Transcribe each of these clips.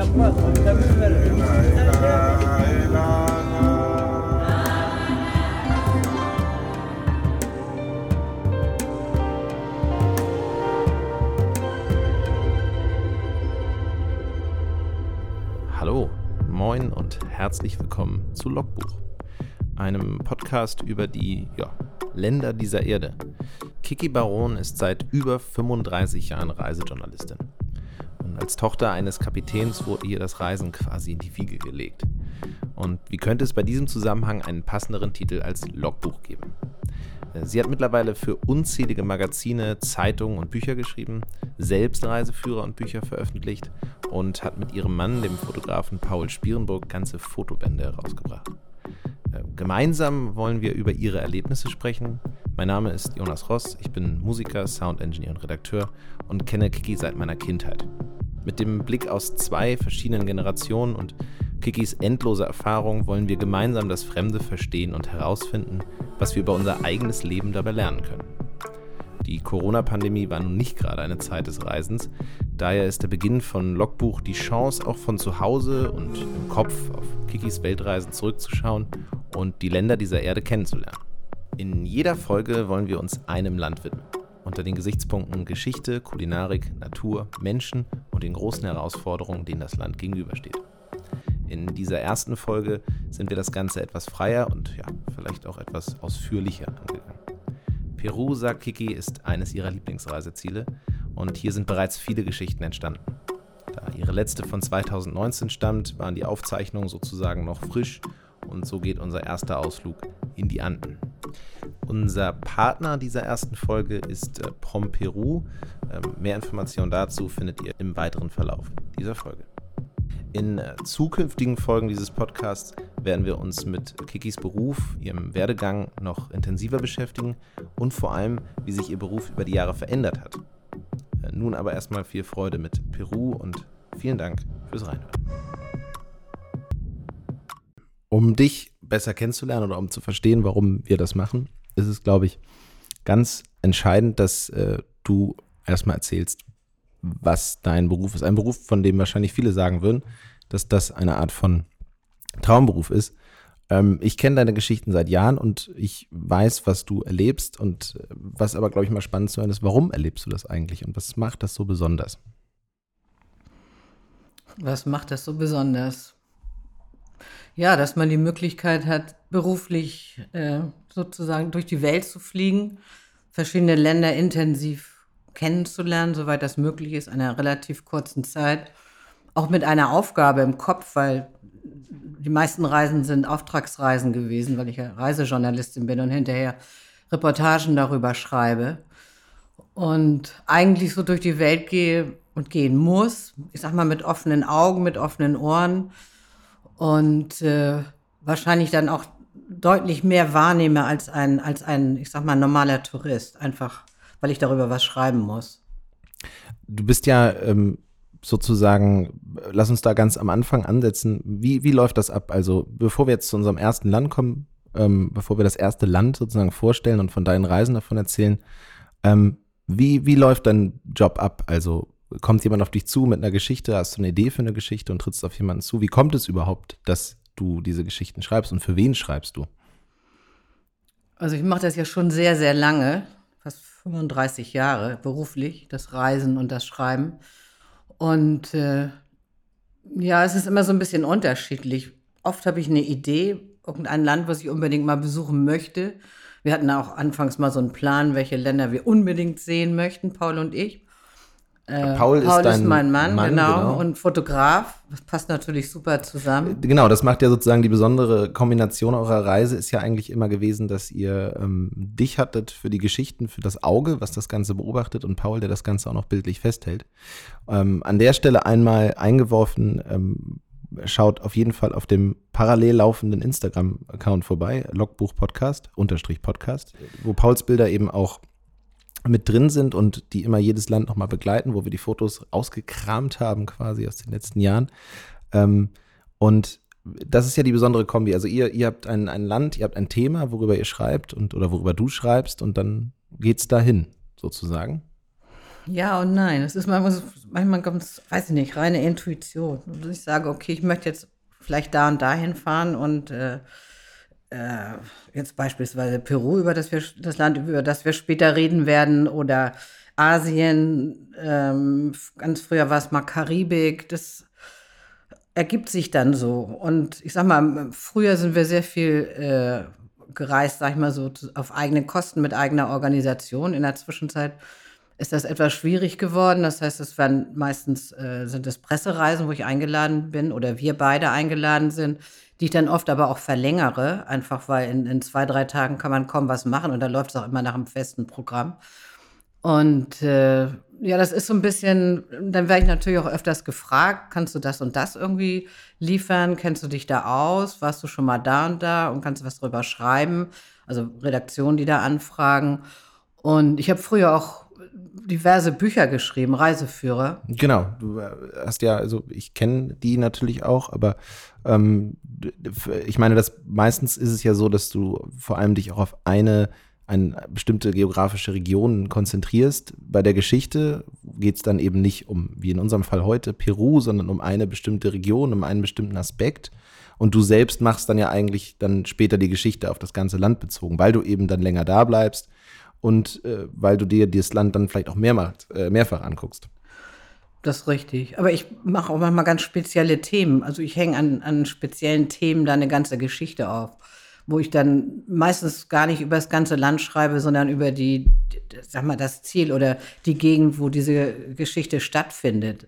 Hallo, moin und herzlich willkommen zu Logbuch, einem Podcast über die Länder dieser Erde. Kiki Baron ist seit über 35 Jahren Reisejournalistin. Und als Tochter eines Kapitäns wurde ihr das Reisen quasi in die Wiege gelegt. Und wie könnte es bei diesem Zusammenhang einen passenderen Titel als Logbuch geben? Sie hat mittlerweile für unzählige Magazine, Zeitungen und Bücher geschrieben, selbst Reiseführer und Bücher veröffentlicht und hat mit ihrem Mann, dem Fotografen Paul Spierenburg, ganze Fotobände herausgebracht. Gemeinsam wollen wir über ihre Erlebnisse sprechen. Mein Name ist Jonas Ross, ich bin Musiker, Soundengineer und Redakteur und kenne Kiki seit meiner Kindheit. Mit dem Blick aus 2 verschiedenen Generationen und Kikis endlose Erfahrung wollen wir gemeinsam das Fremde verstehen und herausfinden, was wir über unser eigenes Leben dabei lernen können. Die Corona-Pandemie war nun nicht gerade eine Zeit des Reisens, daher ist der Beginn von Logbuch die Chance, auch von zu Hause und im Kopf auf Kikis Weltreisen zurückzuschauen und die Länder dieser Erde kennenzulernen. In jeder Folge wollen wir uns einem Land widmen, unter den Gesichtspunkten Geschichte, Kulinarik, Natur, Menschen und den großen Herausforderungen, denen das Land gegenübersteht. In dieser ersten Folge sind wir das Ganze etwas freier und vielleicht auch etwas ausführlicher angegangen. Peru, sagt Kiki, ist eines ihrer Lieblingsreiseziele und hier sind bereits viele Geschichten entstanden. Da ihre letzte von 2019 stammt, waren die Aufzeichnungen sozusagen noch frisch und so geht unser erster Ausflug in die Anden. Unser Partner dieser ersten Folge ist Prom Peru. Mehr Informationen dazu findet ihr im weiteren Verlauf dieser Folge. In zukünftigen Folgen dieses Podcasts werden wir uns mit Kikis Beruf, ihrem Werdegang noch intensiver beschäftigen und vor allem, wie sich ihr Beruf über die Jahre verändert hat. Nun aber erstmal viel Freude mit Peru und vielen Dank fürs Reinhören. Um dich besser kennenzulernen oder um zu verstehen, warum wir das machen, ist es, glaube ich, ganz entscheidend, dass du erstmal erzählst, was dein Beruf ist. Ein Beruf, von dem wahrscheinlich viele sagen würden, dass das eine Art von Traumberuf ist. Ich kenne deine Geschichten seit Jahren und ich weiß, was du erlebst und was aber, glaube ich, mal spannend zu hören ist, warum erlebst du das eigentlich und was macht das so besonders? Was macht das so besonders? Ja, dass man die Möglichkeit hat, beruflich sozusagen durch die Welt zu fliegen, verschiedene Länder intensiv kennenzulernen, soweit das möglich ist, in einer relativ kurzen Zeit. Auch mit einer Aufgabe im Kopf, weil die meisten Reisen sind Auftragsreisen gewesen, weil ich ja Reisejournalistin bin und hinterher Reportagen darüber schreibe. Und eigentlich so durch die Welt gehe und gehen muss, ich sag mal mit offenen Augen, mit offenen Ohren und wahrscheinlich dann auch deutlich mehr wahrnehme als ein, ich sag mal, normaler Tourist, einfach weil ich darüber was schreiben muss. Du bist ja sozusagen, lass uns da ganz am Anfang ansetzen, wie läuft das ab? Also bevor wir jetzt zu unserem ersten Land kommen, bevor wir das erste Land sozusagen vorstellen und von deinen Reisen davon erzählen, wie läuft dein Job ab? Also kommt jemand auf dich zu mit einer Geschichte, hast du eine Idee für eine Geschichte und trittst auf jemanden zu? Wie kommt es überhaupt, dass du diese Geschichten schreibst und für wen schreibst du? Also ich mache das ja schon sehr, sehr lange, fast 35 Jahre beruflich, das Reisen und das Schreiben. Und es ist immer so ein bisschen unterschiedlich. Oft habe ich eine Idee, irgendein Land, was ich unbedingt mal besuchen möchte. Wir hatten auch anfangs mal so einen Plan, welche Länder wir unbedingt sehen möchten, Paul und ich. Paul ist mein Mann, genau, und Fotograf. Das passt natürlich super zusammen. Genau, das macht ja sozusagen die besondere Kombination eurer Reise, ist ja eigentlich immer gewesen, dass ihr dich hattet für die Geschichten, für das Auge, was das Ganze beobachtet und Paul, der das Ganze auch noch bildlich festhält. An der Stelle einmal eingeworfen, schaut auf jeden Fall auf dem parallel laufenden Instagram-Account vorbei, Logbuch-Podcast, _Podcast, wo Pauls Bilder eben auch mit drin sind und die immer jedes Land nochmal begleiten, wo wir die Fotos ausgekramt haben quasi aus den letzten Jahren. Und das ist ja die besondere Kombi. Also ihr habt ein Land, ihr habt ein Thema, worüber ihr schreibt oder worüber du schreibst und dann geht's dahin sozusagen. Ja und nein. Es ist manchmal ganz, weiß ich nicht, reine Intuition. Und ich sage, okay, ich möchte jetzt vielleicht da und dahin fahren und jetzt beispielsweise Peru, das Land, über das wir später reden werden, oder Asien, ganz früher war es mal Karibik, das ergibt sich dann so. Und ich sag mal, früher sind wir sehr viel gereist, sag ich mal so, auf eigene Kosten mit eigener Organisation. In der Zwischenzeit ist das etwas schwierig geworden. Das heißt, es werden meistens sind es Pressereisen, wo ich eingeladen bin oder wir beide eingeladen sind, die ich dann oft aber auch verlängere, einfach weil in 2, 3 Tagen kann man kaum was machen und da läuft es auch immer nach einem festen Programm. Und ja, das ist so ein bisschen, dann werde ich natürlich auch öfters gefragt, kannst du das und das irgendwie liefern? Kennst du dich da aus? Warst du schon mal da und da und kannst du was drüber schreiben? Also Redaktionen, die da anfragen. Und ich habe früher auch diverse Bücher geschrieben, Reiseführer. Genau, du hast ja, also ich kenne die natürlich auch, aber ich meine, meistens ist es ja so, dass du vor allem dich auch auf eine bestimmte geografische Region konzentrierst. Bei der Geschichte geht es dann eben nicht um, wie in unserem Fall heute, Peru, sondern um eine bestimmte Region, um einen bestimmten Aspekt. Und du selbst machst dann ja eigentlich dann später die Geschichte auf das ganze Land bezogen, weil du eben dann länger da bleibst und weil du dir das Land dann vielleicht auch mehrfach anguckst. Das ist richtig. Aber ich mache auch manchmal ganz spezielle Themen. Also ich hänge an speziellen Themen da eine ganze Geschichte auf, wo ich dann meistens gar nicht über das ganze Land schreibe, sondern über sag mal, das Ziel oder die Gegend, wo diese Geschichte stattfindet.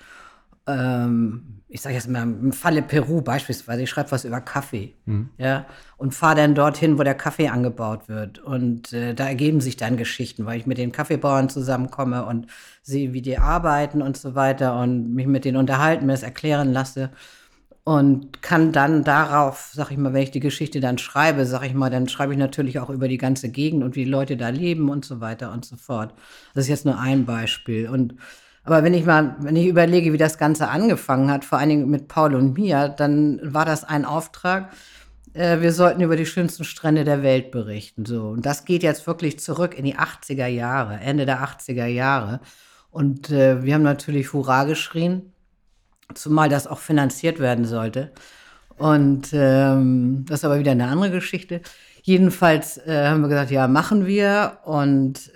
Ich sage jetzt mal im Falle Peru beispielsweise, ich schreibe was über Kaffee, ja, und fahre dann dorthin, wo der Kaffee angebaut wird. Und da ergeben sich dann Geschichten, weil ich mit den Kaffeebauern zusammenkomme und sehe, wie die arbeiten und so weiter und mich mit denen unterhalten, mir das erklären lasse. Und kann dann darauf, sag ich mal, wenn ich die Geschichte dann schreibe, sag ich mal, dann schreibe ich natürlich auch über die ganze Gegend und wie die Leute da leben und so weiter und so fort. Das ist jetzt nur ein Beispiel. Aber wenn ich überlege, wie das Ganze angefangen hat, vor allen Dingen mit Paul und mir, dann war das ein Auftrag. Wir sollten über die schönsten Strände der Welt berichten. So. Und das geht jetzt wirklich zurück in die 80er Jahre, Ende der 80er Jahre. Und wir haben natürlich Hurra geschrien, zumal das auch finanziert werden sollte. Und das ist aber wieder eine andere Geschichte. Jedenfalls haben wir gesagt, ja, machen wir. Und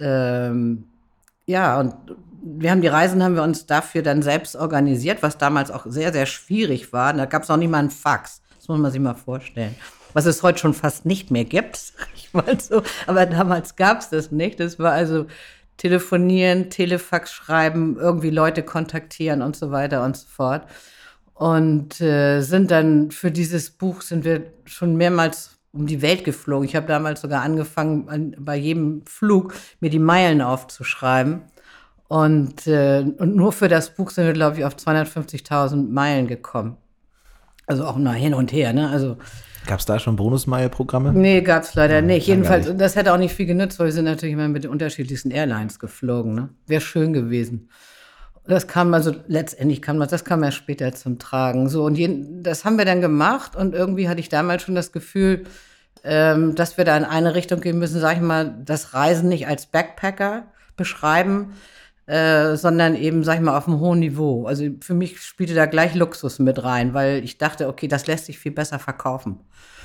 ja, und haben wir uns dafür dann selbst organisiert, was damals auch sehr, sehr schwierig war. Da gab es noch nicht mal einen Fax. Das muss man sich mal vorstellen. Was es heute schon fast nicht mehr gibt, sag ich mal so. Aber damals gab es das nicht. Das war also telefonieren, Telefax schreiben, irgendwie Leute kontaktieren und so weiter und so fort. Und sind dann für dieses Buch sind wir schon mehrmals um die Welt geflogen. Ich habe damals sogar angefangen, bei jedem Flug mir die Meilen aufzuschreiben. Und nur für das Buch sind wir, glaube ich, auf 250.000 Meilen gekommen. Also auch mal hin und her, ne? Also Gab es da schon Bonus-Mile-Programme? nee, gab es leider nicht. Jedenfalls, nicht. das hätte auch nicht viel genützt, weil wir sind natürlich immer mit den unterschiedlichsten Airlines geflogen, ne? Wäre schön gewesen. Das kam ja später zum Tragen. So, und das haben wir dann gemacht und irgendwie hatte ich damals schon das Gefühl, dass wir da in eine Richtung gehen müssen, sag ich mal, das Reisen nicht als Backpacker beschreiben, sondern eben, sag ich mal, auf einem hohen Niveau. Also für mich spielte da gleich Luxus mit rein, weil ich dachte, okay, das lässt sich viel besser verkaufen.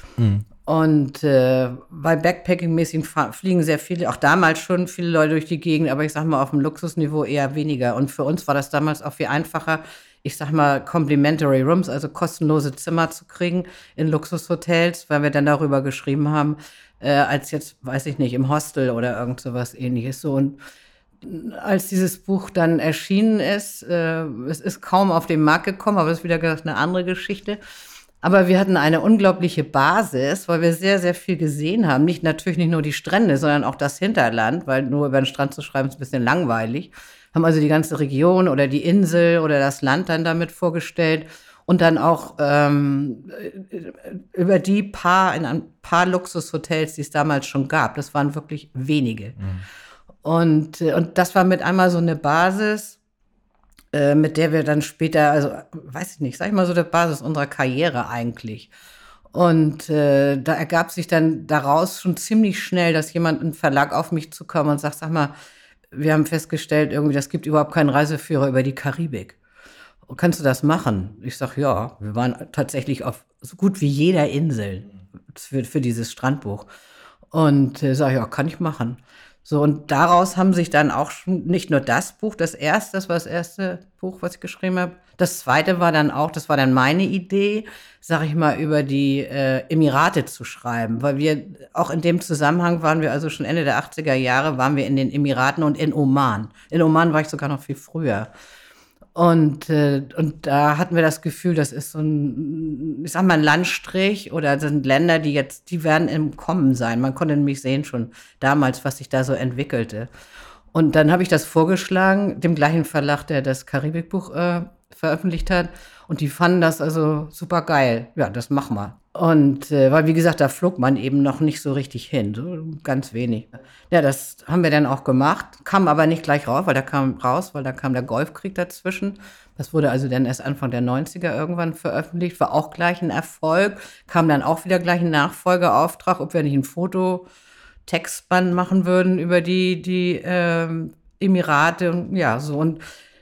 Und bei Backpacking-mäßig fliegen sehr viele, auch damals schon viele Leute durch die Gegend, aber ich sag mal, auf dem Luxusniveau eher weniger. Und für uns war das damals auch viel einfacher, ich sag mal, complimentary rooms, also kostenlose Zimmer zu kriegen in Luxushotels, weil wir dann darüber geschrieben haben, als jetzt, weiß ich nicht, im Hostel oder irgend sowas ähnliches. So, und als dieses Buch dann erschienen ist, es ist kaum auf den Markt gekommen, aber das ist wieder gesagt eine andere Geschichte. Aber wir hatten eine unglaubliche Basis, weil wir sehr, sehr viel gesehen haben. Natürlich nicht nur die Strände, sondern auch das Hinterland, weil nur über den Strand zu schreiben ist ein bisschen langweilig. Haben also die ganze Region oder die Insel oder das Land dann damit vorgestellt und dann auch über in ein paar Luxushotels, die es damals schon gab. Das waren wirklich wenige. Und das war mit einmal so eine Basis, mit der wir dann später, also weiß ich nicht, sag ich mal so, der Basis unserer Karriere eigentlich. Und da ergab sich dann daraus schon ziemlich schnell, dass jemand im Verlag auf mich zukam und sagt, sag mal, wir haben festgestellt, irgendwie, das gibt überhaupt keinen Reiseführer über die Karibik. Kannst du das machen? Ich sage, ja, wir waren tatsächlich auf so gut wie jeder Insel für dieses Strandbuch. Und sage ich, ja, kann ich machen. So, und daraus haben sich dann auch schon nicht nur das Buch, das war das erste Buch, was ich geschrieben habe. Das zweite war dann auch, das war dann meine Idee, sag ich mal, über die Emirate zu schreiben. Weil wir, auch in dem Zusammenhang waren wir also schon Ende der 80er Jahre, waren wir in den Emiraten und in Oman. In Oman war ich sogar noch viel früher. Und da hatten wir das Gefühl, das ist so ein, ich sag mal, ein Landstrich oder sind Länder, die werden im Kommen sein. Man konnte nämlich sehen schon damals, was sich da so entwickelte. Und dann habe ich das vorgeschlagen, dem gleichen Verlag, der das Karibikbuch veröffentlicht hat. Und die fanden das also super geil. Ja, das machen wir. Und weil, wie gesagt, da flog man eben noch nicht so richtig hin, so ganz wenig. Ja, das haben wir dann auch gemacht, kam aber nicht gleich raus, weil da kam der Golfkrieg dazwischen. Das wurde also dann erst Anfang der 90er irgendwann veröffentlicht, war auch gleich ein Erfolg, kam dann auch wieder gleich ein Nachfolgeauftrag, ob wir nicht ein Fototextband machen würden über die Emirate und ja, so. Und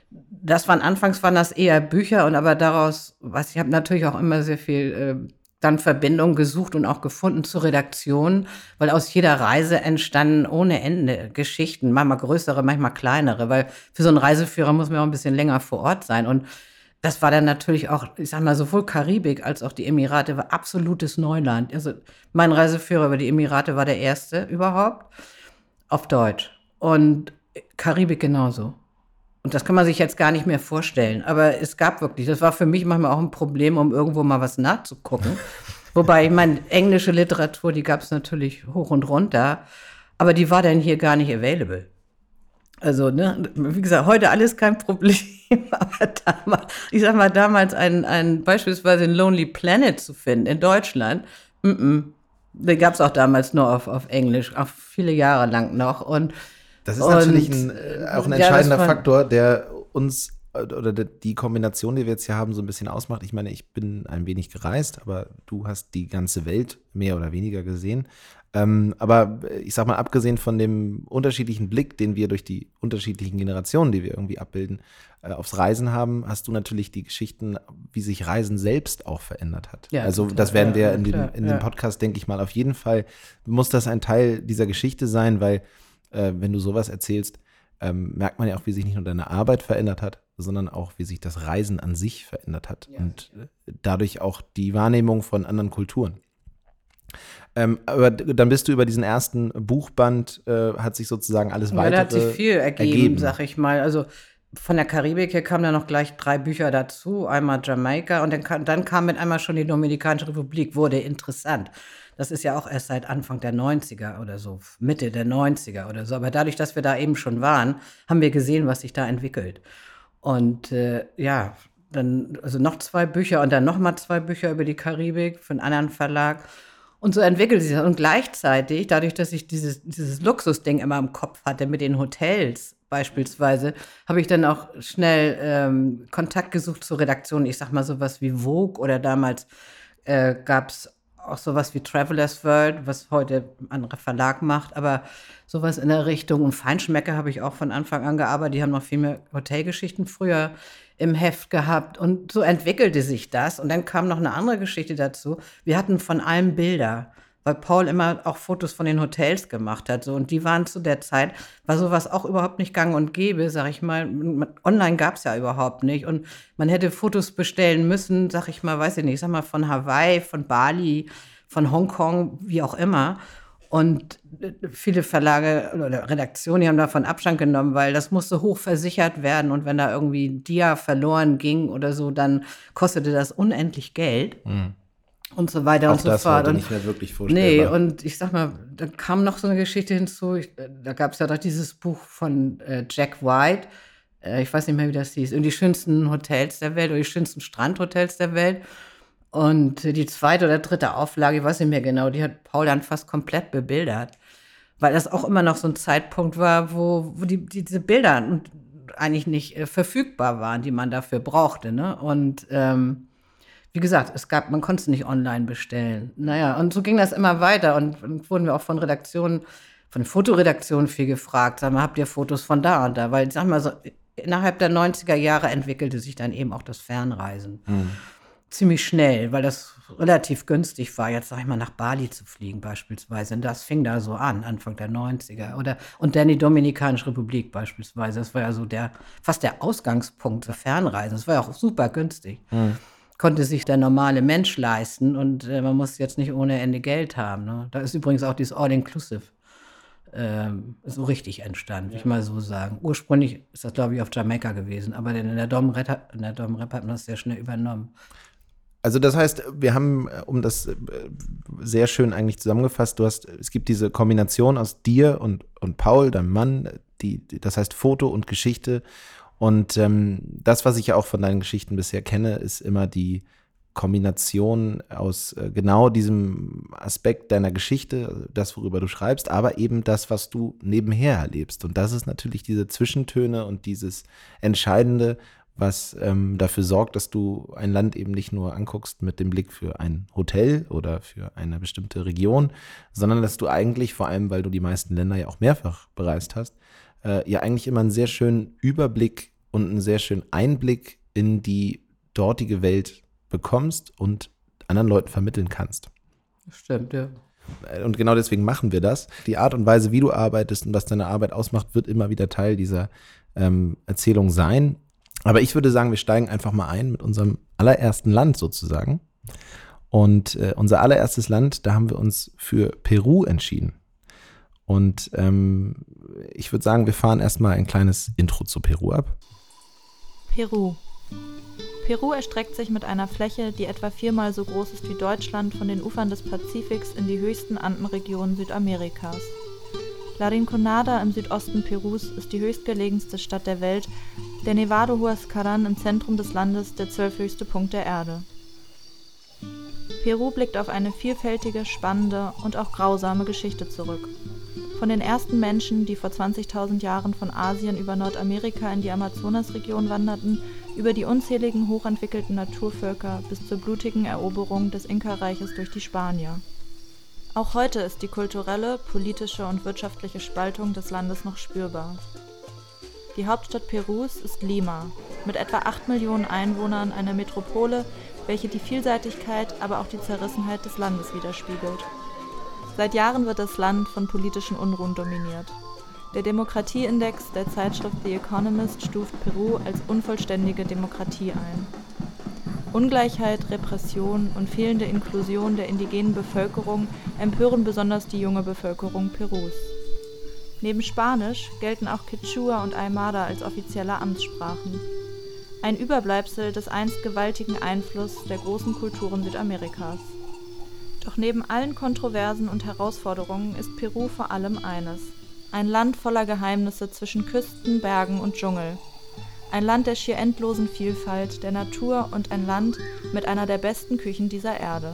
anfangs waren das eher Bücher und aber daraus, ich habe natürlich auch immer sehr viel dann Verbindungen gesucht und auch gefunden zur Redaktion, weil aus jeder Reise entstanden ohne Ende Geschichten, manchmal größere, manchmal kleinere, weil für so einen Reiseführer muss man auch ein bisschen länger vor Ort sein. Und das war dann natürlich auch, ich sag mal, sowohl Karibik als auch die Emirate war absolutes Neuland. Also mein Reiseführer über die Emirate war der erste überhaupt auf Deutsch und Karibik genauso. Und das kann man sich jetzt gar nicht mehr vorstellen. Aber es gab wirklich, das war für mich manchmal auch ein Problem, um irgendwo mal was nachzugucken. Wobei, ich meine, englische Literatur, die gab es natürlich hoch und runter. Aber die war dann hier gar nicht available. Also, ne, wie gesagt, heute alles kein Problem. Aber damals, ich sag mal, beispielsweise ein Lonely Planet zu finden in Deutschland, den gab es auch damals nur auf Englisch, auch viele Jahre lang noch. Und das ist natürlich auch ein entscheidender Faktor, der uns oder die Kombination, die wir jetzt hier haben, so ein bisschen ausmacht. Ich meine, ich bin ein wenig gereist, aber du hast die ganze Welt mehr oder weniger gesehen. Aber ich sag mal, abgesehen von dem unterschiedlichen Blick, den wir durch die unterschiedlichen Generationen, die wir irgendwie abbilden, aufs Reisen haben, hast du natürlich die Geschichten, wie sich Reisen selbst auch verändert hat. Ja, also das werden wir in dem Podcast, denke ich mal, auf jeden Fall, muss das ein Teil dieser Geschichte sein, weil wenn du sowas erzählst, merkt man ja auch, wie sich nicht nur deine Arbeit verändert hat, sondern auch, wie sich das Reisen an sich verändert hat und dadurch auch die Wahrnehmung von anderen Kulturen. Aber dann bist du über diesen ersten Buchband, hat sich sozusagen alles weitere da hat sich viel ergeben, sag ich mal. Also von der Karibik her kamen dann noch gleich 3 Bücher dazu, einmal Jamaika und dann kam mit einmal schon die Dominikanische Republik, wurde interessant. Das ist ja auch erst seit Anfang der 90er oder so, Mitte der 90er oder so. Aber dadurch, dass wir da eben schon waren, haben wir gesehen, was sich da entwickelt. Und dann also noch 2 Bücher und dann noch mal 2 Bücher über die Karibik für einen anderen Verlag. Und so entwickelt sich das. Und gleichzeitig, dadurch, dass ich dieses Luxusding immer im Kopf hatte mit den Hotels beispielsweise, habe ich dann auch schnell Kontakt gesucht zur Redaktion. Ich sag mal sowas wie Vogue oder damals gab es auch sowas wie Travelers World, was heute ein anderer Verlag macht, aber sowas in der Richtung. Und Feinschmecker habe ich auch von Anfang an gearbeitet. Die haben noch viel mehr Hotelgeschichten früher im Heft gehabt. Und so entwickelte sich das. Und dann kam noch eine andere Geschichte dazu. Wir hatten von allem Bilder, weil Paul immer auch Fotos von den Hotels gemacht hat. So. Und die waren zu der Zeit, war sowas auch überhaupt nicht gang und gäbe, sag ich mal. Online gab es ja überhaupt nicht. Und man hätte Fotos bestellen müssen, sag ich mal, weiß ich nicht, sag mal von Hawaii, von Bali, von Hongkong, wie auch immer. Und viele Verlage oder Redaktionen, die haben davon Abstand genommen, weil das musste hoch versichert werden. Und wenn da irgendwie ein Dia verloren ging oder so, dann kostete das unendlich Geld. Mhm. Und so weiter auch und so fort. Das heute nicht mehr wirklich vorstellbar. Nee, und ich sag mal, da kam noch so eine Geschichte hinzu. Da gab es ja doch dieses Buch von Jack White. Ich weiß nicht mehr, wie das hieß. Und die schönsten Hotels der Welt oder die schönsten Strandhotels der Welt. Und die 2. oder 3. Auflage, ich weiß nicht mehr genau, die hat Paul dann fast komplett bebildert. Weil das auch immer noch so ein Zeitpunkt war, wo diese Bilder eigentlich nicht verfügbar waren, die man dafür brauchte. Ne? Und wie gesagt, man konnte es nicht online bestellen. Naja, und so ging das immer weiter und wurden wir auch von Redaktionen von Fotoredaktionen viel gefragt, sag mal, habt ihr Fotos von da und da? Weil, sag mal, so, innerhalb der 90er Jahre entwickelte sich dann eben auch das Fernreisen. Ziemlich schnell, weil das relativ günstig war, jetzt sag ich mal, nach Bali zu fliegen beispielsweise. Und das fing da so an, Anfang der 90er. Und dann die Dominikanische Republik beispielsweise. Das war ja so fast der Ausgangspunkt für Fernreisen. Das war ja auch super günstig. Konnte sich der normale Mensch leisten und man muss jetzt nicht ohne Ende Geld haben. Ne? Da ist übrigens auch dieses All-Inclusive so richtig entstanden, will ich mal so sagen. Ursprünglich ist das, glaube ich, auf Jamaika gewesen, aber in der Dom Rep hat man das sehr schnell übernommen. Also das heißt, wir haben, um das sehr schön eigentlich zusammengefasst, es gibt diese Kombination aus dir und Paul, deinem Mann, das heißt Foto und Geschichte. Und das, was ich ja auch von deinen Geschichten bisher kenne, ist immer die Kombination aus genau diesem Aspekt deiner Geschichte, das, worüber du schreibst, aber eben das, was du nebenher erlebst. Und das ist natürlich diese Zwischentöne und dieses Entscheidende, was dafür sorgt, dass du ein Land eben nicht nur anguckst mit dem Blick für ein Hotel oder für eine bestimmte Region, sondern dass du eigentlich, vor allem weil du die meisten Länder ja auch mehrfach bereist hast, ja eigentlich immer einen sehr schönen Überblick und einen sehr schönen Einblick in die dortige Welt bekommst und anderen Leuten vermitteln kannst. Stimmt, ja. Und genau deswegen machen wir das. Die Art und Weise, wie du arbeitest und was deine Arbeit ausmacht, wird immer wieder Teil dieser Erzählung sein. Aber ich würde sagen, wir steigen einfach mal ein mit unserem allerersten Land sozusagen. Und unser allererstes Land, da haben wir uns für Peru entschieden. Und ich würde sagen, wir fahren erstmal ein kleines Intro zu Peru ab. Peru. Peru erstreckt sich mit einer Fläche, die etwa 4-mal so groß ist wie Deutschland, von den Ufern des Pazifiks in die höchsten Andenregionen Südamerikas. La Rinconada im Südosten Perus ist die höchstgelegenste Stadt der Welt, der Nevado Huascarán im Zentrum des Landes der 12. Punkt der Erde. Peru blickt auf eine vielfältige, spannende und auch grausame Geschichte zurück. Von den ersten Menschen, die vor 20.000 Jahren von Asien über Nordamerika in die Amazonasregion wanderten, über die unzähligen hochentwickelten Naturvölker bis zur blutigen Eroberung des Inka-Reiches durch die Spanier. Auch heute ist die kulturelle, politische und wirtschaftliche Spaltung des Landes noch spürbar. Die Hauptstadt Perus ist Lima, mit etwa 8 Millionen Einwohnern eine Metropole, welche die Vielseitigkeit, aber auch die Zerrissenheit des Landes widerspiegelt. Seit Jahren wird das Land von politischen Unruhen dominiert. Der Demokratieindex der Zeitschrift The Economist stuft Peru als unvollständige Demokratie ein. Ungleichheit, Repression und fehlende Inklusion der indigenen Bevölkerung empören besonders die junge Bevölkerung Perus. Neben Spanisch gelten auch Quechua und Aymara als offizielle Amtssprachen. Ein Überbleibsel des einst gewaltigen Einflusses der großen Kulturen Südamerikas. Doch neben allen Kontroversen und Herausforderungen ist Peru vor allem eines: ein Land voller Geheimnisse zwischen Küsten, Bergen und Dschungel. Ein Land der schier endlosen Vielfalt, der Natur und ein Land mit einer der besten Küchen dieser Erde.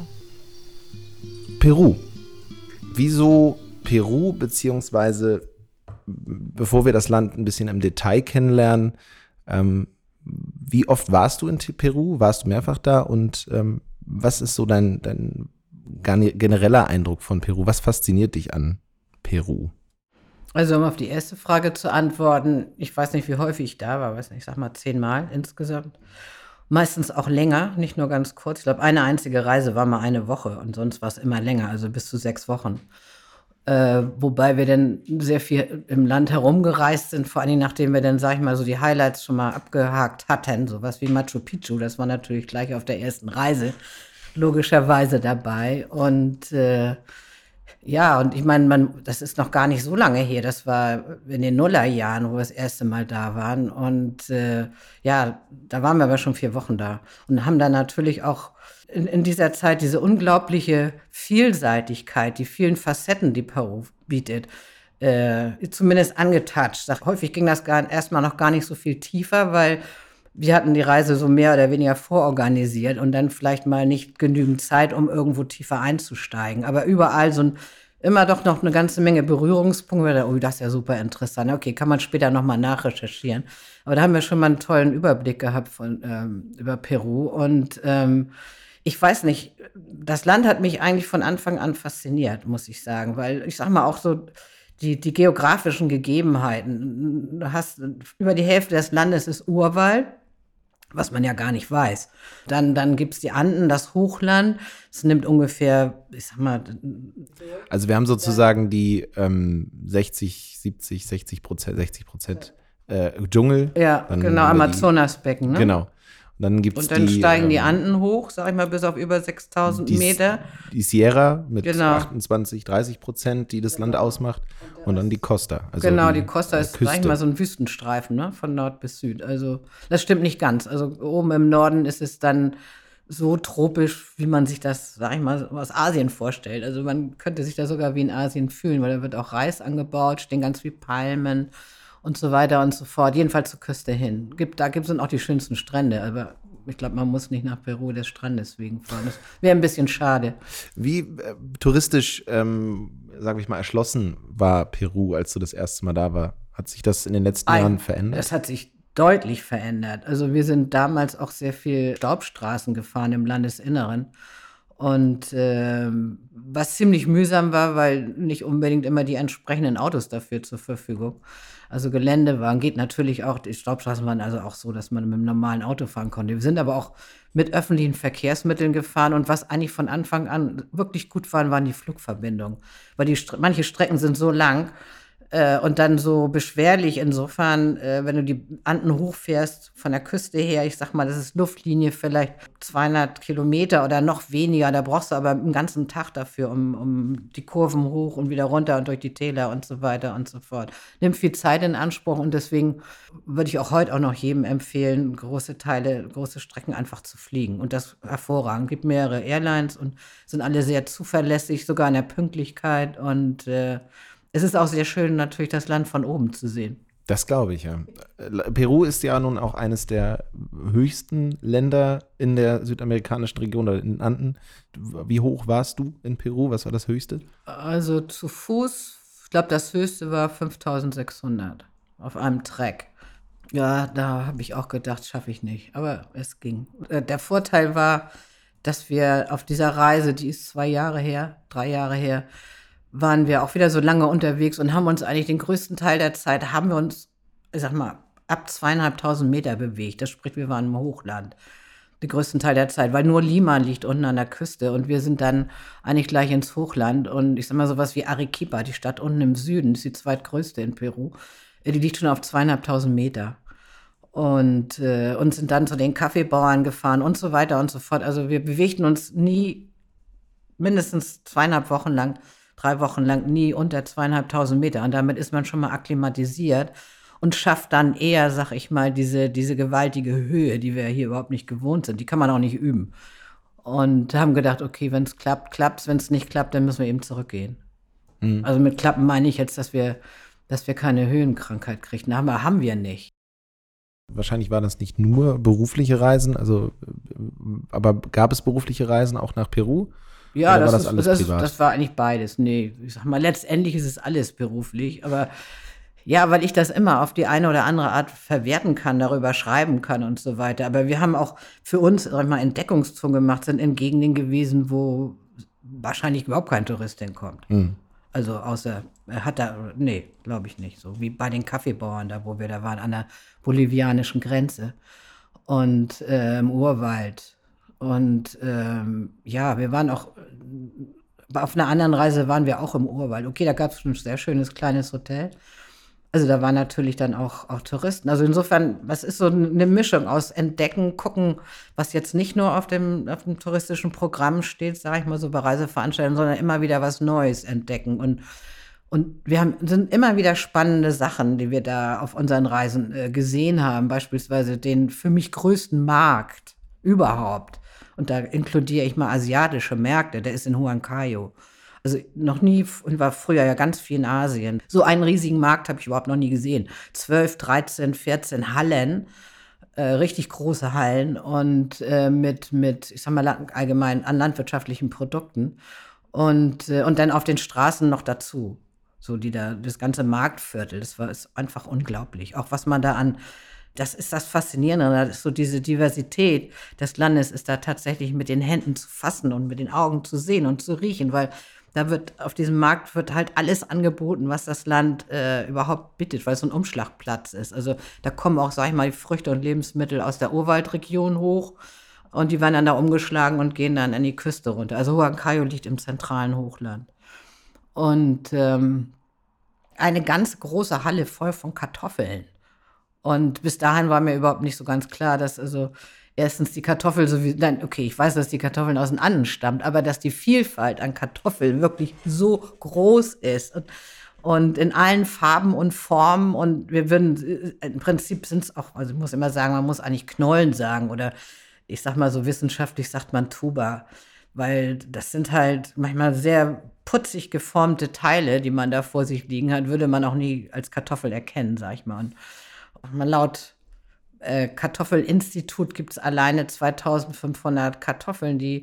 Peru. Wieso Peru, beziehungsweise bevor wir das Land ein bisschen im Detail kennenlernen, wie oft warst du in Peru? Warst du mehrfach da? Und was ist so dein genereller Eindruck von Peru? Was fasziniert dich an Peru? Also um auf die erste Frage zu antworten, ich weiß nicht, wie häufig ich da war, ich sag mal 10 Mal insgesamt. Meistens auch länger, nicht nur ganz kurz. Ich glaube, eine einzige Reise war mal eine Woche und sonst war es immer länger, also bis zu 6 Wochen. Wobei wir dann sehr viel im Land herumgereist sind, vor allem nachdem wir dann, sag ich mal, so die Highlights schon mal abgehakt hatten, sowas wie Machu Picchu, das war natürlich gleich auf der ersten Reise logischerweise dabei. Und ja, und ich meine, das ist noch gar nicht so lange her. Das war in den Nullerjahren, wo wir das erste Mal da waren. Und ja, da waren wir aber schon 4 Wochen da und haben dann natürlich auch in dieser Zeit diese unglaubliche Vielseitigkeit, die vielen Facetten, die Peru bietet, zumindest angetatscht. Häufig ging das erstmal noch gar nicht so viel tiefer, weil wir hatten die Reise so mehr oder weniger vororganisiert und dann vielleicht mal nicht genügend Zeit, um irgendwo tiefer einzusteigen. Aber überall immer doch noch eine ganze Menge Berührungspunkte. Oh, das ist ja super interessant. Okay, kann man später nochmal nachrecherchieren. Aber da haben wir schon mal einen tollen Überblick gehabt über Peru. Und ich weiß nicht, das Land hat mich eigentlich von Anfang an fasziniert, muss ich sagen. Weil ich sag mal auch so, die geografischen Gegebenheiten. Du hast über die Hälfte des Landes ist Urwald, was man ja gar nicht weiß. Dann gibt es die Anden, das Hochland. Es nimmt ungefähr, ich sag mal. Also wir haben sozusagen die 60% Dschungel. Ja, dann genau, Amazonasbecken. Ne? Genau. Und dann gibt's und dann steigen die Anden hoch, sag ich mal, bis auf über 6000 Meter. Die Sierra mit Genau. 28-30%, die das Land ausmacht. Und dann die Costa. Also genau, die Costa ist, Küste. sag ich mal, so ein Wüstenstreifen, ne? Von Nord bis Süd. Also das stimmt nicht ganz. Also oben im Norden ist es dann so tropisch, wie man sich das, sag ich mal, aus Asien vorstellt. Also man könnte sich da sogar wie in Asien fühlen, weil da wird auch Reis angebaut, stehen ganz viele Palmen und so weiter und so fort. Jedenfalls zur Küste hin. Da gibt es auch die schönsten Strände, aber ich glaube, man muss nicht nach Peru des Strandes wegen fahren. Das wäre ein bisschen schade. Wie touristisch, sage ich mal, erschlossen war Peru, als du das erste Mal da war? Hat sich das in den letzten Jahren verändert? Das hat sich deutlich verändert. Also wir sind damals auch sehr viel Staubstraßen gefahren im Landesinneren. Und was ziemlich mühsam war, weil nicht unbedingt immer die entsprechenden Autos dafür zur Verfügung. Also Geländewagen geht natürlich auch, die Staubstraßen waren also auch so, dass man mit einem normalen Auto fahren konnte. Wir sind aber auch mit öffentlichen Verkehrsmitteln gefahren und was eigentlich von Anfang an wirklich gut waren die Flugverbindungen. Weil manche Strecken sind so lang und dann so beschwerlich insofern, wenn du die Anden hochfährst von der Küste her, ich sag mal, das ist Luftlinie vielleicht 200 Kilometer oder noch weniger, da brauchst du aber einen ganzen Tag dafür, um die Kurven hoch und wieder runter und durch die Täler und so weiter und so fort. Nimmt viel Zeit in Anspruch und deswegen würde ich auch heute auch noch jedem empfehlen, große Strecken einfach zu fliegen und das hervorragend. Es gibt mehrere Airlines und sind alle sehr zuverlässig, sogar in der Pünktlichkeit und es ist auch sehr schön, natürlich das Land von oben zu sehen. Das glaube ich, ja. Peru ist ja nun auch eines der höchsten Länder in der südamerikanischen Region oder in den Anden. Wie hoch warst du in Peru? Was war das Höchste? Also zu Fuß, ich glaube, das Höchste war 5600 auf einem Trek. Ja, da habe ich auch gedacht, schaffe ich nicht. Aber es ging. Der Vorteil war, dass wir auf dieser Reise, die ist 3 Jahre her, waren wir auch wieder so lange unterwegs und haben uns eigentlich den größten Teil der Zeit, haben wir uns, ich sag mal, ab 2500 Meter bewegt. Das sprich, wir waren im Hochland. Den größten Teil der Zeit, weil nur Lima liegt unten an der Küste und wir sind dann eigentlich gleich ins Hochland und ich sag mal sowas wie Arequipa, die Stadt unten im Süden, ist die zweitgrößte in Peru, die liegt schon auf 2500 Meter. Und sind dann zu den Kaffeebauern gefahren und so weiter und so fort. Also wir bewegten uns nie, mindestens 3 Wochen lang nie unter 2500 Meter. Und damit ist man schon mal akklimatisiert und schafft dann eher, sag ich mal, diese gewaltige Höhe, die wir hier überhaupt nicht gewohnt sind. Die kann man auch nicht üben. Und haben gedacht, okay, wenn es klappt, klappt's. Wenn es nicht klappt, dann müssen wir eben zurückgehen. Mhm. Also mit klappen meine ich jetzt, dass wir keine Höhenkrankheit kriegen. Aber haben wir nicht. Wahrscheinlich waren das nicht nur berufliche Reisen, aber gab es berufliche Reisen auch nach Peru? Ja, das war eigentlich beides. Nee, ich sag mal, letztendlich ist es alles beruflich, aber ja, weil ich das immer auf die eine oder andere Art verwerten kann, darüber schreiben kann und so weiter. Aber wir haben auch für uns, sag ich mal, Entdeckungstouren gemacht, sind in Gegenden gewesen, wo wahrscheinlich überhaupt kein Tourist hinkommt. Mhm. Also außer, glaube ich nicht. So wie bei den Kaffeebauern da, wo wir da waren, an der bolivianischen Grenze und im Urwald. Und wir waren auch, auf einer anderen Reise waren wir auch im Urwald. Okay, da gab es ein sehr schönes kleines Hotel. Also da waren natürlich dann auch Touristen. Also insofern, das ist so eine Mischung aus Entdecken, gucken, was jetzt nicht nur auf dem touristischen Programm steht, sage ich mal so bei Reiseveranstaltungen, sondern immer wieder was Neues entdecken. Und sind immer wieder spannende Sachen, die wir da auf unseren Reisen gesehen haben. Beispielsweise den für mich größten Markt überhaupt. Und da inkludiere ich mal asiatische Märkte, der ist in Huancayo. Also noch nie, und war früher ja ganz viel in Asien. So einen riesigen Markt habe ich überhaupt noch nie gesehen. 12, 13, 14 Hallen, richtig große Hallen und mit, ich sag mal, allgemein an landwirtschaftlichen Produkten. Und dann auf den Straßen noch dazu. So das ganze Marktviertel, ist einfach unglaublich. Auch was man da das ist das Faszinierende, das ist so diese Diversität des Landes ist da tatsächlich mit den Händen zu fassen und mit den Augen zu sehen und zu riechen, weil auf diesem Markt wird halt alles angeboten, was das Land überhaupt bietet, weil es so ein Umschlagplatz ist. Also da kommen auch, sag ich mal, die Früchte und Lebensmittel aus der Urwaldregion hoch und die werden dann da umgeschlagen und gehen dann an die Küste runter. Also Huancayo liegt im zentralen Hochland. Und eine ganz große Halle voll von Kartoffeln. Und bis dahin war mir überhaupt nicht so ganz klar, dass also erstens die Kartoffel ich weiß, dass die Kartoffeln aus den Anden stammt, aber dass die Vielfalt an Kartoffeln wirklich so groß ist und in allen Farben und Formen und im Prinzip sind es auch, also ich muss immer sagen, man muss eigentlich Knollen sagen oder ich sag mal so wissenschaftlich sagt man Tuber, weil das sind halt manchmal sehr putzig geformte Teile, die man da vor sich liegen hat, würde man auch nie als Kartoffel erkennen, sag ich mal. Und laut Kartoffelinstitut gibt es alleine 2500 Kartoffeln, die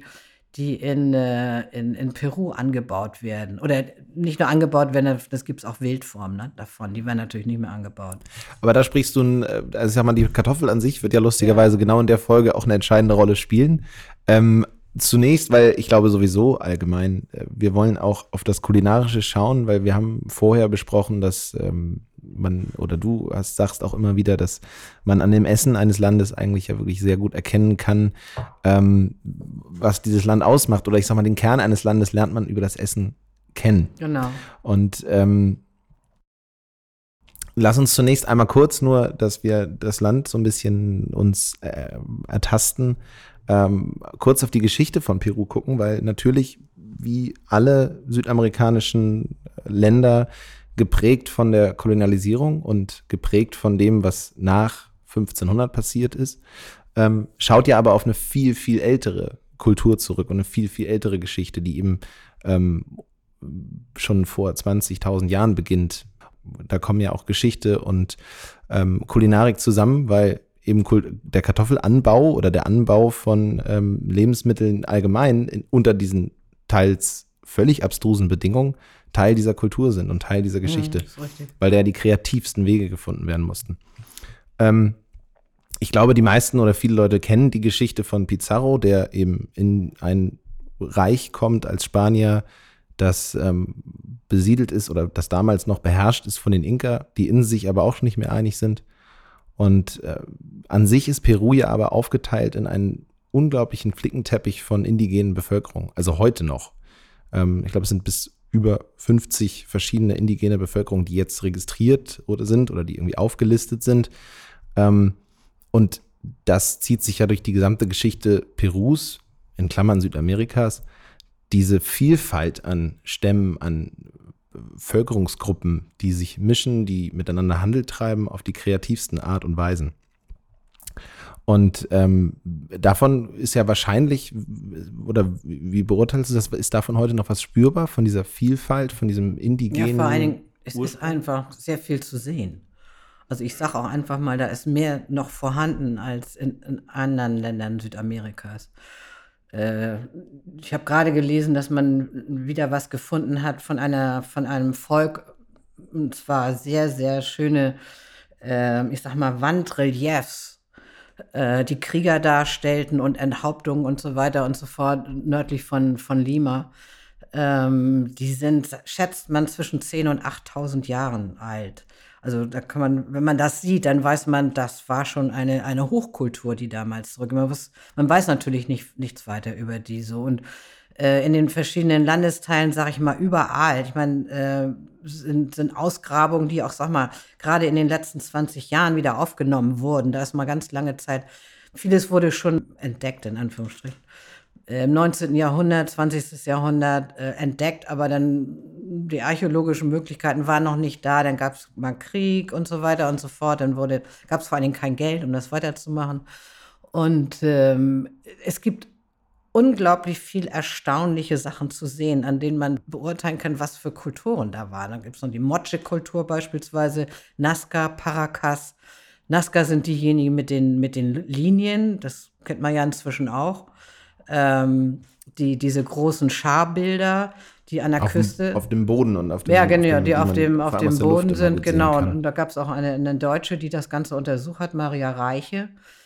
in Peru angebaut werden. Oder nicht nur angebaut werden, das gibt es auch Wildformen davon. Die werden natürlich nicht mehr angebaut. Aber da sprichst du, also ich sag mal, die Kartoffel an sich wird ja lustigerweise genau in der Folge auch eine entscheidende Rolle spielen. Zunächst, weil ich glaube sowieso allgemein, wir wollen auch auf das Kulinarische schauen, weil wir haben vorher besprochen, dass sagst auch immer wieder, dass man an dem Essen eines Landes eigentlich ja wirklich sehr gut erkennen kann, was dieses Land ausmacht. Oder ich sag mal, den Kern eines Landes lernt man über das Essen kennen. Genau. Und lass uns zunächst einmal kurz nur, dass wir das Land so ein bisschen uns ertasten, kurz auf die Geschichte von Peru gucken, weil natürlich wie alle südamerikanischen Länder geprägt von der Kolonialisierung und geprägt von dem, was nach 1500 passiert ist, schaut ja aber auf eine viel, viel ältere Kultur zurück und eine viel, viel ältere Geschichte, die eben schon vor 20.000 Jahren beginnt. Da kommen ja auch Geschichte und Kulinarik zusammen, weil eben der Kartoffelanbau oder der Anbau von Lebensmitteln allgemein unter diesen teils völlig abstrusen Bedingungen Teil dieser Kultur sind und Teil dieser Geschichte, weil da ja die kreativsten Wege gefunden werden mussten. Ich glaube, die meisten oder viele Leute kennen die Geschichte von Pizarro, der eben in ein Reich kommt als Spanier, das besiedelt ist oder das damals noch beherrscht ist von den Inka, die in sich aber auch nicht mehr einig sind. Und an sich ist Peru ja aber aufgeteilt in einen unglaublichen Flickenteppich von indigenen Bevölkerung, also heute noch. Ich glaube, es sind bis über 50 verschiedene indigene Bevölkerungen, die jetzt registriert oder die irgendwie aufgelistet sind. Und das zieht sich ja durch die gesamte Geschichte Perus, in Klammern Südamerikas, diese Vielfalt an Stämmen, an Bevölkerungsgruppen, die sich mischen, die miteinander Handel treiben auf die kreativsten Art und Weisen. Und davon ist ja wahrscheinlich, oder wie beurteilst du das, ist davon heute noch was spürbar, von dieser Vielfalt, von diesem indigenen? Ja, vor allen Dingen, es ist einfach sehr viel zu sehen. Also ich sage auch einfach mal, da ist mehr noch vorhanden als in anderen Ländern Südamerikas. Ich habe gerade gelesen, dass man wieder was gefunden hat von einem Volk, und zwar sehr, sehr schöne, ich sag mal, Wandreliefs, die Krieger darstellten und Enthauptungen und so weiter und so fort, nördlich von Lima. Die sind, schätzt man, zwischen 10.000 und 8.000 Jahren alt. Also da kann man, wenn man das sieht, dann weiß man, das war schon eine Hochkultur, die damals zurück. Man weiß natürlich nichts weiter über die so. Und in den verschiedenen Landesteilen, sage ich mal, überall. Ich meine, sind Ausgrabungen, die auch, sag mal, gerade in den letzten 20 Jahren wieder aufgenommen wurden. Da ist mal ganz lange Zeit, vieles wurde schon entdeckt, in Anführungsstrichen. Im 19. Jahrhundert, 20. Jahrhundert entdeckt, aber dann die archäologischen Möglichkeiten waren noch nicht da. Dann gab es mal Krieg und so weiter und so fort. Dann gab es vor allen Dingen kein Geld, um das weiterzumachen. Und es gibt unglaublich viel erstaunliche Sachen zu sehen, an denen man beurteilen kann, was für Kulturen da waren. Dann gibt es noch die Moche-Kultur beispielsweise, Nazca, Paracas. Nazca sind diejenigen mit den Linien, das kennt man ja inzwischen auch. Diese großen Scharbilder, die an der Küste. Auf dem Boden und auf dem Ja, genau, die auf dem Boden sind, genau. Kann. Und da gab es auch eine Deutsche, die das Ganze untersucht hat, Maria Reiche.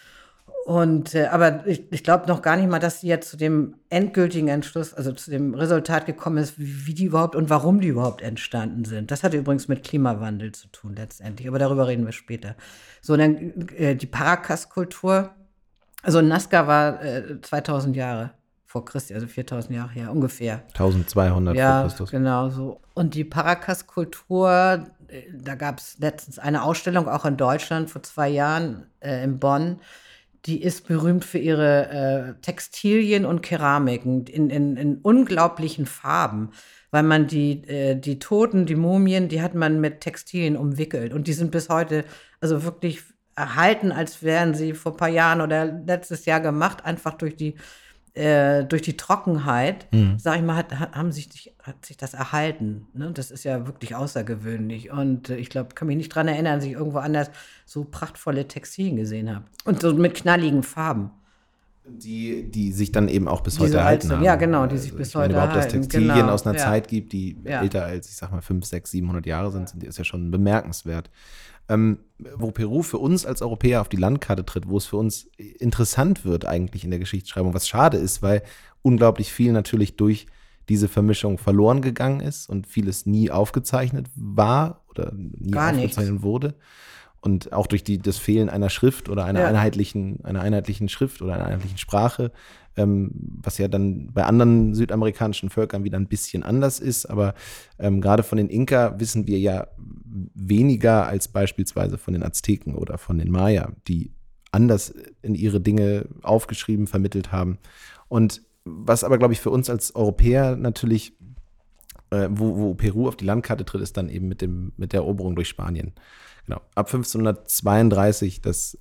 Und aber ich glaube noch gar nicht mal, dass sie jetzt zu dem endgültigen Entschluss, also zu dem Resultat gekommen ist, wie die überhaupt und warum die überhaupt entstanden sind. Das hat übrigens mit Klimawandel zu tun letztendlich, aber darüber reden wir später. So, dann die Paracas-Kultur. Also Nazca war 2000 Jahre vor Christi, also 4000 Jahre her ungefähr. 1200 vor Christus. Ja, genau so. Und die Paracas-Kultur, da gab es letztens eine Ausstellung, auch in Deutschland vor 2 Jahren in Bonn. Die ist berühmt für ihre Textilien und Keramiken in unglaublichen Farben, weil man die Toten, die Mumien, die hat man mit Textilien umwickelt. Und die sind bis heute also wirklich erhalten, als wären sie vor ein paar Jahren oder letztes Jahr gemacht, einfach durch die Trockenheit, sag ich mal, hat sich das erhalten. Ne? Das ist ja wirklich außergewöhnlich. Und ich glaube, kann mich nicht dran erinnern, dass ich irgendwo anders so prachtvolle Textilien gesehen habe. Und so mit knalligen Farben. Die sich dann eben auch bis heute erhalten haben. Ja, genau, die sich bis heute erhalten. Dass Textilien aus einer ja. Zeit gibt, die älter als, ich sag mal, 500, 600, 700 Jahre sind, ist ja schon bemerkenswert. Wo Peru für uns als Europäer auf die Landkarte tritt, wo es für uns interessant wird eigentlich in der Geschichtsschreibung, was schade ist, weil unglaublich viel natürlich durch diese Vermischung verloren gegangen ist und vieles nie aufgezeichnet war oder nie Gar aufgezeichnet nichts. wurde. Und auch durch das Fehlen einer Schrift oder einer einheitlichen Schrift oder einer einheitlichen Sprache, was ja dann bei anderen südamerikanischen Völkern wieder ein bisschen anders ist. Aber gerade von den Inka wissen wir ja weniger als beispielsweise von den Azteken oder von den Maya, die anders in ihre Dinge aufgeschrieben, vermittelt haben. Und was aber, glaube ich, für uns als Europäer natürlich, wo Peru auf die Landkarte tritt, ist dann eben mit der Eroberung durch Spanien. Genau. Ab 1532 das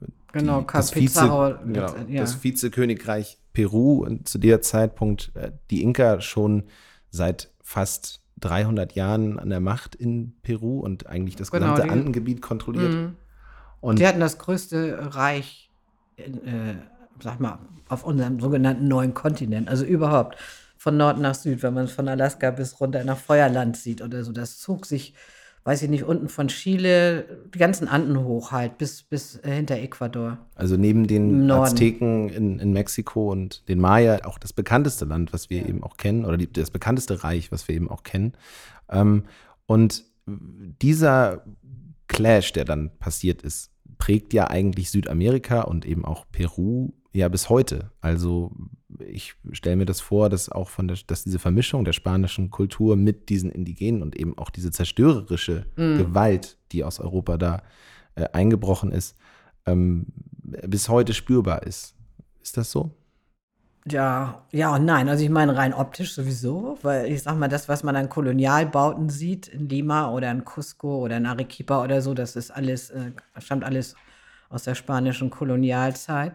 Vizekönigreich Peru und zu der Zeitpunkt die Inka schon seit fast 300 Jahren an der Macht in Peru und eigentlich das gesamte Andengebiet kontrolliert. Und die hatten das größte Reich, sag mal, auf unserem sogenannten neuen Kontinent, also überhaupt von Nord nach Süd, wenn man es von Alaska bis runter nach Feuerland sieht oder so. Das zog sich, weiß ich nicht, unten von Chile, die ganzen Anden hoch halt, bis hinter Ecuador. Also neben den Azteken in Mexiko und den Maya auch das bekannteste Land, was wir eben auch kennen, oder das bekannteste Reich, was wir eben auch kennen. Und dieser Clash, der dann passiert ist, prägt ja eigentlich Südamerika und eben auch Peru ja bis heute. Also ich stelle mir das vor, dass auch dass diese Vermischung der spanischen Kultur mit diesen Indigenen und eben auch diese zerstörerische Gewalt, die aus Europa da eingebrochen ist, bis heute spürbar ist. Ist das so? Ja und nein. Also ich meine rein optisch sowieso, weil ich sag mal, das, was man an Kolonialbauten sieht in Lima oder in Cusco oder in Arequipa oder so, das ist alles, stammt alles aus der spanischen Kolonialzeit.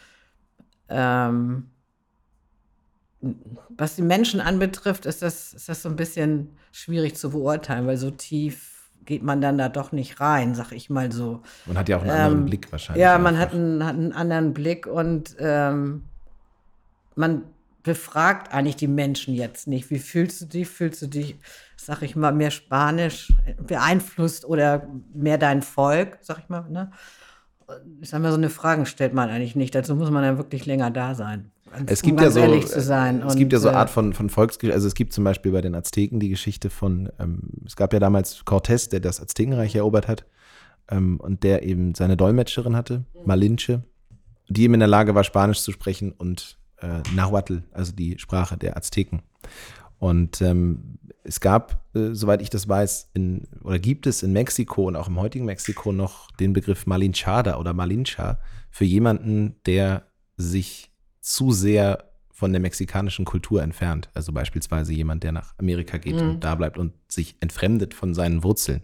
Was die Menschen anbetrifft, ist das so ein bisschen schwierig zu beurteilen, weil so tief geht man dann da doch nicht rein, sag ich mal so. Man hat ja auch einen anderen Blick wahrscheinlich. Ja, man hat einen anderen Blick und man befragt eigentlich die Menschen jetzt nicht. Wie fühlst du dich? Fühlst du dich, sag ich mal, mehr Spanisch beeinflusst oder mehr dein Volk, sag ich mal, ne? Ich sag mal, so eine Frage stellt man eigentlich nicht. Dazu muss man dann wirklich länger da sein. Es gibt ja so, ehrlich zu sein. Es gibt ja so Art von Volksgeschichte. Also es gibt zum Beispiel bei den Azteken die Geschichte von, es gab ja damals Cortés, der das Aztekenreich erobert hat und der eben seine Dolmetscherin hatte, Malinche, die eben in der Lage war, Spanisch zu sprechen und Nahuatl, also die Sprache der Azteken. Und es gab, soweit ich das weiß, gibt es in Mexiko und auch im heutigen Mexiko noch den Begriff Malinchada oder Malincha für jemanden, der sich zu sehr von der mexikanischen Kultur entfernt. Also beispielsweise jemand, der nach Amerika geht und da bleibt und sich entfremdet von seinen Wurzeln.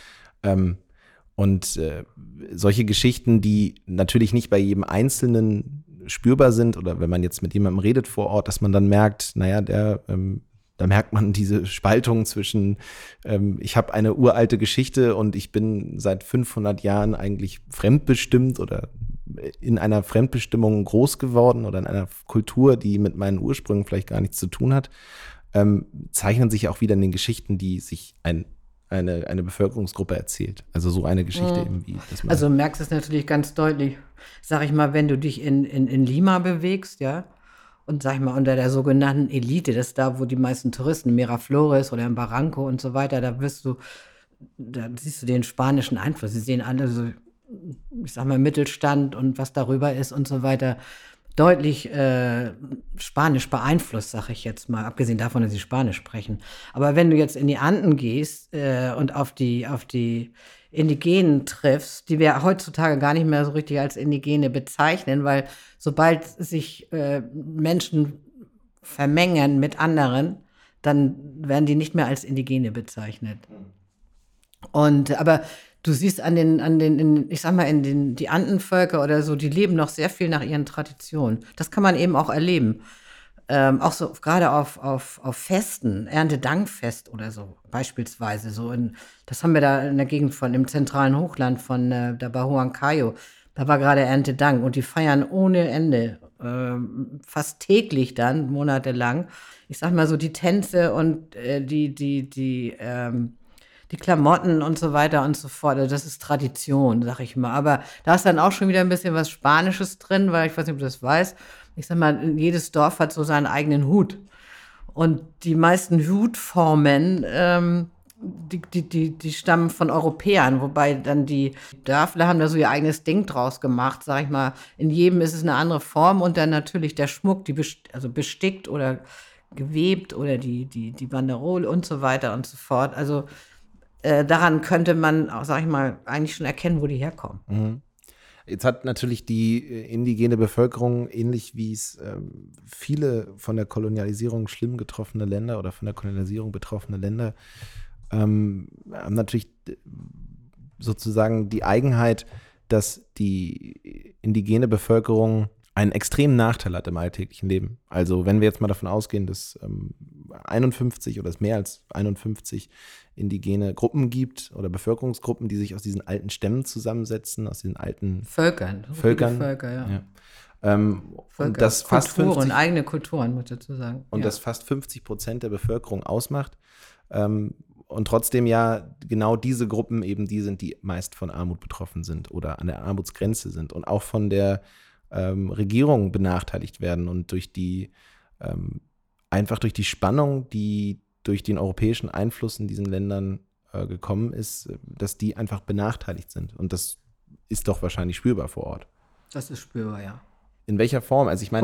Solche Geschichten, die natürlich nicht bei jedem Einzelnen spürbar sind oder wenn man jetzt mit jemandem redet vor Ort, dass man dann merkt, naja, da merkt man diese Spaltung zwischen, ich habe eine uralte Geschichte und ich bin seit 500 Jahren eigentlich fremdbestimmt oder in einer Fremdbestimmung groß geworden oder in einer Kultur, die mit meinen Ursprüngen vielleicht gar nichts zu tun hat, zeichnen sich auch wieder in den Geschichten, die sich ein eine Bevölkerungsgruppe erzählt. Also so eine Geschichte eben wie das. Also du merkst es natürlich ganz deutlich, sag ich mal, wenn du dich in Lima bewegst, ja, und sag ich mal unter der sogenannten Elite, das ist da, wo die meisten Touristen, Miraflores oder in Barranco und so weiter, da siehst du den spanischen Einfluss. Sie sehen alle so, ich sag mal, Mittelstand und was darüber ist und so weiter, deutlich Spanisch beeinflusst, sag ich jetzt mal, abgesehen davon, dass sie Spanisch sprechen. Aber wenn du jetzt in die Anden gehst und auf die Indigenen triffst, die wir heutzutage gar nicht mehr so richtig als Indigene bezeichnen, weil sobald sich Menschen vermengen mit anderen, dann werden die nicht mehr als Indigene bezeichnet. Aber du siehst die Andenvölker oder so, die leben noch sehr viel nach ihren Traditionen. Das kann man eben auch erleben. Auch so gerade auf Festen, Erntedankfest oder so, beispielsweise. Das haben wir da in der Gegend im zentralen Hochland von der Barhuancayo. Da war gerade Erntedank und die feiern ohne Ende, fast täglich dann, monatelang. Ich sag mal so, die Tänze und die Klamotten und so weiter und so fort. Also das ist Tradition, sag ich mal. Aber da ist dann auch schon wieder ein bisschen was Spanisches drin, weil ich weiß nicht, ob du das weißt. Ich sag mal, jedes Dorf hat so seinen eigenen Hut. Und die meisten Hutformen, die stammen von Europäern, wobei dann die Dörfler haben da so ihr eigenes Ding draus gemacht, sag ich mal. In jedem ist es eine andere Form und dann natürlich der Schmuck, also bestickt oder gewebt oder die Banderole und so weiter und so fort. Also daran könnte man auch, sag ich mal, eigentlich schon erkennen, wo die herkommen. Mhm. Jetzt hat natürlich die indigene Bevölkerung, ähnlich wie es viele von der Kolonialisierung schlimm getroffene Länder oder von der Kolonialisierung betroffene Länder, haben natürlich sozusagen die Eigenheit, dass die indigene Bevölkerung einen extremen Nachteil hat im alltäglichen Leben. Also wenn wir jetzt mal davon ausgehen, dass 51 oder es mehr als 51 indigene Gruppen gibt oder Bevölkerungsgruppen, die sich aus diesen alten Stämmen zusammensetzen, aus diesen alten Völkern. Völker, ja. Und das fast Kulturen, eigene Kulturen, muss ich dazu sagen. Und das fast 50% der Bevölkerung ausmacht. Und trotzdem ja genau diese Gruppen eben die sind, die meist von Armut betroffen sind oder an der Armutsgrenze sind und auch von der Regierung benachteiligt werden und einfach durch die Spannung, die durch den europäischen Einfluss in diesen Ländern gekommen ist, dass die einfach benachteiligt sind. Und das ist doch wahrscheinlich spürbar vor Ort. Das ist spürbar, ja. In welcher Form? Also ich meine,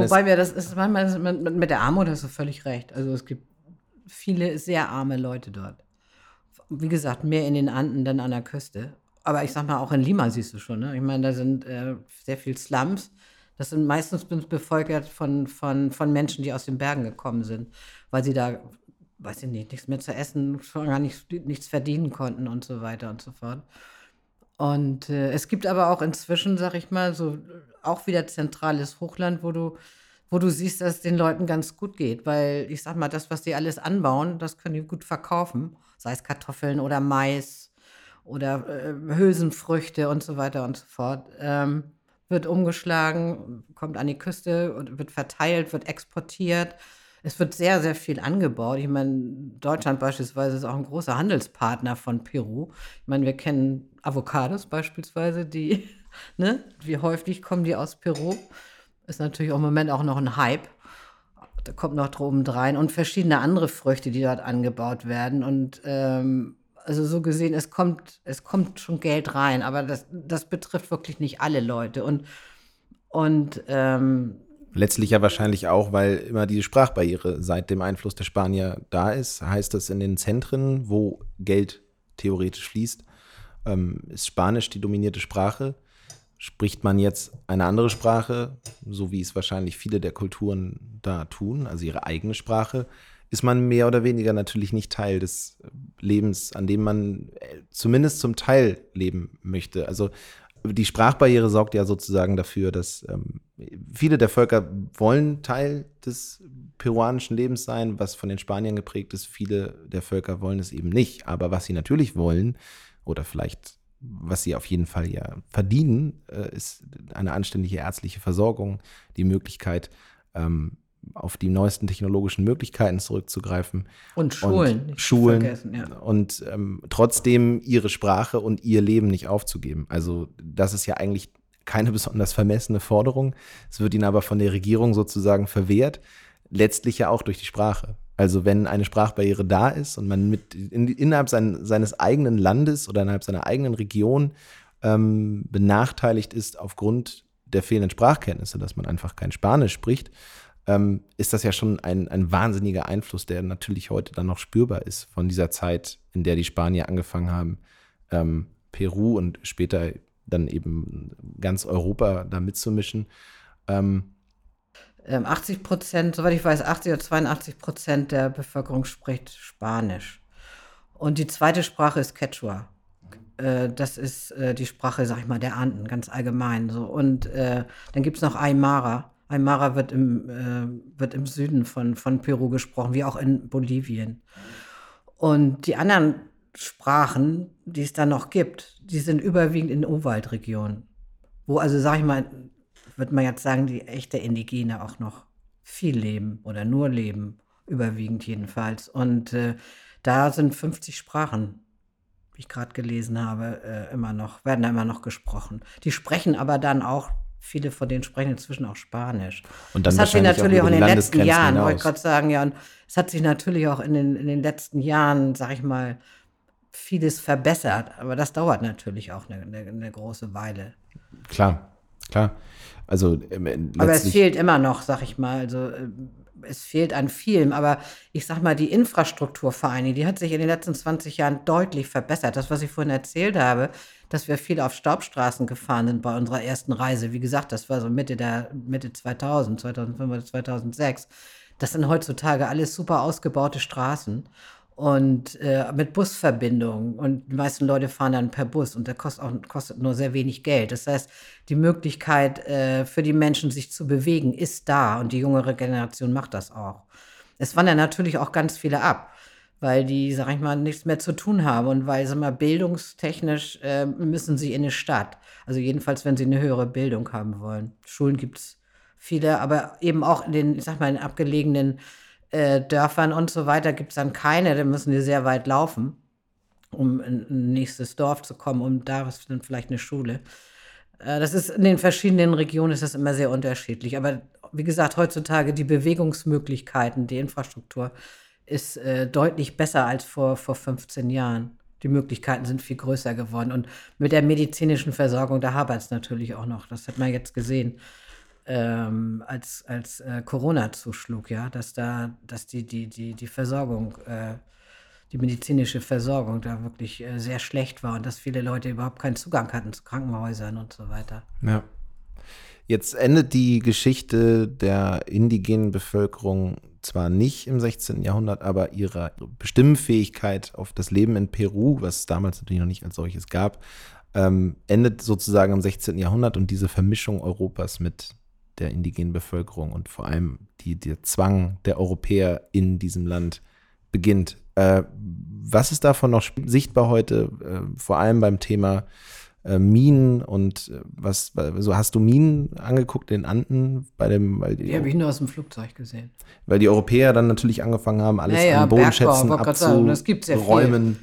mit der Armut hast du völlig recht. Also es gibt viele sehr arme Leute dort. Wie gesagt, mehr in den Anden dann an der Küste. Aber ich sag mal, auch in Lima siehst du schon, ne? Ich meine, da sind sehr viel Slums. Das sind meistens bevölkert von Menschen, die aus den Bergen gekommen sind, weil sie da, weiß ich nicht, nichts mehr zu essen, schon gar nichts verdienen konnten und so weiter und so fort. Und es gibt aber auch inzwischen, sag ich mal, so auch wieder zentrales Hochland, wo du siehst, dass es den Leuten ganz gut geht. Weil ich sag mal, das, was die alles anbauen, das können die gut verkaufen. Sei es Kartoffeln oder Mais oder Hülsenfrüchte und so weiter und so fort. Wird umgeschlagen, kommt an die Küste und wird verteilt, wird exportiert. Es wird sehr, sehr viel angebaut. Ich meine, Deutschland beispielsweise ist auch ein großer Handelspartner von Peru. Ich meine, wir kennen Avocados beispielsweise, ne? Wie häufig kommen die aus Peru? Ist natürlich im Moment auch noch ein Hype. Da kommt noch drum rein. Und verschiedene andere Früchte, die dort angebaut werden. Und also so gesehen, es kommt schon Geld rein, aber das betrifft wirklich nicht alle Leute. Und letztlich ja wahrscheinlich auch, weil immer diese Sprachbarriere seit dem Einfluss der Spanier da ist, heißt das in den Zentren, wo Geld theoretisch fließt, ist Spanisch die dominierte Sprache. Spricht man jetzt eine andere Sprache, so wie es wahrscheinlich viele der Kulturen da tun, also ihre eigene Sprache, ist man mehr oder weniger natürlich nicht Teil des Lebens, an dem man zumindest zum Teil leben möchte. Also die Sprachbarriere sorgt ja sozusagen dafür, dass viele der Völker wollen Teil des peruanischen Lebens sein, was von den Spaniern geprägt ist. Viele der Völker wollen es eben nicht. Aber was sie natürlich wollen, oder vielleicht was sie auf jeden Fall ja verdienen, ist eine anständige ärztliche Versorgung, die Möglichkeit, auf die neuesten technologischen Möglichkeiten zurückzugreifen. Und Schulen. Und Schulen. Vergessen, ja. Und trotzdem ihre Sprache und ihr Leben nicht aufzugeben. Also das ist ja eigentlich keine besonders vermessene Forderung. Es wird ihnen aber von der Regierung sozusagen verwehrt, letztlich ja auch durch die Sprache. Also wenn eine Sprachbarriere da ist und man innerhalb seines eigenen Landes oder innerhalb seiner eigenen Region benachteiligt ist aufgrund der fehlenden Sprachkenntnisse, dass man einfach kein Spanisch spricht, ist das ja schon ein wahnsinniger Einfluss, der natürlich heute dann noch spürbar ist von dieser Zeit, in der die Spanier angefangen haben, Peru und später dann eben ganz Europa da mitzumischen. 80%, soweit ich weiß, 80 oder 82% der Bevölkerung spricht Spanisch. Und die zweite Sprache ist Quechua. Das ist die Sprache, sag ich mal, der Anden, ganz allgemein. So. Und dann gibt es noch Aymara. Aymara wird im Süden von Peru gesprochen, wie auch in Bolivien. Und die anderen Sprachen, die es da noch gibt, die sind überwiegend in Urwaldregionen. Wo also, sag ich mal, würde man jetzt sagen, die echte Indigene auch noch viel leben oder nur leben, überwiegend jedenfalls. Und da sind 50 Sprachen, wie ich gerade gelesen habe, werden da immer noch gesprochen. Die sprechen aber dann auch, viele von denen sprechen inzwischen auch Spanisch. Und dann das hat sich natürlich auch in den letzten Jahren, hinaus. wollte ich gerade sagen, ja, und es hat sich natürlich auch in den letzten Jahren, sag ich mal, vieles verbessert. Aber das dauert natürlich auch eine große Weile. Klar. Also aber es fehlt immer noch, sag ich mal. Also es fehlt an vielem. Aber ich sag mal, die Infrastruktur vor allen Dingen, die hat sich in den letzten 20 Jahren deutlich verbessert. Das, was ich vorhin erzählt habe, dass wir viel auf Staubstraßen gefahren sind bei unserer ersten Reise. Wie gesagt, das war so Mitte 2000, 2005 oder 2006. Das sind heutzutage alles super ausgebaute Straßen. Und mit Busverbindungen. Und die meisten Leute fahren dann per Bus und der kostet nur sehr wenig Geld. Das heißt, die Möglichkeit für die Menschen, sich zu bewegen, ist da und die jüngere Generation macht das auch. Es wandern natürlich auch ganz viele ab, weil die, sag ich mal, nichts mehr zu tun haben und weil, sag mal, bildungstechnisch müssen sie in eine Stadt. Also jedenfalls, wenn sie eine höhere Bildung haben wollen. Schulen gibt es viele, aber eben auch in den, ich sag mal, in abgelegenen Dörfern und so weiter gibt es dann keine, da müssen die sehr weit laufen, um in ein nächstes Dorf zu kommen, und da ist dann vielleicht eine Schule. Das ist in den verschiedenen Regionen ist das immer sehr unterschiedlich. Aber wie gesagt, heutzutage die Bewegungsmöglichkeiten, die Infrastruktur ist deutlich besser als vor 15 Jahren. Die Möglichkeiten sind viel größer geworden. Und mit der medizinischen Versorgung, da hapert es natürlich auch noch. Das hat man jetzt gesehen. Als Corona zuschlug, ja, dass die Versorgung, die medizinische Versorgung da wirklich sehr schlecht war und dass viele Leute überhaupt keinen Zugang hatten zu Krankenhäusern und so weiter. Ja. Jetzt endet die Geschichte der indigenen Bevölkerung zwar nicht im 16. Jahrhundert, aber ihre Bestimmfähigkeit auf das Leben in Peru, was es damals natürlich noch nicht als solches gab, endet sozusagen im 16. Jahrhundert, und diese Vermischung Europas mit der indigenen Bevölkerung und vor allem der Zwang der Europäer in diesem Land beginnt. Was ist davon noch sichtbar heute, vor allem beim Thema Minen und hast du Minen angeguckt in den Anden? Die habe ich nur aus dem Flugzeug gesehen. Weil die Europäer dann natürlich angefangen haben, alles an Bodenschätzen abzuräumen.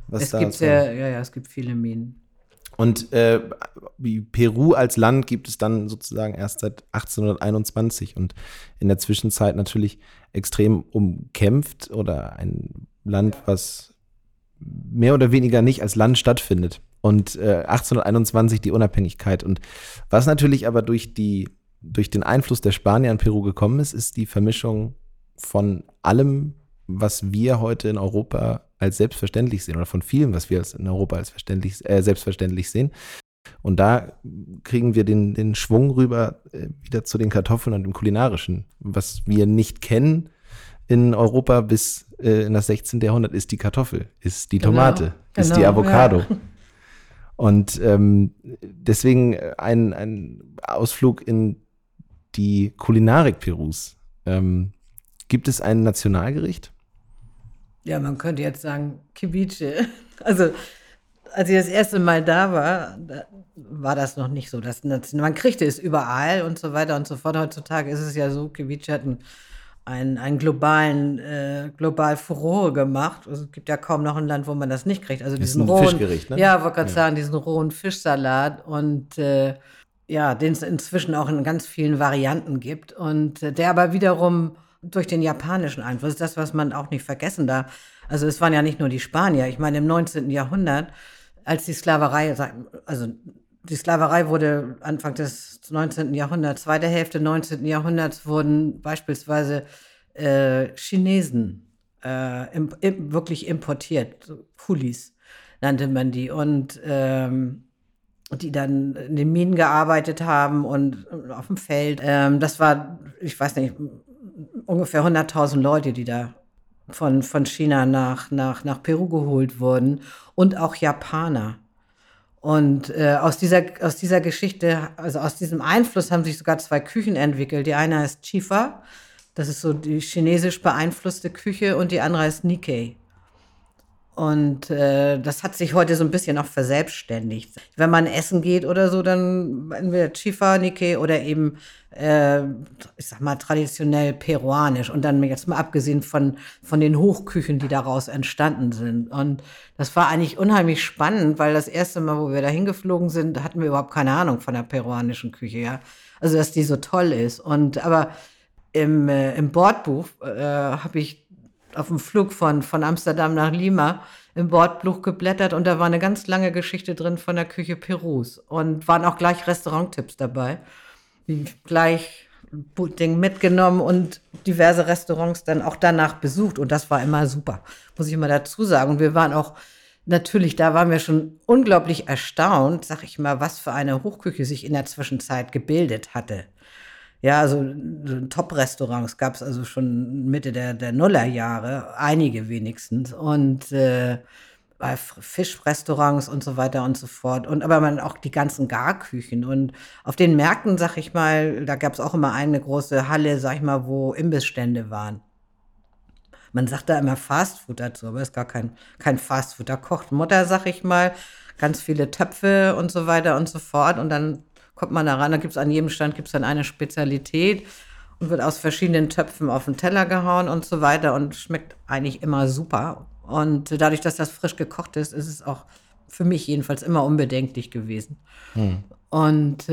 Es gibt viele Minen. Und Peru als Land gibt es dann sozusagen erst seit 1821 und in der Zwischenzeit natürlich extrem umkämpft, oder ein Land, was mehr oder weniger nicht als Land stattfindet. Und 1821 die Unabhängigkeit. Und was natürlich aber durch den Einfluss der Spanier in Peru gekommen ist, ist die Vermischung von allem, was wir heute in Europa als selbstverständlich sehen, oder von vielem, was wir in Europa als selbstverständlich sehen. Und da kriegen wir den Schwung rüber wieder zu den Kartoffeln und dem Kulinarischen. Was wir nicht kennen in Europa bis in das 16. Jahrhundert, ist die Kartoffel, ist die Tomate, ist die Avocado. Ja. Und deswegen ein Ausflug in die Kulinarik Perus. Gibt es ein Nationalgericht? Ja, man könnte jetzt sagen Ceviche. Also Als ich das erste Mal da war, war das noch nicht so. Man kriegte es überall und so weiter und so fort. Heutzutage ist es ja so, Ceviche hat einen global Furore gemacht. Also es gibt ja kaum noch ein Land, wo man das nicht kriegt. Also Das ist diesen ein rohen, Fischgericht, ne? ja, wollte gerade sagen, diesen rohen Fischsalat und ja, den es inzwischen auch in ganz vielen Varianten gibt und der aber wiederum durch den japanischen Einfluss, das, was man auch nicht vergessen darf. Also es waren ja nicht nur die Spanier. Ich meine, im 19. Jahrhundert, als die Sklaverei wurde Anfang des 19. Jahrhunderts, zweite Hälfte 19. Jahrhunderts wurden beispielsweise Chinesen wirklich importiert, so Kulis nannte man die und die dann in den Minen gearbeitet haben und auf dem Feld. Das war, ich weiß nicht, ungefähr 100.000 Leute, die da von China nach Peru geholt wurden und auch Japaner. Und aus dieser Geschichte, also aus diesem Einfluss haben sich sogar 2 Küchen entwickelt. Die eine heißt Chifa, das ist so die chinesisch beeinflusste Küche und die andere heißt Nikkei. Und das hat sich heute so ein bisschen auch verselbstständigt. Wenn man essen geht oder so, dann entweder Chifa, Nikkei oder eben, ich sag mal, traditionell peruanisch. Und dann jetzt mal abgesehen von den Hochküchen, die daraus entstanden sind. Und das war eigentlich unheimlich spannend, weil das erste Mal, wo wir da hingeflogen sind, hatten wir überhaupt keine Ahnung von der peruanischen Küche, ja. Also, dass die so toll ist. Aber im Bordbuch habe ich auf dem Flug von Amsterdam nach Lima im Bordbuch geblättert und da war eine ganz lange Geschichte drin von der Küche Perus und waren auch gleich Restauranttipps dabei. Die gleich Ding mitgenommen und diverse Restaurants dann auch danach besucht und das war immer super, muss ich immer dazu sagen. Und wir waren auch natürlich, da waren wir schon unglaublich erstaunt, sag ich mal, was für eine Hochküche sich in der Zwischenzeit gebildet hatte. Ja, also Top-Restaurants gab es also schon Mitte der Nullerjahre, einige wenigstens. Und bei Fischrestaurants und so weiter und so fort. Und aber man auch die ganzen Garküchen. Und auf den Märkten, sag ich mal, da gab es auch immer eine große Halle, sag ich mal, wo Imbissstände waren. Man sagt da immer Fastfood dazu, aber es ist gar kein Fastfood. Da kocht Mutter, sag ich mal, ganz viele Töpfe und so weiter und so fort. Und dann kommt man da ran, da gibt es an jedem Stand gibt's dann eine Spezialität und wird aus verschiedenen Töpfen auf den Teller gehauen und so weiter und schmeckt eigentlich immer super. Und dadurch, dass das frisch gekocht ist, ist es auch für mich jedenfalls immer unbedenklich gewesen. Und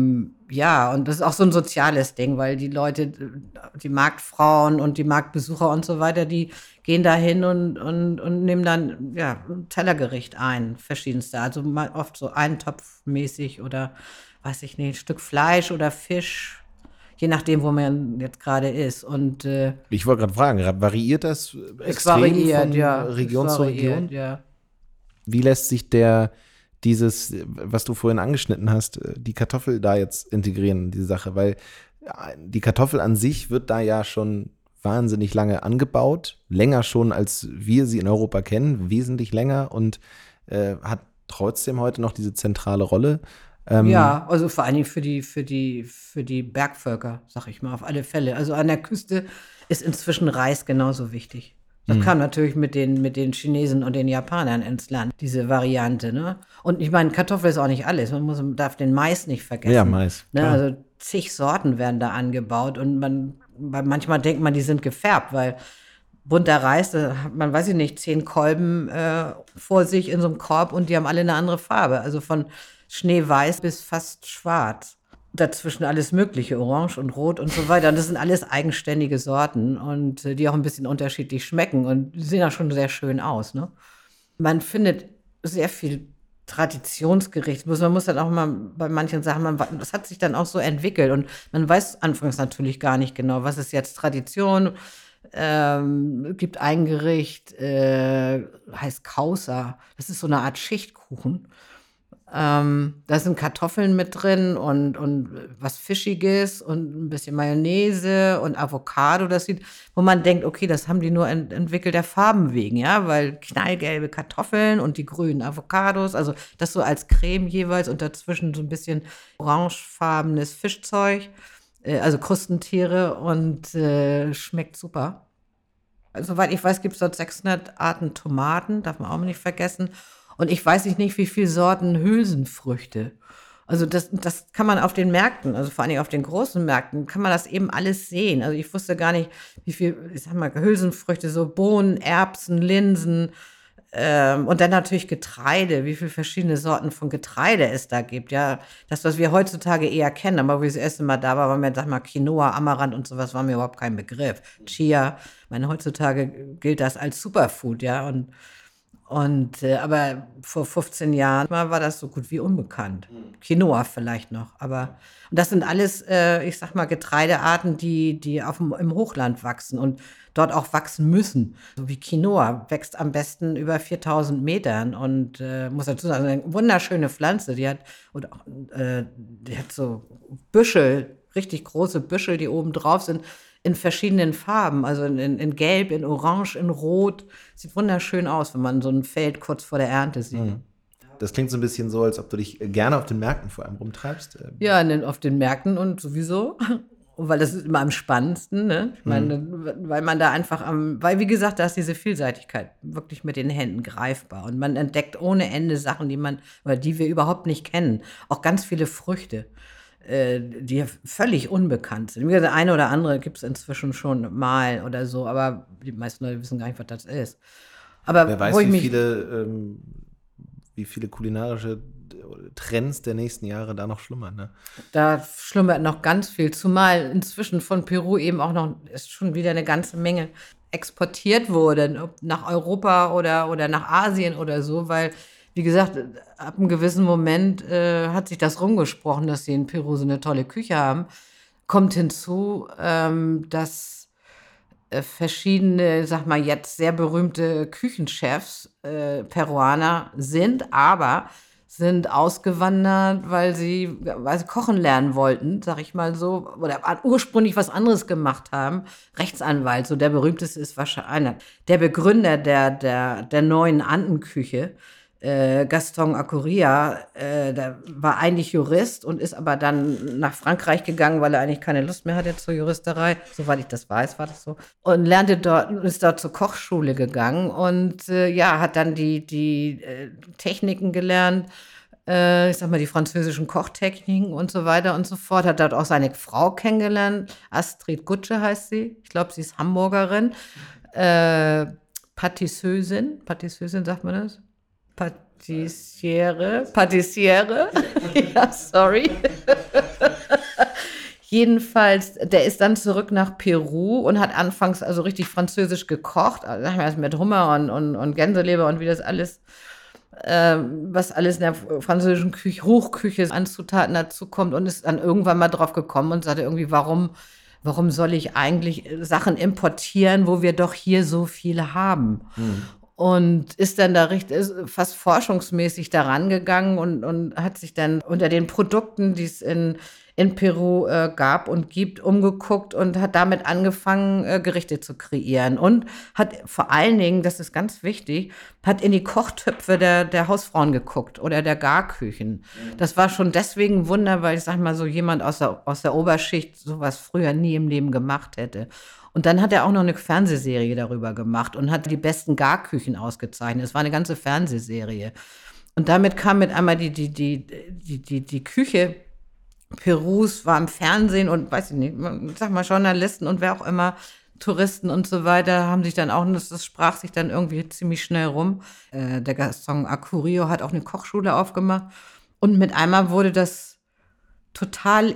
ja, und das ist auch so ein soziales Ding, weil die Leute, die Marktfrauen und die Marktbesucher und so weiter, die gehen da hin und nehmen dann ja, ein Tellergericht ein, verschiedenste. Also mal oft so eintopfmäßig oder weiß ich nicht, ein Stück Fleisch oder Fisch, je nachdem, wo man jetzt gerade ist. Und Ich wollte gerade fragen, variiert das es extrem variiert, von ja. Region Es zu variiert, Region? ja. Wie lässt sich dieses, was du vorhin angeschnitten hast, die Kartoffel da jetzt integrieren in die Sache? Weil die Kartoffel an sich wird da ja schon wahnsinnig lange angebaut, länger schon, als wir sie in Europa kennen, wesentlich länger und hat trotzdem heute noch diese zentrale Rolle. Ja, also vor allen Dingen für die Bergvölker, sag ich mal, auf alle Fälle. Also an der Küste ist inzwischen Reis genauso wichtig. Das kam natürlich mit den Chinesen und den Japanern ins Land, diese Variante, ne? Und ich meine, Kartoffel ist auch nicht alles. Man darf den Mais nicht vergessen. Ja, Mais, Ne? klar. Also zig Sorten werden da angebaut und manchmal denkt man, die sind gefärbt, weil bunter Reis, da hat man, weiß ich nicht, 10 Kolben vor sich in so einem Korb und die haben alle eine andere Farbe. Also von schneeweiß bis fast schwarz. Dazwischen alles Mögliche, orange und rot und so weiter. Und das sind alles eigenständige Sorten und die auch ein bisschen unterschiedlich schmecken und die sehen auch schon sehr schön aus. Ne? Man findet sehr viel Traditionsgericht. Man muss dann auch mal bei manchen Sachen, das hat sich dann auch so entwickelt und man weiß anfangs natürlich gar nicht genau, was ist jetzt Tradition. Gibt ein Gericht, heißt Causa. Das ist so eine Art Schichtkuchen. Da sind Kartoffeln mit drin und was Fischiges und ein bisschen Mayonnaise und Avocado. Das sieht, wo man denkt, okay, das haben die nur entwickelt der Farben wegen, ja, weil knallgelbe Kartoffeln und die grünen Avocados, also das so als Creme jeweils und dazwischen so ein bisschen orangefarbenes Fischzeug, also Krustentiere und schmeckt super. Soweit ich weiß, gibt es dort 600 Arten Tomaten, darf man auch nicht vergessen. Und ich weiß nicht, wie viele Sorten Hülsenfrüchte. Also das kann man auf den Märkten, also vor allem auf den großen Märkten, kann man das eben alles sehen. Also ich wusste gar nicht, wie viel, ich sag mal, Hülsenfrüchte, so Bohnen, Erbsen, Linsen, und dann natürlich Getreide, wie viele verschiedene Sorten von Getreide es da gibt. Ja, das, was wir heutzutage eher kennen, aber wo ich das erste Mal da war mir, sag mal, Quinoa, Amaranth und sowas war mir überhaupt kein Begriff. Chia, ich meine, heutzutage gilt das als Superfood, ja, aber vor 15 Jahren war das so gut wie unbekannt. Quinoa vielleicht noch, aber und das sind alles, ich sag mal, Getreidearten, die im Hochland wachsen und dort auch wachsen müssen. So wie Quinoa wächst am besten über 4000 Metern und muss dazu sagen, eine wunderschöne Pflanze. Die hat so Büschel, richtig große Büschel, die oben drauf sind, in verschiedenen Farben, also in Gelb, in Orange, in Rot. Sieht wunderschön aus, wenn man so ein Feld kurz vor der Ernte sieht. Das klingt so ein bisschen so, als ob du dich gerne auf den Märkten vor allem rumtreibst. Ja, auf den Märkten und sowieso. Weil das ist immer am spannendsten, ne? Ich meine, weil man da einfach weil, wie gesagt, da ist diese Vielseitigkeit wirklich mit den Händen greifbar. Und man entdeckt ohne Ende Sachen, die wir überhaupt nicht kennen. Auch ganz viele Früchte, die ja völlig unbekannt sind. Wie gesagt, eine oder andere gibt es inzwischen schon mal oder so, aber die meisten Leute wissen gar nicht, was das ist. Aber wer weiß, wie viele kulinarische Trends der nächsten Jahre da noch schlummern. Ne? Da schlummert noch ganz viel, zumal inzwischen von Peru eben auch noch ist schon wieder eine ganze Menge exportiert wurde, ob nach Europa oder nach Asien oder so, weil, wie gesagt, ab einem gewissen Moment hat sich das rumgesprochen, dass sie in Peru so eine tolle Küche haben. Kommt hinzu, dass verschiedene, sag mal jetzt sehr berühmte Küchenchefs Peruaner sind ausgewandert, weil sie kochen lernen wollten, sag ich mal so, oder ursprünglich was anderes gemacht haben. Rechtsanwalt, so der berühmteste ist wahrscheinlich der Begründer der neuen Andenküche, Gaston Acuria, der war eigentlich Jurist und ist aber dann nach Frankreich gegangen, weil er eigentlich keine Lust mehr hatte zur Juristerei. Soweit ich das weiß, war das so. Und ist dort zur Kochschule gegangen und hat dann die Techniken gelernt, ich sag mal, die französischen Kochtechniken und so weiter und so fort. Hat dort auch seine Frau kennengelernt. Astrid Gutsche heißt sie. Ich glaube, sie ist Hamburgerin. Patisseusin sagt man das? Patissiere. Ja, sorry. Jedenfalls, der ist dann zurück nach Peru und hat anfangs also richtig französisch gekocht, also mit Hummer und Gänseleber und wie das alles, was alles in der französischen Hochküche an Zutaten dazu kommt und ist dann irgendwann mal drauf gekommen und sagte irgendwie, warum soll ich eigentlich Sachen importieren, wo wir doch hier so viele haben? Und ist dann ist fast forschungsmäßig daran gegangen und hat sich dann unter den Produkten, die es in Peru gab und gibt, umgeguckt und hat damit angefangen, Gerichte zu kreieren. Und hat vor allen Dingen, das ist ganz wichtig, hat in die Kochtöpfe der Hausfrauen geguckt oder der Garküchen. Das war schon deswegen ein Wunder, weil ich sag mal, so jemand aus der Oberschicht sowas früher nie im Leben gemacht hätte. Und dann hat er auch noch eine Fernsehserie darüber gemacht und hat die besten Garküchen ausgezeichnet. Es war eine ganze Fernsehserie. Und damit kam mit einmal die Küche Perus war im Fernsehen und weiß ich nicht, sag mal Journalisten und wer auch immer, Touristen und so weiter, haben sich dann auch, das sprach sich dann irgendwie ziemlich schnell rum. Der Gaston Acurio hat auch eine Kochschule aufgemacht und mit einmal wurde das total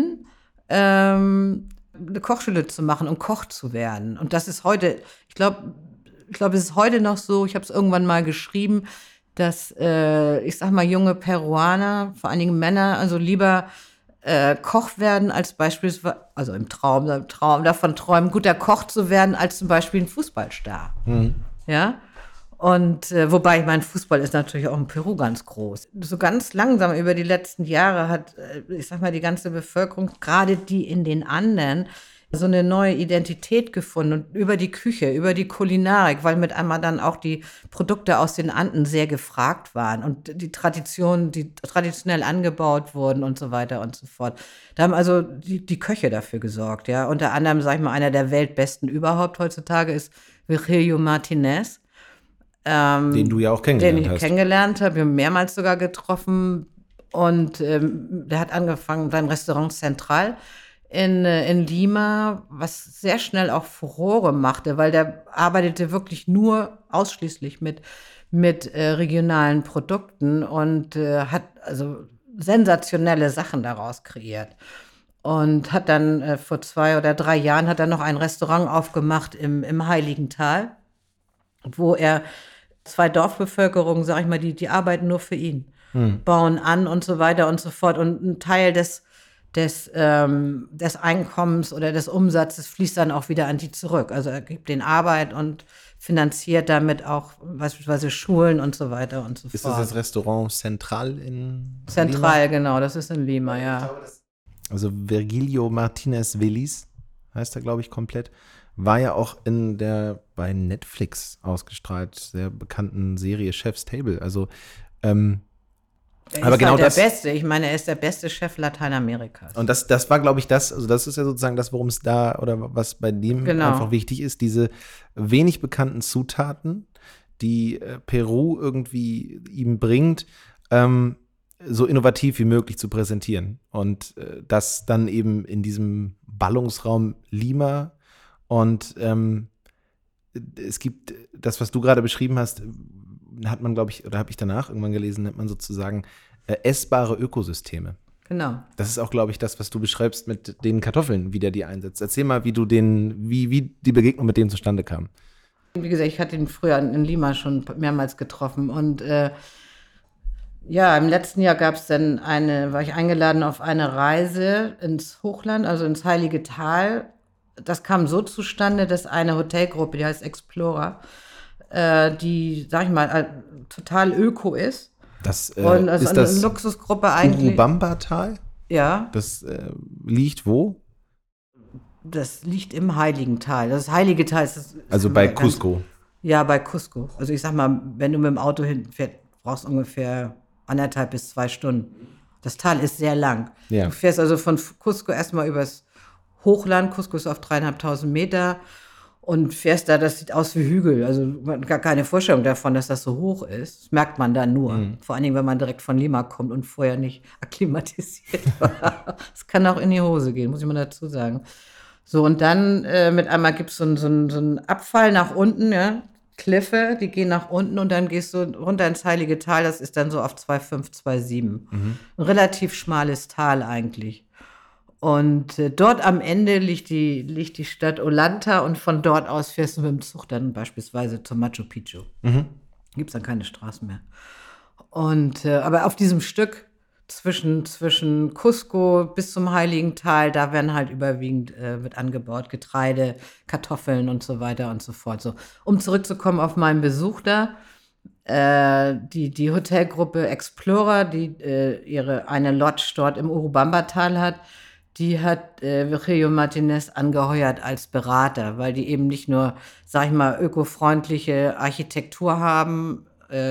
eine Kochschule zu machen und Koch zu werden. Und das ist heute, ich glaube, es ist heute noch so, ich habe es irgendwann mal geschrieben, dass, ich sag mal, junge Peruaner, vor allen Dingen Männer, also lieber Koch werden, als beispielsweise, also im Traum davon träumen, guter Koch zu werden, als zum Beispiel ein Fußballstar. Ja? Und wobei, ich meine, Fußball ist natürlich auch in Peru ganz groß. So ganz langsam über die letzten Jahre hat, ich sag mal, die ganze Bevölkerung, gerade die in den Anden, so eine neue Identität gefunden und über die Küche, über die Kulinarik, weil mit einmal dann auch die Produkte aus den Anden sehr gefragt waren und die Traditionen, die traditionell angebaut wurden und so weiter und so fort. Da haben also die Köche dafür gesorgt, ja. Unter anderem, sag ich mal, einer der weltbesten überhaupt heutzutage ist Virgilio Martinez. Den du ja auch kennengelernt Den ich kennengelernt habe, wir haben mehrmals sogar getroffen. Und der hat angefangen beim Restaurant Central in Lima, was sehr schnell auch Furore machte, weil der arbeitete wirklich nur ausschließlich mit regionalen Produkten und hat also sensationelle Sachen daraus kreiert. Und hat dann vor 2 oder 3 Jahren hat er noch ein Restaurant aufgemacht im Heiligen Tal, wo er 2 Dorfbevölkerungen, sag ich mal, die arbeiten nur für ihn, bauen an und so weiter und so fort. Und ein Teil des Einkommens oder des Umsatzes fließt dann auch wieder an die zurück. Also er gibt denen Arbeit und finanziert damit auch beispielsweise Schulen und so weiter und so fort. Ist das Restaurant Central in Central, Lima? genau, das ist in Lima, ja. Also Virgilio Martinez Veliz heißt er, glaube ich, komplett. War ja auch in der bei Netflix ausgestrahlt, sehr bekannten Serie Chef's Table. Also, aber genau halt der das. Beste. Ich meine, er ist der beste Chef Lateinamerikas. Und das war, glaube ich, also das ist ja sozusagen das, worum es da oder was bei dem einfach wichtig ist, diese wenig bekannten Zutaten, die Peru irgendwie ihm bringt, so innovativ wie möglich zu präsentieren. Und das dann eben in diesem Ballungsraum Lima. Und es gibt das, was du gerade beschrieben hast, hat man, glaube ich, oder habe ich danach irgendwann gelesen, nennt man sozusagen essbare Ökosysteme. Genau. Das ist auch, glaube ich, das, was du beschreibst mit den Kartoffeln, wie der die einsetzt. Erzähl mal, wie die Begegnung mit dem zustande kam. Wie gesagt, ich hatte ihn früher in Lima schon mehrmals getroffen. Und ja, im letzten Jahr gab es dann war ich eingeladen auf eine Reise ins Hochland, also ins Heilige Tal. Das kam so zustande, dass eine Hotelgruppe, die heißt Explorer, die, sag ich mal, total öko ist. Das und also ist eine das Luxusgruppe eigentlich. Urubamba-Tal? Ja. Das liegt wo? Das liegt im Heiligen Tal. Das Heilige Tal ist also bei Cusco. Ja, bei Cusco. Also ich sag mal, wenn du mit dem Auto hinfährst, brauchst du ungefähr 1,5 bis 2 Stunden. Das Tal ist sehr lang. Ja. Du fährst also von Cusco erstmal übers Hochland. Cusco ist auf 3.500 Meter. Und fährst da, das sieht aus wie Hügel. Also man hat gar keine Vorstellung davon, dass das so hoch ist. Das merkt man dann nur. Vor allen Dingen, wenn man direkt von Lima kommt und vorher nicht akklimatisiert war. Das kann auch in die Hose gehen, muss ich mal dazu sagen. So, und dann mit einmal gibt es so einen Abfall nach unten, ja. Kliffe, die gehen nach unten und dann gehst du runter ins Heilige Tal. Das ist dann so auf 2,5, 2,7. Ein relativ schmales Tal eigentlich. Und dort am Ende liegt die Stadt Ollanta und von dort aus fährst du mit dem Zug dann beispielsweise zum Machu Picchu. Gibt es dann keine Straßen mehr. Und aber auf diesem Stück zwischen Cusco bis zum Heiligen Tal, da werden halt überwiegend wird angebaut, Getreide, Kartoffeln und so weiter und so fort. So, um zurückzukommen auf meinen Besuch da, die Hotelgruppe Explorer, die eine Lodge dort im Urubamba-Tal hat, die hat Virgilio Martinez angeheuert als Berater, weil die eben nicht nur, sag ich mal, ökofreundliche Architektur haben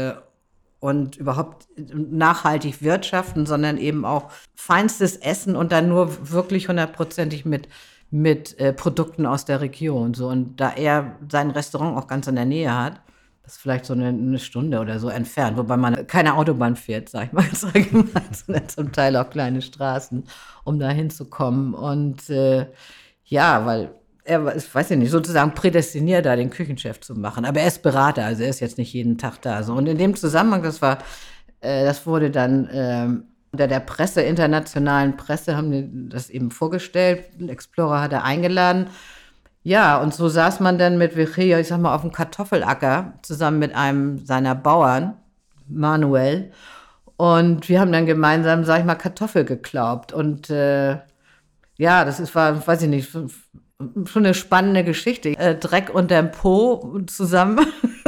und überhaupt nachhaltig wirtschaften, sondern eben auch feinstes Essen und dann nur wirklich 100%ig mit Produkten aus der Region. So. Und da er sein Restaurant auch ganz in der Nähe hat, das ist vielleicht so eine Stunde oder so entfernt, wobei man keine Autobahn fährt, sag ich mal, sondern zum Teil auch kleine Straßen, um da hinzukommen. Und ja, weil er ist, weiß ich nicht, sozusagen prädestiniert, da den Küchenchef zu machen. Aber er ist Berater, also er ist jetzt nicht jeden Tag da. So. Und in dem Zusammenhang, das wurde dann unter der Presse, internationalen Presse, haben die das eben vorgestellt. Explorer hat er eingeladen. Ja, und so saß man dann mit Virgilio, ich sag mal, auf dem Kartoffelacker zusammen mit einem seiner Bauern, Manuel. Und wir haben dann gemeinsam, sag ich mal, Kartoffel geklaubt. Und ja, war, weiß ich nicht, schon eine spannende Geschichte. Dreck unterm Po zusammen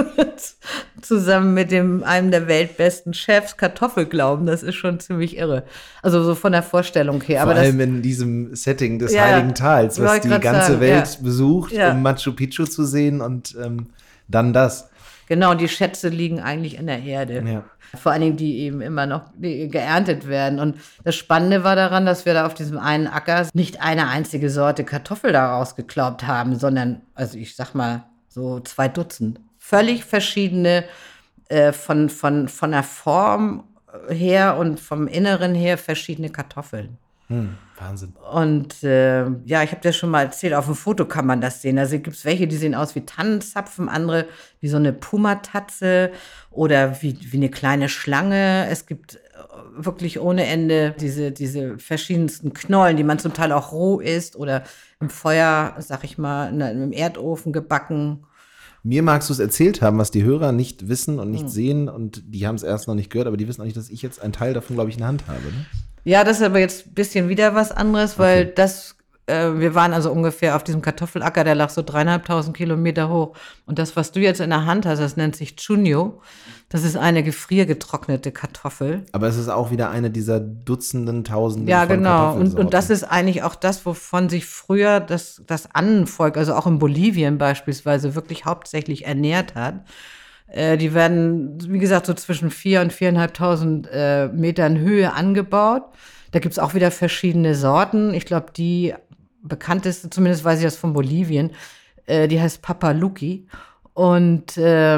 mit einem der weltbesten Chefs Kartoffel glauben, das ist schon ziemlich irre. Also so von der Vorstellung her. Vor allem in diesem Setting des Heiligen Tals, was die ganze Welt besucht, um Machu Picchu zu sehen und dann das. Genau, die Schätze liegen eigentlich in der Erde. Ja. Vor allen Dingen, die eben immer noch geerntet werden. Und das Spannende war daran, dass wir da auf diesem einen Acker nicht eine einzige Sorte Kartoffel daraus geklaubt haben, sondern, also ich sag mal, so 2 Dutzend völlig verschiedene, von der Form her und vom Inneren her verschiedene Kartoffeln. Wahnsinn. Und ich habe dir schon mal erzählt, auf dem Foto kann man das sehen. Also gibt es welche, die sehen aus wie Tannenzapfen, andere wie so eine Pumatatze oder wie eine kleine Schlange. Es gibt wirklich ohne Ende diese verschiedensten Knollen, die man zum Teil auch roh isst oder im Feuer, sag ich mal, im Erdofen gebacken. Mir magst du es erzählt haben, was die Hörer nicht wissen und nicht sehen und die haben es erst noch nicht gehört, aber die wissen auch nicht, dass ich jetzt einen Teil davon, glaube ich, in der Hand habe. Ne? Ja, das ist aber jetzt ein bisschen wieder was anderes, weil wir waren also ungefähr auf diesem Kartoffelacker, der lag so 3.500 Kilometer hoch. Und das, was du jetzt in der Hand hast, das nennt sich Chunyo. Das ist eine gefriergetrocknete Kartoffel. Aber es ist auch wieder eine dieser Dutzenden, Tausenden Ja, von genau. Kartoffelsorten. Und das ist eigentlich auch das, wovon sich früher das Annenvolk, also auch in Bolivien beispielsweise, wirklich hauptsächlich ernährt hat. Die werden, wie gesagt, so zwischen 4.000 und 4.500 Metern Höhe angebaut. Da gibt es auch wieder verschiedene Sorten. Ich glaube, die bekannteste, zumindest weiß ich das von Bolivien, die heißt Papaluki. Und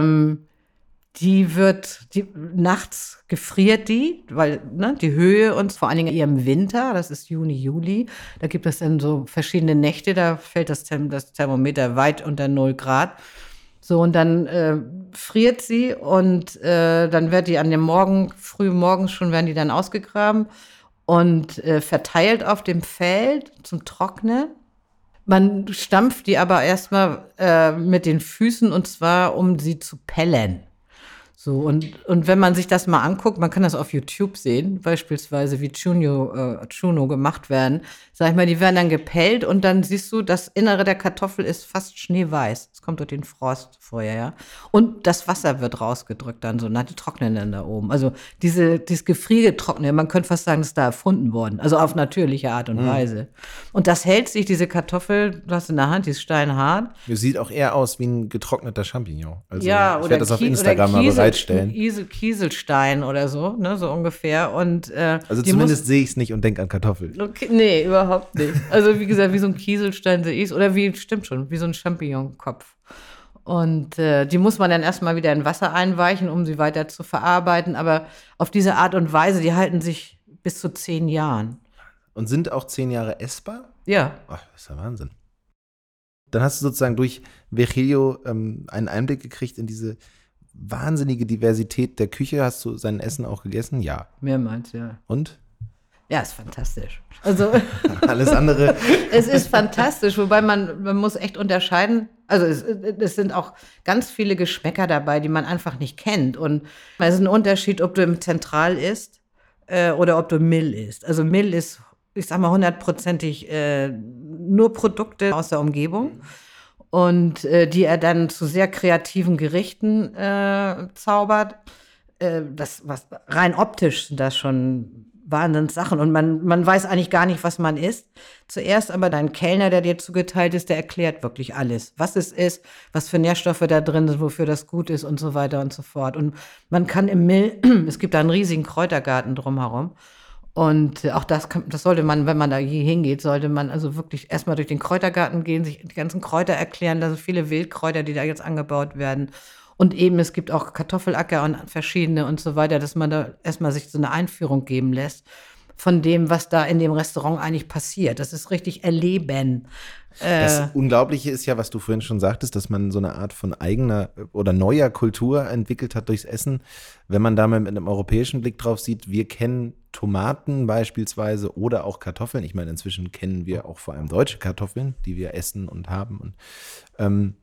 nachts gefriert die, weil die Höhe und vor allen Dingen eher im Winter, das ist Juni, Juli, da gibt es dann so verschiedene Nächte, da fällt das Thermometer weit unter 0 Grad. So, und dann friert sie und dann wird die an dem Morgen, früh morgens schon, werden die dann ausgegraben und verteilt auf dem Feld zum Trocknen. Man stampft die aber erstmal mit den Füßen und zwar, um sie zu pellen. So, und wenn man sich das mal anguckt, man kann das auf YouTube sehen, beispielsweise wie Chuno gemacht werden, sag ich mal, die werden dann gepellt und dann siehst du, das Innere der Kartoffel ist fast schneeweiß. Es kommt durch den Frost vorher, ja. Und das Wasser wird rausgedrückt dann so, die trocknen dann da oben. Also dieses Gefriergetrocknete, man könnte fast sagen, das ist da erfunden worden, also auf natürliche Art und Weise. Und das hält sich, diese Kartoffel, du hast in der Hand, die ist steinhart. Das sieht auch eher aus wie ein getrockneter Champignon. Also ja, ich werde das auf Instagram mal bereitstellen. Kieselstein oder so, ne, so ungefähr. Und, also zumindest sehe ich es nicht und denke an Kartoffeln. Okay, nee, überhaupt nicht. Also wie gesagt, wie so ein Kieselstein sehe ich es. Oder stimmt schon, wie so ein Champignonkopf. Und die muss man dann erstmal wieder in Wasser einweichen, um sie weiter zu verarbeiten. Aber auf diese Art und Weise, die halten sich bis zu 10 Jahren. Und sind auch 10 Jahre essbar? Ja. Ach, das ist ja Wahnsinn. Dann hast du sozusagen durch Virgilio einen Einblick gekriegt in diese wahnsinnige Diversität der Küche. Hast du sein Essen auch gegessen? Ja. Mehrmals, ja. Und? Ja, ist fantastisch. Also alles andere. Es ist fantastisch, wobei man muss echt unterscheiden. Also es sind auch ganz viele Geschmäcker dabei, die man einfach nicht kennt. Und es ist ein Unterschied, ob du im Zentral isst oder ob du Mill isst. Also Mill ist, ich sag mal, 100%ig nur Produkte aus der Umgebung. Und die er dann zu sehr kreativen Gerichten zaubert. Was rein optisch sind das schon Wahnsinnssachen. Und man weiß eigentlich gar nicht, was man isst. Zuerst aber dein Kellner, der dir zugeteilt ist, der erklärt wirklich alles. Was es ist, was für Nährstoffe da drin sind, wofür das gut ist und so weiter und so fort. Und man kann im Mill, es gibt da einen riesigen Kräutergarten drumherum. Und auch das sollte man, wenn man da je hingeht, sollte man also wirklich erstmal durch den Kräutergarten gehen, sich die ganzen Kräuter erklären, da sind viele Wildkräuter, die da jetzt angebaut werden. Und eben, es gibt auch Kartoffelacker und verschiedene und so weiter, dass man da erstmal sich so eine Einführung geben lässt von dem, was da in dem Restaurant eigentlich passiert. Das ist richtig Erleben. Das Unglaubliche ist ja, was du vorhin schon sagtest, dass man so eine Art von eigener oder neuer Kultur entwickelt hat durchs Essen. Wenn man da mal mit einem europäischen Blick drauf sieht, wir kennen Tomaten beispielsweise oder auch Kartoffeln. Ich meine, inzwischen kennen wir auch vor allem deutsche Kartoffeln, die wir essen und haben. Und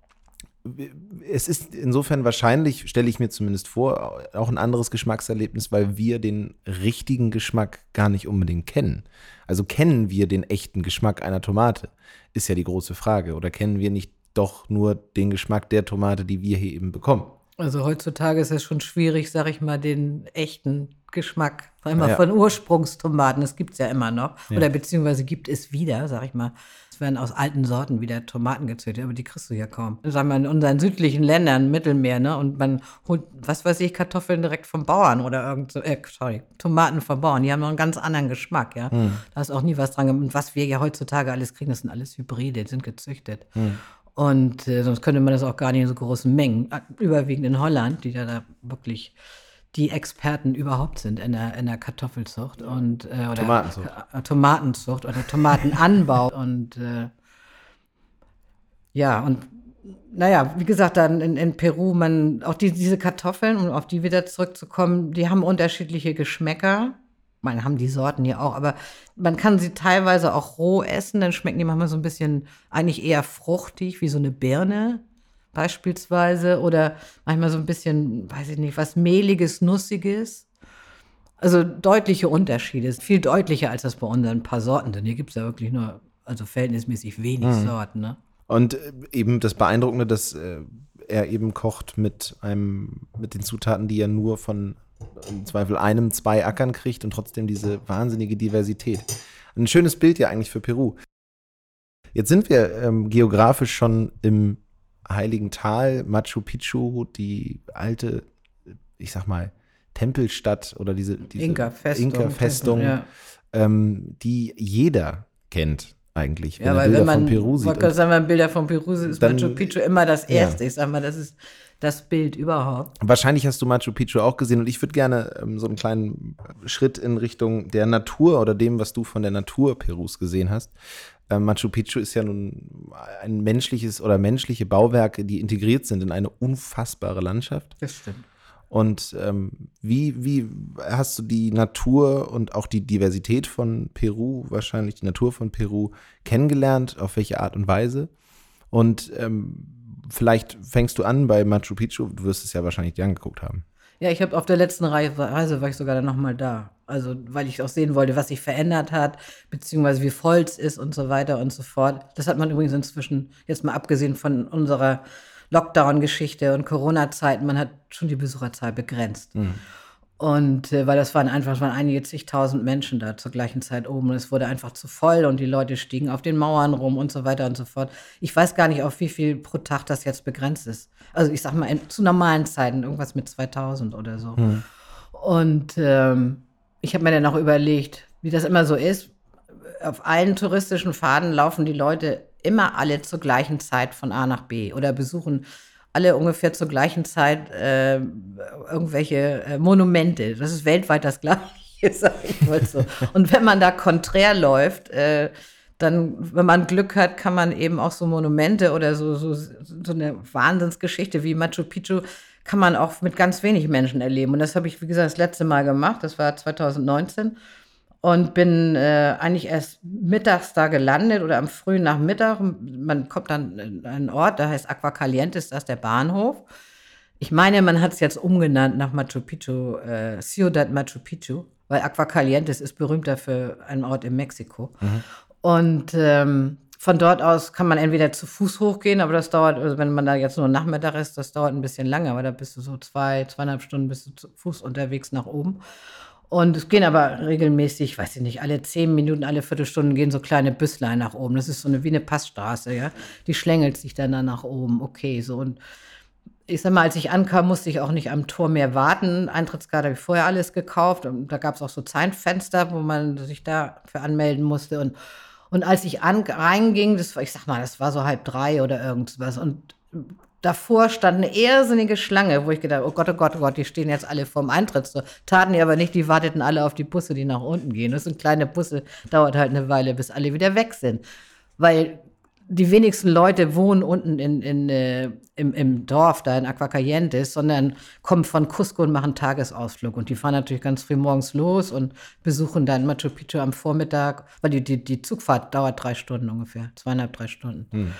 es ist insofern wahrscheinlich, stelle ich mir zumindest vor, auch ein anderes Geschmackserlebnis, weil wir den richtigen Geschmack gar nicht unbedingt kennen. Also kennen wir den echten Geschmack einer Tomate, ist ja die große Frage. Oder kennen wir nicht doch nur den Geschmack der Tomate, die wir hier eben bekommen? Also heutzutage ist es schon schwierig, sag ich mal, den echten Geschmack von Ursprungstomaten. Das gibt es ja immer noch. Ja. Oder beziehungsweise gibt es wieder, sag ich mal. Es werden aus alten Sorten wieder Tomaten gezüchtet, aber die kriegst du ja kaum. Sagen wir in unseren südlichen Ländern, Mittelmeer, ne? Und man holt, was weiß ich, Kartoffeln direkt vom Bauern oder Tomaten vom Bauern. Die haben noch einen ganz anderen Geschmack, ja. Da ist auch nie was dran. Und was wir ja heutzutage alles kriegen, das sind alles Hybride, die sind gezüchtet. Und sonst könnte man das auch gar nicht in so großen Mengen, überwiegend in Holland, die da wirklich die Experten überhaupt sind in der Kartoffelzucht und oder Tomatenzucht oder Tomatenanbau. Und wie gesagt, dann in Peru, auch diese Kartoffeln, um auf die wieder zurückzukommen, die haben unterschiedliche Geschmäcker. Man haben die Sorten hier auch, aber man kann sie teilweise auch roh essen, dann schmecken die manchmal so ein bisschen eigentlich eher fruchtig, wie so eine Birne beispielsweise, oder manchmal so ein bisschen, weiß ich nicht, was Mehliges, Nussiges. Also deutliche Unterschiede, viel deutlicher, als das bei unseren paar Sorten sind. Hier gibt es ja wirklich nur, also verhältnismäßig wenig Sorten, ne? Und eben das Beeindruckende, dass er eben kocht mit den Zutaten, die er nur von im Zweifel 2 Ackern kriegt und trotzdem diese wahnsinnige Diversität. Ein schönes Bild ja eigentlich für Peru. Jetzt sind wir geografisch schon im Heiligen Tal, Machu Picchu, die alte, ich sag mal, Tempelstadt oder diese Inka-Festung, ja. Die jeder kennt eigentlich, wenn er Bilder von Peru sieht. Wenn man Bilder von Peru sieht, ist Machu Picchu immer das Erste. Ja. Ich sag mal, das ist das Bild überhaupt. Wahrscheinlich hast du Machu Picchu auch gesehen und ich würde gerne so einen kleinen Schritt in Richtung der Natur oder dem, was du von der Natur Perus gesehen hast. Machu Picchu ist ja nun ein menschliche Bauwerke, die integriert sind in eine unfassbare Landschaft. Das stimmt. Und wie hast du die Natur und auch die Diversität von Peru, wahrscheinlich die Natur von Peru, kennengelernt? Auf welche Art und Weise? Und vielleicht fängst du an bei Machu Picchu, du wirst es ja wahrscheinlich dir angeguckt haben. Ja, ich habe auf der letzten Reise war ich sogar dann nochmal da. Also, weil ich auch sehen wollte, was sich verändert hat, beziehungsweise wie voll es ist und so weiter und so fort. Das hat man übrigens inzwischen, jetzt mal abgesehen von unserer Lockdown-Geschichte und Corona-Zeiten, man hat schon die Besucherzahl begrenzt. Mhm. Und weil es waren einige zigtausend Menschen da zur gleichen Zeit oben und es wurde einfach zu voll und die Leute stiegen auf den Mauern rum und so weiter und so fort. Ich weiß gar nicht, auf wie viel pro Tag das jetzt begrenzt ist. Also ich sag mal, zu normalen Zeiten irgendwas mit 2000 oder so. Mhm. Und ich habe mir dann auch überlegt, wie das immer so ist. Auf allen touristischen Pfaden laufen die Leute immer alle zur gleichen Zeit von A nach B oder besuchen alle ungefähr zur gleichen Zeit irgendwelche Monumente. Das ist weltweit das Gleiche, sag ich mal so. Und wenn man da konträr läuft, dann, wenn man Glück hat, kann man eben auch so Monumente oder so eine Wahnsinnsgeschichte wie Machu Picchu kann man auch mit ganz wenig Menschen erleben. Und das habe ich, wie gesagt, das letzte Mal gemacht. Das war 2019. Und bin eigentlich erst mittags da gelandet oder am frühen Nachmittag. Man kommt dann in einen Ort, der heißt Aguascalientes, das ist der Bahnhof. Ich meine, man hat es jetzt umgenannt nach Machu Picchu, Ciudad Machu Picchu, weil Aguascalientes ist berühmter für einen Ort in Mexiko. Mhm. Und von dort aus kann man entweder zu Fuß hochgehen, aber das dauert, also wenn man da jetzt nur Nachmittag ist, das dauert ein bisschen länger, weil da bist du so 2,5 Stunden bist du zu Fuß unterwegs nach oben. Und es gehen aber regelmäßig, weiß ich nicht, alle 10 Minuten, alle Viertelstunden gehen so kleine Büslein nach oben. Das ist so wie eine Passstraße, ja. Die schlängelt sich dann da nach oben, okay, so. Und ich sag mal, als ich ankam, musste ich auch nicht am Tor mehr warten. Eintrittskarte habe ich vorher alles gekauft. Und da gab es auch so Zeitfenster, wo man sich dafür anmelden musste. Und als ich reinging, das war so 2:30 oder irgendwas. Und davor stand eine irrsinnige Schlange, wo ich gedacht, oh Gott, die stehen jetzt alle vorm Eintrittstor. Taten die aber nicht, die warteten alle auf die Busse, die nach unten gehen. Das sind kleine Busse, dauert halt eine Weile, bis alle wieder weg sind. Weil die wenigsten Leute wohnen unten im Dorf, da in Aguascalientes, sondern kommen von Cusco und machen Tagesausflug. Und die fahren natürlich ganz früh morgens los und besuchen dann Machu Picchu am Vormittag, weil die Zugfahrt dauert 3 Stunden ungefähr, 2,5, 3 Stunden. Hm.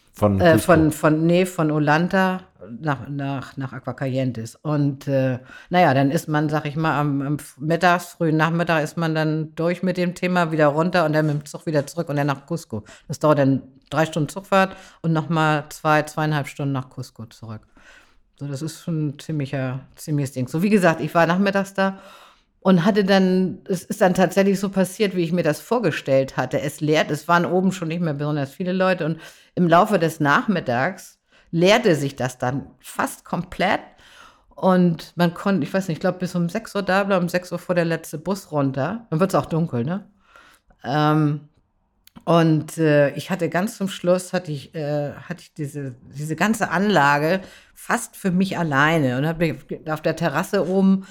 Von Olanta nach Aguascalientes. Und dann ist man, sag ich mal, am frühen Nachmittag ist man dann durch mit dem Thema, wieder runter und dann mit dem Zug wieder zurück und dann nach Cusco. Das dauert dann 3 Stunden Zugfahrt und nochmal 2,5 Stunden nach Cusco zurück. So, das ist schon ein ziemliches Ding. So, wie gesagt, ich war nachmittags da und es ist dann tatsächlich so passiert, wie ich mir das vorgestellt hatte. Es waren oben schon nicht mehr besonders viele Leute und im Laufe des Nachmittags leerte sich das dann fast komplett und man konnte, ich weiß nicht, ich glaube bis um 6 Uhr da bleiben, um 6 Uhr vor der letzte Bus runter. Dann wird es auch dunkel, ne? Und ich hatte ganz zum Schluss hatte ich diese ganze Anlage fast für mich alleine und habe auf der Terrasse oben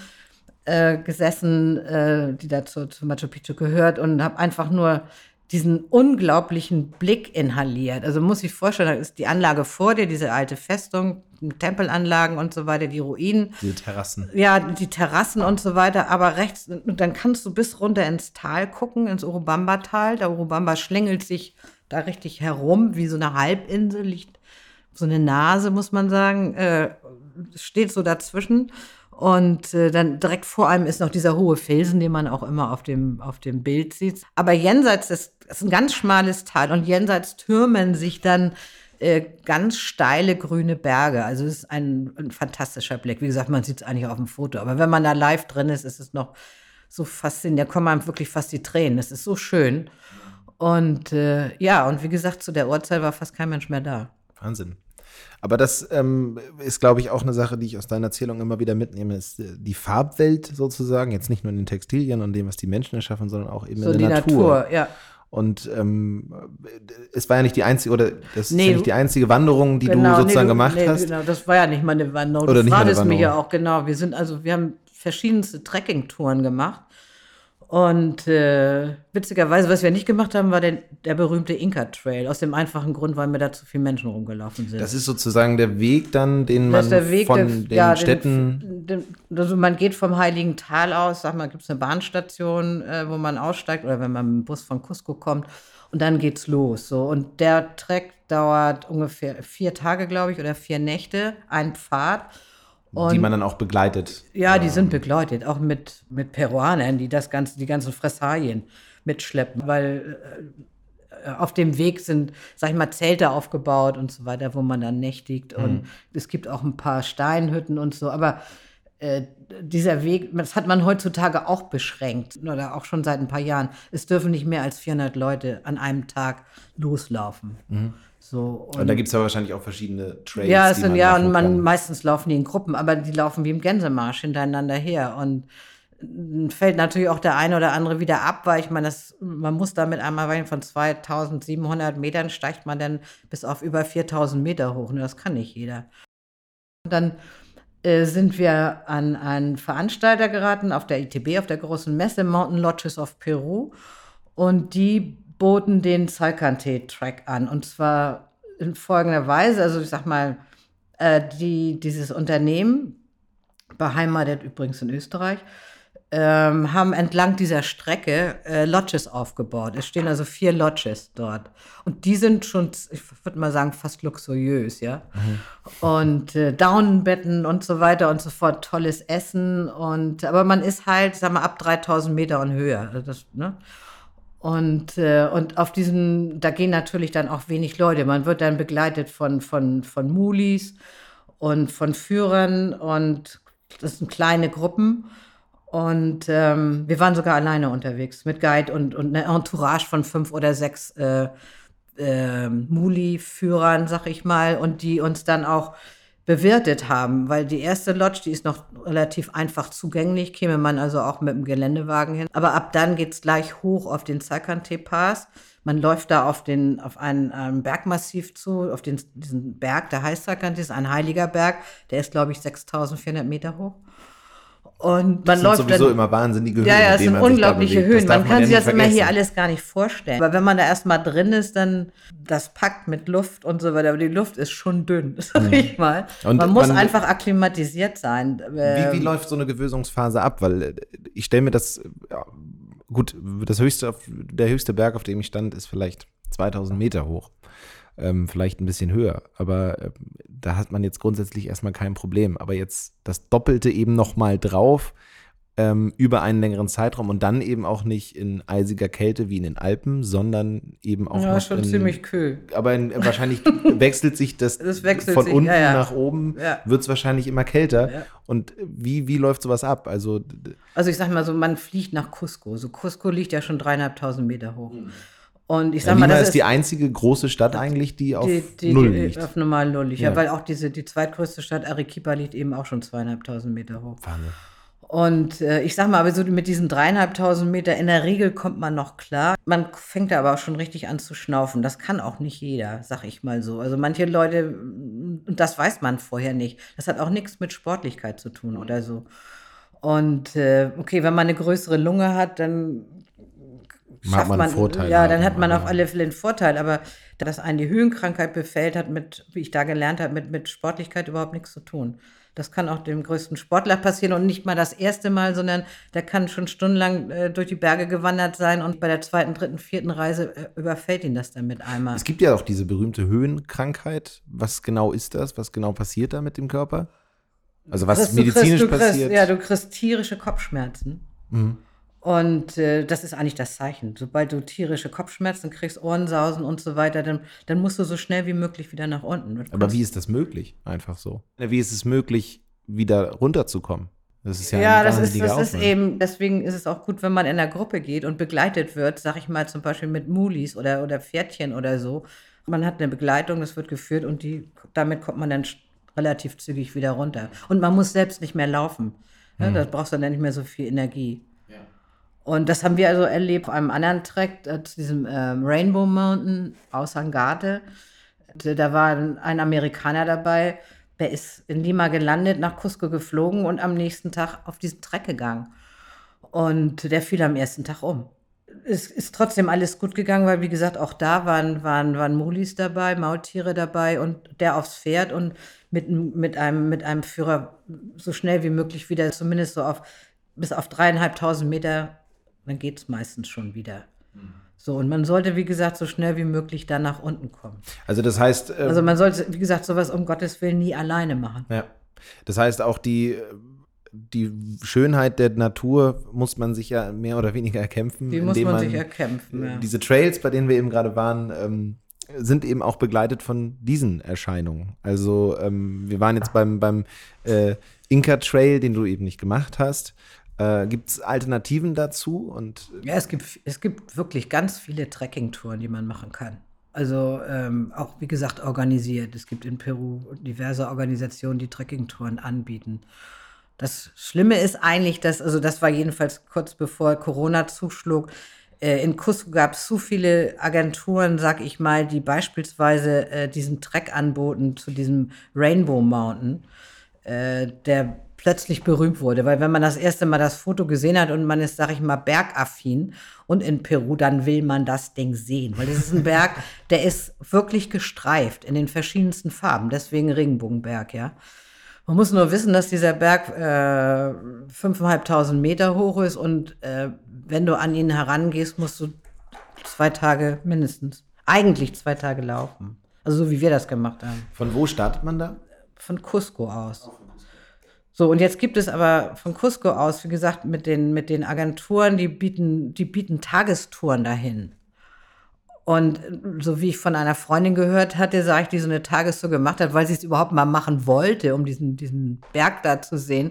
gesessen, die da zu Machu Picchu gehört, und habe einfach nur diesen unglaublichen Blick inhaliert. Also muss ich vorstellen, da ist die Anlage vor dir, diese alte Festung, Tempelanlagen und so weiter, die Ruinen. Diese Terrassen. Ja, die Terrassen und so weiter, aber rechts, und dann kannst du bis runter ins Tal gucken, ins Urubamba-Tal. Der Urubamba schlängelt sich da richtig herum, wie so eine Halbinsel, liegt so eine Nase, muss man sagen, steht so dazwischen. Und dann direkt vor einem ist noch dieser hohe Felsen, den man auch immer auf dem Bild sieht. Aber jenseits ist ein ganz schmales Tal, und jenseits türmen sich dann ganz steile grüne Berge. Also es ist ein fantastischer Blick. Wie gesagt, man sieht es eigentlich auf dem Foto. Aber wenn man da live drin ist, ist es noch so faszinierend. Da kommen einem wirklich fast die Tränen. Es ist so schön. Und und wie gesagt, zu der Uhrzeit war fast kein Mensch mehr da. Wahnsinn. Aber das ist, glaube ich, auch eine Sache, die ich aus deiner Erzählung immer wieder mitnehme, ist die Farbwelt sozusagen, jetzt nicht nur in den Textilien und dem, was die Menschen erschaffen, sondern auch eben so in der Natur. Ja. Und es war ja nicht die einzige, oder das ist ja nicht die einzige Wanderung, die du sozusagen gemacht hast. Genau, das war ja nicht meine Wanderung. Oder du nicht meine fragtest mich Wanderung. ja auch, genau. Wir haben verschiedenste Trekkingtouren gemacht. Und witzigerweise, was wir nicht gemacht haben, war der berühmte Inka-Trail. Aus dem einfachen Grund, weil mir da zu viele Menschen rumgelaufen sind. Das ist sozusagen der Weg dann, den man von den Städten... Also man geht vom Heiligen Tal aus, sag mal, gibt es eine Bahnstation, wo man aussteigt, oder wenn man mit dem Bus von Cusco kommt, und dann geht's los. So. Und der Trek dauert ungefähr 4 Tage, glaube ich, oder 4 Nächte, ein Pfad. Und die man dann auch begleitet. Ja, die sind begleitet, auch mit Peruanern, die die ganzen Fressalien mitschleppen, weil auf dem Weg sind, sag ich mal, Zelte aufgebaut und so weiter, wo man dann nächtigt. Und es gibt auch ein paar Steinhütten und so, aber dieser Weg, das hat man heutzutage auch beschränkt, oder auch schon seit ein paar Jahren. Es dürfen nicht mehr als 400 Leute an einem Tag loslaufen. So, und da gibt es aber wahrscheinlich auch verschiedene Trails. Ja, meistens laufen die in Gruppen, aber die laufen wie im Gänsemarsch hintereinander her. Und fällt natürlich auch der eine oder andere wieder ab, weil ich meine, man muss damit einmal von 2700 Metern steigt man dann bis auf über 4000 Meter hoch. Und das kann nicht jeder. Und dann sind wir an einen Veranstalter geraten auf der ITB, auf der großen Messe, Mountain Lodges of Peru. Und die boten den Salkantay-Track an. Und zwar in folgender Weise, also ich sag mal, dieses Unternehmen, beheimatet übrigens in Österreich, haben entlang dieser Strecke Lodges aufgebaut. Es stehen also 4 Lodges dort. Und die sind schon, ich würde mal sagen, fast luxuriös, ja. Und Daunenbetten und so weiter und so fort, tolles Essen. Aber man ist halt, sag mal, ab 3000 Meter und höher. Und auf da gehen natürlich dann auch wenig Leute. Man wird dann begleitet von Mulis und von Führern, und das sind kleine Gruppen. Und wir waren sogar alleine unterwegs mit Guide und eine Entourage von 5 oder 6 Muli-Führern, sag ich mal, und die uns dann auch bewirtet haben, weil die erste Lodge, die ist noch relativ einfach zugänglich, käme man also auch mit dem Geländewagen hin. Aber ab dann geht's gleich hoch auf den Salkantay Pass. Man läuft da auf einen Bergmassiv zu, auf diesen Berg, der heißt Salkantay, ist ein heiliger Berg, der ist, glaube ich, 6400 Meter hoch. Und man läuft sowieso immer wahnsinnige Höhen. Ja, es sind unglaubliche Höhen. Man kann sich das immer hier alles gar nicht vorstellen. Aber wenn man da erstmal drin ist, dann das packt mit Luft und so weiter. Aber die Luft ist schon dünn, sag ich mal. Und man muss einfach akklimatisiert sein. Wie läuft so eine Gewöhnungsphase ab? Weil ich stelle mir das, gut, der höchste Berg, auf dem ich stand, ist vielleicht 2000 Meter hoch. Vielleicht ein bisschen höher, aber da hat man jetzt grundsätzlich erstmal kein Problem. Aber jetzt das Doppelte eben nochmal drauf über einen längeren Zeitraum und dann eben auch nicht in eisiger Kälte wie in den Alpen, sondern eben auch noch schon ziemlich kühl. Aber wahrscheinlich wechselt sich das von unten nach oben, wird es wahrscheinlich immer kälter. Ja. Und wie läuft sowas ab? Also ich sag mal so, man fliegt nach Cusco. So Cusco liegt ja schon 3500 Meter hoch. Und ich sag mal, das ist die einzige große Stadt eigentlich, die auf Null liegt. Auf normal Null liegt, ja, weil auch die zweitgrößte Stadt Arequipa liegt eben auch schon 2500 Meter hoch. Wahnsinn. Und ich sag mal, aber so mit diesen 3.500 Meter, in der Regel kommt man noch klar. Man fängt da aber auch schon richtig an zu schnaufen. Das kann auch nicht jeder, sag ich mal so. Also manche Leute, und das weiß man vorher nicht, das hat auch nichts mit Sportlichkeit zu tun oder so. Und okay, wenn man eine größere Lunge hat, dann schafft man, Vorteil. Ja, dann hat man auf alle Fälle einen Vorteil. Aber dass einen die Höhenkrankheit befällt, hat mit, wie ich da gelernt habe, mit Sportlichkeit überhaupt nichts zu tun. Das kann auch dem größten Sportler passieren und nicht mal das erste Mal, sondern der kann schon stundenlang durch die Berge gewandert sein und bei der 2., 3., 4. Reise überfällt ihn das dann mit einmal. Es gibt ja auch diese berühmte Höhenkrankheit. Was genau ist das? Was genau passiert da mit dem Körper? Also was medizinisch passiert? Ja, du kriegst tierische Kopfschmerzen. Mhm. Und das ist eigentlich das Zeichen. Sobald du tierische Kopfschmerzen kriegst, Ohrensausen und so weiter, dann musst du so schnell wie möglich wieder nach unten. Aber wie ist das möglich? Einfach so. Wie ist es möglich, wieder runterzukommen? Das ist ja Ja, ein das wahnsinniger ist Aufwand. eben, deswegen ist es auch gut, wenn man in der Gruppe geht und begleitet wird, sag ich mal zum Beispiel mit Mulis oder Pferdchen oder so. Man hat eine Begleitung, das wird geführt und damit kommt man dann relativ zügig wieder runter. Und man muss selbst nicht mehr laufen. Ja, da brauchst du dann nicht mehr so viel Energie. Und das haben wir also erlebt auf einem anderen Trek, zu diesem Rainbow Mountain aus Sangate. Da war ein Amerikaner dabei, der ist in Lima gelandet, nach Cusco geflogen und am nächsten Tag auf diesen Trek gegangen. Und der fiel am ersten Tag um. Es ist trotzdem alles gut gegangen, weil, wie gesagt, auch da waren Mulis dabei, Maultiere dabei und der aufs Pferd und mit einem Führer so schnell wie möglich wieder, zumindest so bis auf 3.500 Meter, dann geht es meistens schon wieder. So, und man sollte, wie gesagt, so schnell wie möglich da nach unten kommen. Also das heißt... also man sollte, wie gesagt, sowas um Gottes Willen nie alleine machen. Ja. Das heißt, auch die Schönheit der Natur muss man sich ja mehr oder weniger erkämpfen. Die muss man sich erkämpfen, ja. Diese Trails, bei denen wir eben gerade waren, sind eben auch begleitet von diesen Erscheinungen. Also wir waren jetzt beim Inca Trail, den du eben nicht gemacht hast. Gibt es Alternativen dazu? Ja, es gibt wirklich ganz viele Trekkingtouren, die man machen kann. Also auch, wie gesagt, organisiert. Es gibt in Peru diverse Organisationen, die Trekkingtouren anbieten. Das Schlimme ist eigentlich, das war jedenfalls kurz bevor Corona zuschlug, in Cusco gab es so viele Agenturen, sag ich mal, die beispielsweise diesen Trek anboten zu diesem Rainbow Mountain, der plötzlich berühmt wurde. Weil wenn man das erste Mal das Foto gesehen hat und man ist, sag ich mal, bergaffin und in Peru, dann will man das Ding sehen. Weil das ist ein Berg, der ist wirklich gestreift in den verschiedensten Farben. Deswegen Regenbogenberg, ja. Man muss nur wissen, dass dieser Berg 5.500 Meter hoch ist und wenn du an ihn herangehst, musst du 2 Tage mindestens, eigentlich 2 Tage laufen. Also so wie wir das gemacht haben. Von wo startet man da? Von Cusco aus. So, und jetzt gibt es aber von Cusco aus, wie gesagt, mit den Agenturen, die bieten Tagestouren dahin. Und so wie ich von einer Freundin gehört hatte, die so eine Tagestour gemacht hat, weil sie es überhaupt mal machen wollte, um diesen Berg da zu sehen,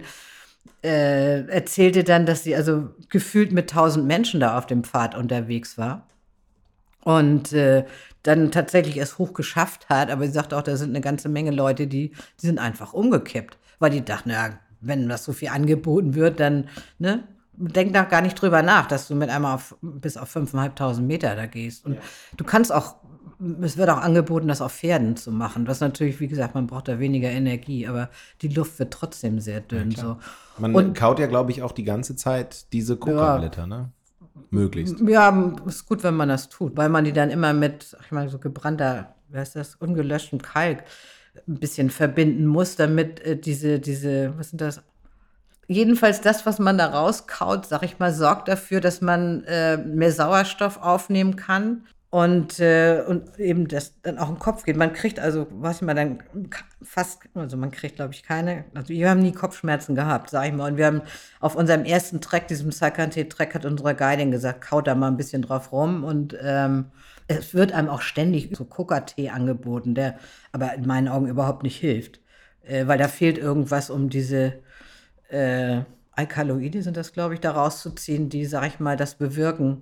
erzählte dann, dass sie also gefühlt mit 1.000 Menschen da auf dem Pfad unterwegs war. Und dann tatsächlich es hoch geschafft hat. Aber sie sagte auch, da sind eine ganze Menge Leute, die sind einfach umgekippt. Weil die dachten, ja, wenn das so viel angeboten wird, dann, ne? Denk da gar nicht drüber nach, dass du mit einmal bis auf 5.500 Meter da gehst. Und du kannst auch, es wird auch angeboten, das auf Pferden zu machen. Was natürlich, wie gesagt, man braucht da weniger Energie, aber die Luft wird trotzdem sehr dünn. Ja, so. Man kaut ja, glaube ich, auch die ganze Zeit diese Kokablätter, ne? Möglichst. Ja, ist gut, wenn man das tut, weil man die dann immer mit, ich meine, so gebrannter, wie heißt das, ungelöschtem Kalk ein bisschen verbinden muss, damit diese, was sind das? Jedenfalls das, was man da rauskaut, sag ich mal, sorgt dafür, dass man mehr Sauerstoff aufnehmen kann und eben das dann auch im Kopf geht. Man kriegt also, was ich mal dann fast, also man kriegt, glaube ich, keine, also wir haben nie Kopfschmerzen gehabt, sag ich mal. Und wir haben auf unserem ersten Trek, diesem Salkantay-Trek, hat unsere Guidin gesagt, kaut da mal ein bisschen drauf rum und es wird einem auch ständig so Coca-Tee angeboten, der aber in meinen Augen überhaupt nicht hilft, weil da fehlt irgendwas, um diese Alkaloide sind das, glaube ich, da rauszuziehen, die, sag ich mal, das bewirken.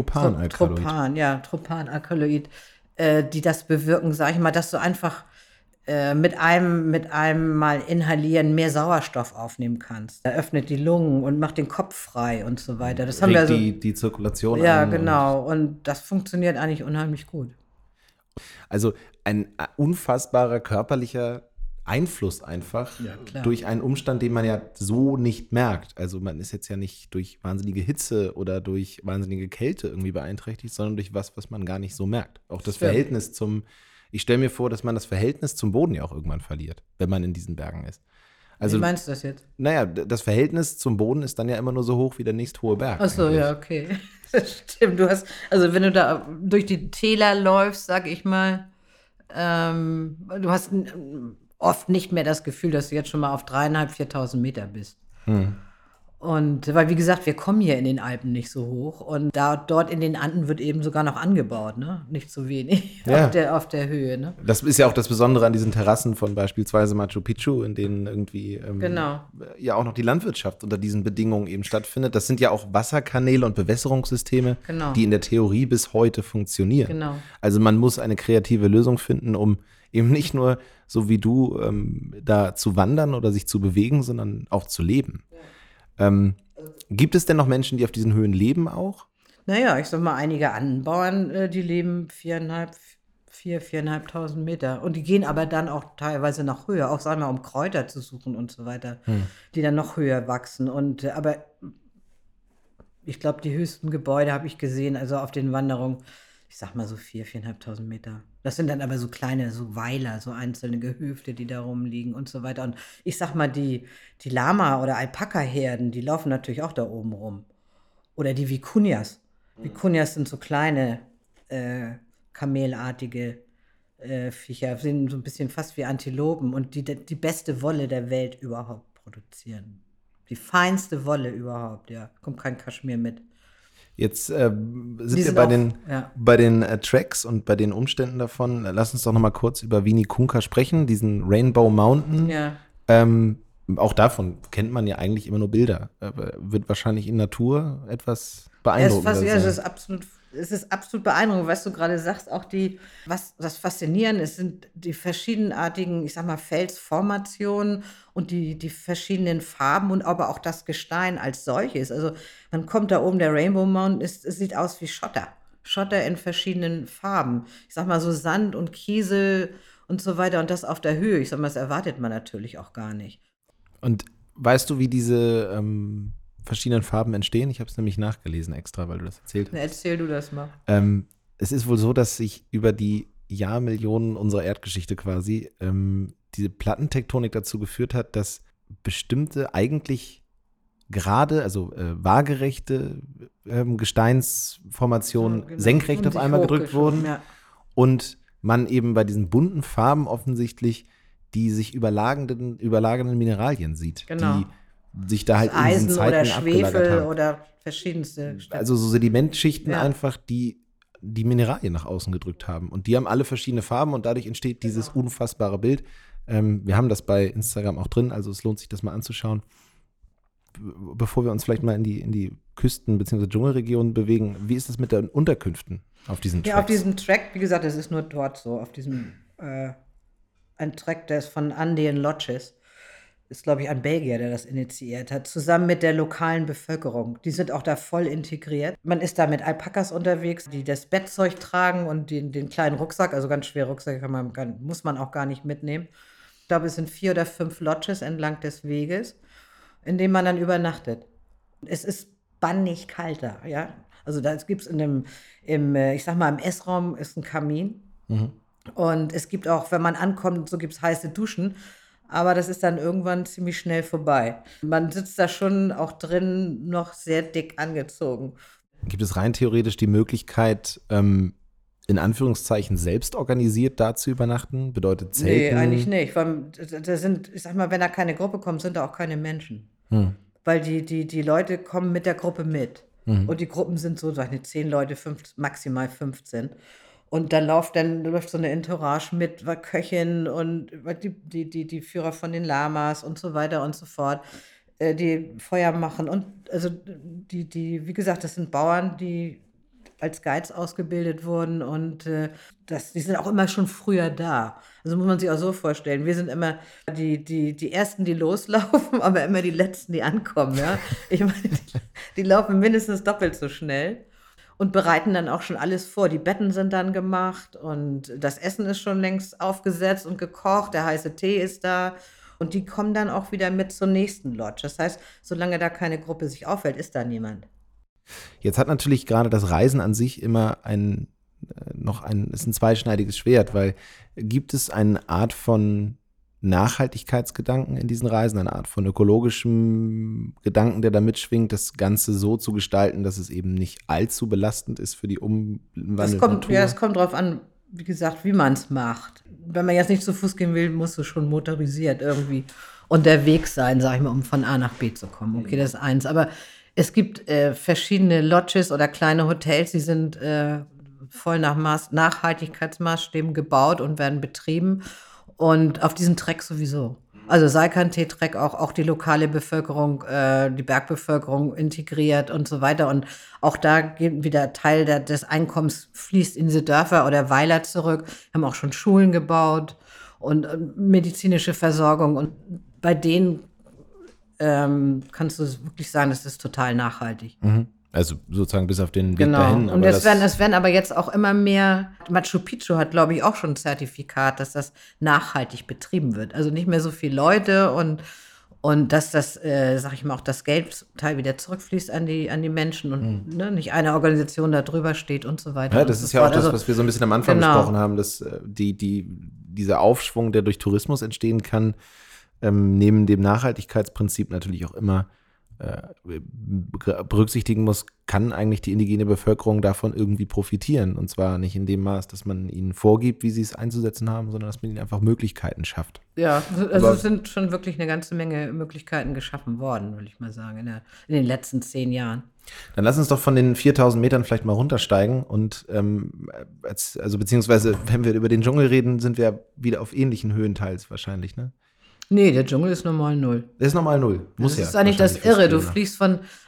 Tropanalkaloid. Tropanalkaloid, die das bewirken, sag ich mal, dass du einfach mit einem Mal inhalieren mehr Sauerstoff aufnehmen kannst. Er öffnet die Lungen und macht den Kopf frei und so weiter. Das haben wir Regt also, die Zirkulation ja, an. genau. Und das funktioniert eigentlich unheimlich gut. Also ein unfassbarer körperlicher Einfluss einfach Ja, klar. durch einen Umstand, den man ja so nicht merkt. Also man ist jetzt ja nicht durch wahnsinnige Hitze oder durch wahnsinnige Kälte irgendwie beeinträchtigt, sondern durch was man gar nicht so merkt. Auch das Stimmt. Verhältnis ich stelle mir vor, dass man das Verhältnis zum Boden ja auch irgendwann verliert, wenn man in diesen Bergen ist. Also, Wie meinst du das jetzt? naja, das Verhältnis zum Boden ist dann ja immer nur so hoch wie der nächsthohe Berg. Ach so, eigentlich. ja, okay. Das stimmt. Also wenn du da durch die Täler läufst, sag ich mal, du hast oft nicht mehr das Gefühl, dass du jetzt schon mal auf 3.500, 4.000 Meter bist. Und weil, wie gesagt, wir kommen hier in den Alpen nicht so hoch und dort in den Anden wird eben sogar noch angebaut, ne? Nicht so wenig Ja. auf der Höhe, ne? Das ist ja auch das Besondere an diesen Terrassen von beispielsweise Machu Picchu, in denen irgendwie Genau. ja auch noch die Landwirtschaft unter diesen Bedingungen eben stattfindet. Das sind ja auch Wasserkanäle und Bewässerungssysteme, Genau. die in der Theorie bis heute funktionieren. Genau. Also man muss eine kreative Lösung finden, um eben nicht nur so wie du da zu wandern oder sich zu bewegen, sondern auch zu leben. Gibt es denn noch Menschen, die auf diesen Höhen leben auch? Naja, ich sag mal, einige Anbauern, die leben 4.500 Meter. Und die gehen aber dann auch teilweise noch höher, auch sagen wir, um Kräuter zu suchen und so weiter, die dann noch höher wachsen. Aber ich glaube, die höchsten Gebäude habe ich gesehen, also auf den Wanderungen, ich sag mal so 4.500 Meter. Das sind dann aber so kleine, so Weiler, so einzelne Gehöfte, die da rumliegen und so weiter. Und ich sag mal, die Lama- oder Alpaka-Herden, die laufen natürlich auch da oben rum. Oder die Vikunjas. Vikunjas sind so kleine, kamelartige Viecher, sind so ein bisschen fast wie Antilopen und die beste Wolle der Welt überhaupt produzieren. Die feinste Wolle überhaupt, ja. Kommt kein Kaschmir mit. Jetzt sind wir sind bei auch- den, ja. bei den Tracks und bei den Umständen davon. Lass uns doch noch mal kurz über Winnekunka sprechen, diesen Rainbow Mountain. Ja. Auch davon kennt man ja eigentlich immer nur Bilder. Wird wahrscheinlich in Natur etwas Es beeindruckender ist absolut beeindruckend, was du gerade sagst. Auch was das Faszinierende ist, sind die verschiedenartigen, ich sag mal, Felsformationen und die verschiedenen Farben und aber auch das Gestein als solches. Also man kommt da oben, der Rainbow Mountain, es sieht aus wie Schotter. Schotter in verschiedenen Farben. Ich sag mal so Sand und Kiesel und so weiter und das auf der Höhe. Ich sag mal, das erwartet man natürlich auch gar nicht. Und weißt du, wie diese verschiedenen Farben entstehen? Ich habe es nämlich nachgelesen extra, weil du das erzählt hast. Na, erzähl du das mal. Es ist wohl so, dass sich über die Jahrmillionen unserer Erdgeschichte quasi diese Plattentektonik dazu geführt hat, dass bestimmte eigentlich gerade, also waagerechte Gesteinsformationen Genau. senkrecht Und auf sich einmal gedrückt wurden Ja. und man eben bei diesen bunten Farben offensichtlich die sich überlagernden Mineralien sieht, Genau. die sich da halt in Eisen diesen oder Zeiten abgelagert Schwefel haben. oder verschiedenste. Also so Sedimentschichten Ja. einfach, die Mineralien nach außen gedrückt haben. Und die haben alle verschiedene Farben und dadurch entsteht dieses unfassbare Bild. Wir haben das bei Instagram auch drin, also es lohnt sich, das mal anzuschauen. Bevor wir uns vielleicht mal in die Küsten- bzw. Dschungelregionen bewegen, wie ist das mit den Unterkünften auf diesen Tracks? Ja, auf diesem Track, wie gesagt, das ist nur dort so, auf diesem, ein Track, der ist von Andean Lodges. Ist, glaube ich, ein Belgier, der das initiiert hat, zusammen mit der lokalen Bevölkerung. Die sind auch da voll integriert. Man ist da mit Alpakas unterwegs, die das Bettzeug tragen und den kleinen Rucksack, also ganz schwere Rucksäcke muss man auch gar nicht mitnehmen. Ich glaube, es sind 4 oder 5 Lodges entlang des Weges, in denen man dann übernachtet. Es ist bannig kalt da, ja. Also da gibt es ich sag mal, im Essraum ist ein Kamin. Und es gibt auch, wenn man ankommt, so gibt es heiße Duschen. Aber das ist dann irgendwann ziemlich schnell vorbei. Man sitzt da schon auch drin noch sehr dick angezogen. Gibt es rein theoretisch die Möglichkeit, in Anführungszeichen selbst organisiert da zu übernachten? Bedeutet Zelten? Nee, eigentlich nicht. Weil da sind, ich sag mal, wenn da keine Gruppe kommt, sind da auch keine Menschen. Weil die Leute kommen mit der Gruppe mit. Und die Gruppen sind so, sag ich nicht, 10 Leute, maximal 15. Und dann läuft so eine Entourage mit, Köchin und die Führer von den Lamas und so weiter und so fort, die Feuer machen. Und also wie gesagt, das sind Bauern, die als Guides ausgebildet wurden und die sind auch immer schon früher da. Also muss man sich auch so vorstellen, wir sind immer die Ersten, die loslaufen, aber immer die Letzten, die ankommen. Ja? Ich meine, die laufen mindestens doppelt so schnell und bereiten dann auch schon alles vor. Die Betten sind dann gemacht und das Essen ist schon längst aufgesetzt und gekocht, der heiße Tee ist da. Und die kommen dann auch wieder mit zur nächsten Lodge. Das heißt, solange da keine Gruppe sich aufhält, ist da niemand. Jetzt hat natürlich gerade das Reisen an sich immer ist ein zweischneidiges Schwert, weil gibt es eine Art von Nachhaltigkeitsgedanken in diesen Reisen, eine Art von ökologischem Gedanken, der da mitschwingt, das Ganze so zu gestalten, dass es eben nicht allzu belastend ist für die umwandelnde Natur? Ja, es kommt drauf an, wie gesagt, wie man es macht. Wenn man jetzt nicht zu Fuß gehen will, musst du schon motorisiert irgendwie unterwegs sein, sag ich mal, um von A nach B zu kommen. Okay, das ist eins. Aber es gibt verschiedene Lodges oder kleine Hotels, die sind voll nach Nachhaltigkeitsmaßstäben gebaut und werden betrieben. Und auf diesem Trek sowieso. Also Salkantee-Trek auch die lokale Bevölkerung, die Bergbevölkerung integriert und so weiter. Und auch da geht wieder Teil des Einkommens fließt in diese Dörfer oder Weiler zurück. Wir haben auch schon Schulen gebaut und medizinische Versorgung. Und bei denen kannst du wirklich sagen, das ist total nachhaltig. Mhm. Also sozusagen bis auf den Weg dahin. Und es werden aber jetzt auch immer mehr, Machu Picchu hat, glaube ich, auch schon ein Zertifikat, dass das nachhaltig betrieben wird. Also nicht mehr so viele Leute und dass das, sag ich mal, auch das Geldteil wieder zurückfließt an die Menschen und nicht eine Organisation da drüber steht und so weiter. Ja, das ist ja auch das, was wir so ein bisschen am Anfang besprochen haben, dass dieser Aufschwung, der durch Tourismus entstehen kann, neben dem Nachhaltigkeitsprinzip natürlich auch immer berücksichtigen muss, kann eigentlich die indigene Bevölkerung davon irgendwie profitieren. Und zwar nicht in dem Maß, dass man ihnen vorgibt, wie sie es einzusetzen haben, sondern dass man ihnen einfach Möglichkeiten schafft. Ja, also es sind schon wirklich eine ganze Menge Möglichkeiten geschaffen worden, würde ich mal sagen, in den letzten 10 Jahren. Dann lass uns doch von den 4000 Metern vielleicht mal runtersteigen und beziehungsweise, wenn wir über den Dschungel reden, sind wir wieder auf ähnlichen Höhen teils wahrscheinlich, ne? Nee, der Dschungel ist normal 0. Der ist normal 0. Muss ja. Das ist eigentlich das Irre. Du fliegst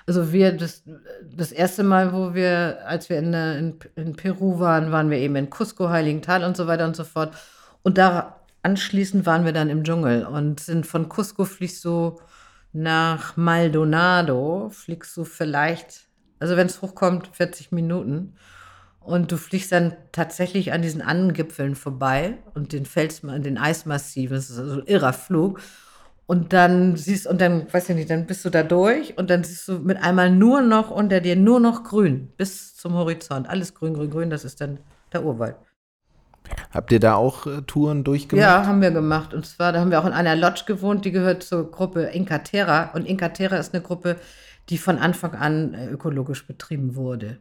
das erste Mal, als wir in Peru waren wir eben in Cusco, Heiligenthal und so weiter und so fort. Und da anschließend waren wir dann im Dschungel und sind von Cusco fliegst du nach Maldonado, fliegst du vielleicht, also wenn es hochkommt, 40 Minuten. Und du fliegst dann tatsächlich an diesen anderen Gipfeln vorbei und den Eismassiven. Das ist also ein irrer Flug. Und dann weiß ich nicht, dann bist du da durch und dann siehst du mit einmal nur noch unter dir nur noch grün bis zum Horizont. Alles grün, grün, grün. Das ist dann der Urwald. Habt ihr da auch Touren durchgemacht? Ja, haben wir gemacht. Und zwar, da haben wir auch in einer Lodge gewohnt, die gehört zur Gruppe Inca Terra. Und Inca Terra ist eine Gruppe, die von Anfang an ökologisch betrieben wurde.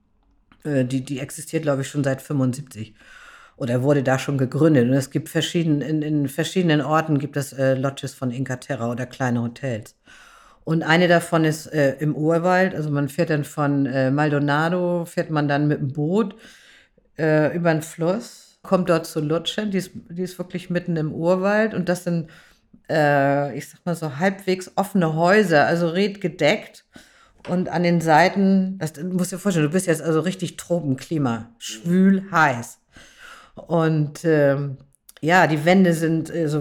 Die existiert, glaube ich, schon seit 75 oder wurde da schon gegründet. Und es gibt in verschiedenen Orten gibt es Lodges von Inca Terra oder kleine Hotels. Und eine davon ist im Urwald. Also man fährt dann von Maldonado, fährt man dann mit dem Boot über den Fluss, kommt dort zur Lodge, die ist wirklich mitten im Urwald. Und das sind, ich sag mal so, halbwegs offene Häuser, also redgedeckt. Und an den Seiten, du musst dir vorstellen, du bist jetzt also richtig Tropenklima, schwül, heiß. Und die Wände sind so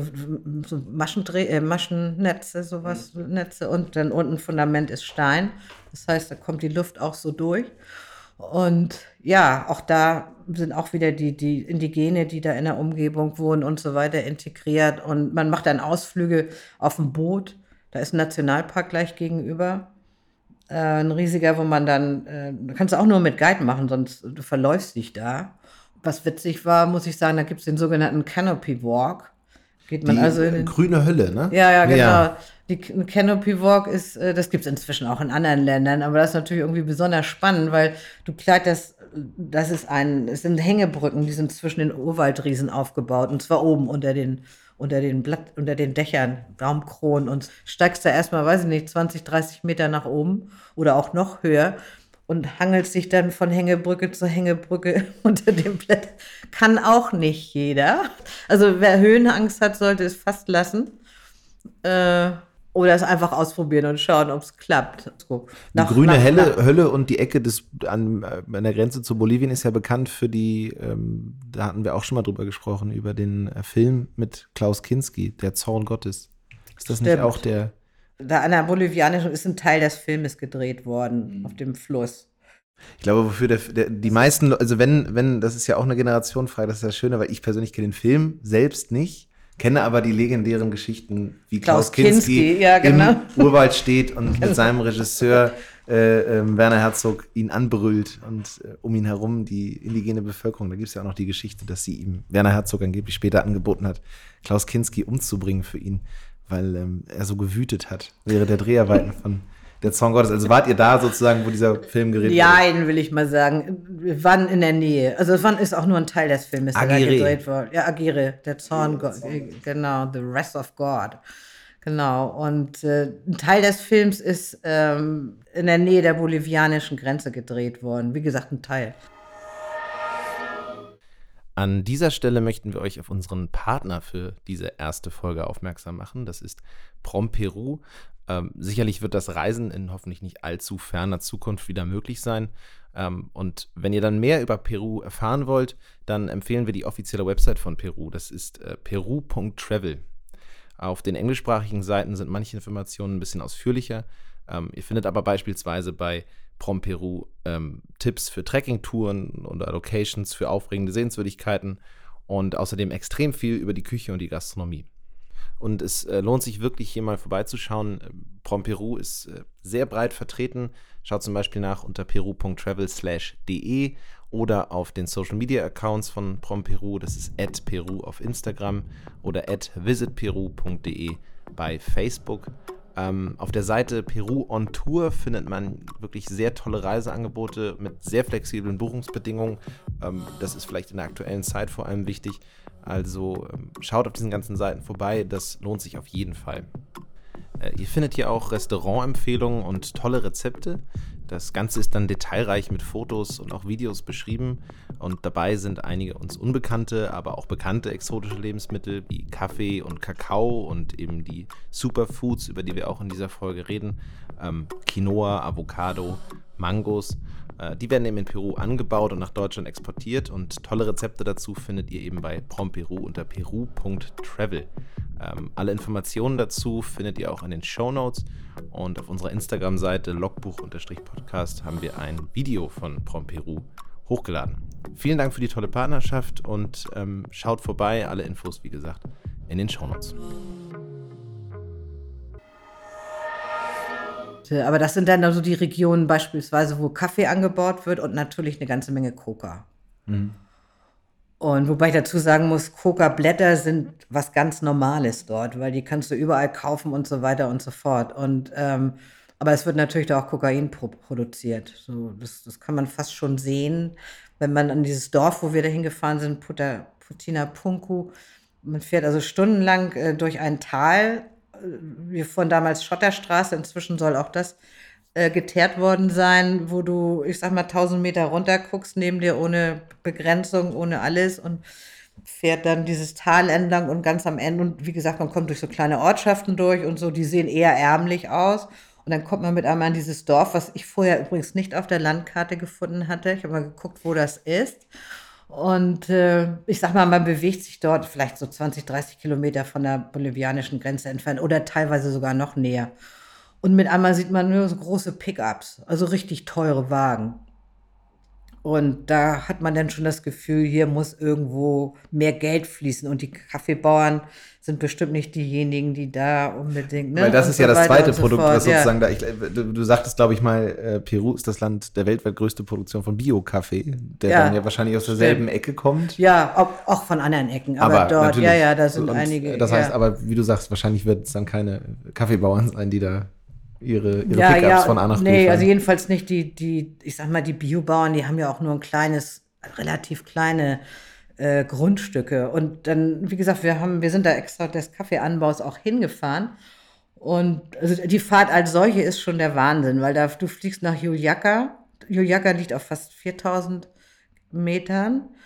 Maschennetze, Netze und dann unten Fundament ist Stein. Das heißt, da kommt die Luft auch so durch. Und ja, auch da sind auch wieder die Indigene, die da in der Umgebung wohnen und so weiter integriert. Und man macht dann Ausflüge auf dem Boot. Da ist ein Nationalpark gleich gegenüber. Ein riesiger, wo man dann, kannst du auch nur mit Guide machen, sonst du verläufst dich da. Was witzig war, muss ich sagen, da gibt es den sogenannten Canopy Walk. Geht man also in grüne Hölle, ne? Ja, genau. Ja. Ein Canopy Walk das gibt es inzwischen auch in anderen Ländern, aber das ist natürlich irgendwie besonders spannend, weil du kleidest, es sind Hängebrücken, die sind zwischen den Urwaldriesen aufgebaut und zwar oben unter den Dächern, Baumkronen und steigst da erstmal, weiß ich nicht, 20, 30 Meter nach oben oder auch noch höher und hangelst dich dann von Hängebrücke zu Hängebrücke unter dem Blätter. Kann auch nicht jeder. Also wer Höhenangst hat, sollte es fast lassen. Oder es einfach ausprobieren und schauen, ob es klappt. So, die grüne Hölle und die Ecke an der Grenze zu Bolivien ist ja bekannt für da hatten wir auch schon mal drüber gesprochen, über den Film mit Klaus Kinski, Der Zorn Gottes. Ist das nicht auch der? Da an der bolivianischen ist ein Teil des Filmes gedreht worden, auf dem Fluss. Ich glaube, wofür die meisten, also wenn, das ist ja auch eine Generationsfrage, das ist das Schöne, weil ich persönlich kenne den Film selbst nicht, kenne aber die legendären Geschichten, wie Klaus Kinski ja, genau. im Urwald steht und mit seinem Regisseur Werner Herzog ihn anbrüllt und um ihn herum die indigene Bevölkerung. Da gibt es ja auch noch die Geschichte, dass sie ihm Werner Herzog angeblich später angeboten hat, Klaus Kinski umzubringen für ihn, weil er so gewütet hat während der Dreharbeiten von Der Zorn Gottes. Also wart ihr da sozusagen, wo dieser Film gedreht wurde? Ja, will ich mal sagen. Wir waren in der Nähe. Also ist auch nur ein Teil des Filmes, der da gedreht wurde. Ja, Aguirre, Der Zorn Gottes. Genau, The Wrath of God. Genau. Und ein Teil des Films ist in der Nähe der bolivianischen Grenze gedreht worden. Wie gesagt, ein Teil. An dieser Stelle möchten wir euch auf unseren Partner für diese erste Folge aufmerksam machen. Das ist PromPeru. Sicherlich wird das Reisen in hoffentlich nicht allzu ferner Zukunft wieder möglich sein. Und wenn ihr dann mehr über Peru erfahren wollt, dann empfehlen wir die offizielle Website von Peru. Das ist peru.travel. Auf den englischsprachigen Seiten sind manche Informationen ein bisschen ausführlicher. Ihr findet aber beispielsweise bei PromPeru Tipps für Trekkingtouren oder Locations für aufregende Sehenswürdigkeiten und außerdem extrem viel über die Küche und die Gastronomie. Und es lohnt sich wirklich, hier mal vorbeizuschauen. PromPeru ist sehr breit vertreten. Schaut zum Beispiel nach unter peru.travel/de oder auf den Social-Media-Accounts von PromPeru. Das ist @peru auf Instagram oder @visitperu.de bei Facebook. Auf der Seite Peru on Tour findet man wirklich sehr tolle Reiseangebote mit sehr flexiblen Buchungsbedingungen. Das ist vielleicht in der aktuellen Zeit vor allem wichtig. Also schaut auf diesen ganzen Seiten vorbei, das lohnt sich auf jeden Fall. Ihr findet hier auch Restaurantempfehlungen und tolle Rezepte. Das Ganze ist dann detailreich mit Fotos und auch Videos beschrieben und dabei sind einige uns unbekannte, aber auch bekannte exotische Lebensmittel wie Kaffee und Kakao und eben die Superfoods, über die wir auch in dieser Folge reden, Quinoa, Avocado, Mangos. Die werden eben in Peru angebaut und nach Deutschland exportiert und tolle Rezepte dazu findet ihr eben bei PromPeru unter peru.travel. Alle Informationen dazu findet ihr auch in den Shownotes und auf unserer Instagram-Seite logbuch_podcast haben wir ein Video von PromPeru hochgeladen. Vielen Dank für die tolle Partnerschaft und schaut vorbei, alle Infos wie gesagt in den Shownotes. Aber das sind dann also die Regionen beispielsweise, wo Kaffee angebaut wird und natürlich eine ganze Menge Coca. Mhm. Und wobei ich dazu sagen muss, Coca-Blätter sind was ganz Normales dort, weil die kannst du überall kaufen und so weiter und so fort. Und aber es wird natürlich da auch Kokain produziert. So, das kann man fast schon sehen, wenn man an dieses Dorf, wo wir da hingefahren sind, Putinapunku, man fährt also stundenlang durch ein Tal, wie von damals Schotterstraße, inzwischen soll auch das geteert worden sein, wo du, ich sag mal, 1000 Meter runter guckst, neben dir ohne Begrenzung, ohne alles und fährt dann dieses Tal entlang und ganz am Ende, und wie gesagt, man kommt durch so kleine Ortschaften durch und so, die sehen eher ärmlich aus und dann kommt man mit einmal an dieses Dorf, was ich vorher übrigens nicht auf der Landkarte gefunden hatte. Ich habe mal geguckt, wo das ist. Und ich sag mal, man bewegt sich dort vielleicht so 20, 30 Kilometer von der bolivianischen Grenze entfernt oder teilweise sogar noch näher. Und mit einmal sieht man nur so große Pickups, also richtig teure Wagen. Und da hat man dann schon das Gefühl, hier muss irgendwo mehr Geld fließen. Und die Kaffeebauern sind bestimmt nicht diejenigen, die da unbedingt... Ne? Weil das und ist so ja das zweite so Produkt, fort. was sozusagen du sagtest, glaube ich mal, Peru ist das Land der weltweit größte Produktion von Bio-Kaffee, der dann ja wahrscheinlich aus derselben Ecke kommt. Ja, auch von anderen Ecken, aber dort, da sind einige. Das heißt, aber wie du sagst, wahrscheinlich wird es dann keine Kaffeebauern sein, die da ihre Pickups von A nach B fahren. Nee, also jedenfalls nicht ich sag mal, die Biobauern, die haben ja auch nur ein relativ kleine Grundstücke. Und dann, wie gesagt, wir sind da extra des Kaffeeanbaus auch hingefahren. Und also die Fahrt als solche ist schon der Wahnsinn, weil du fliegst nach Juliaca. Juliaca liegt auf fast 4000 Metern.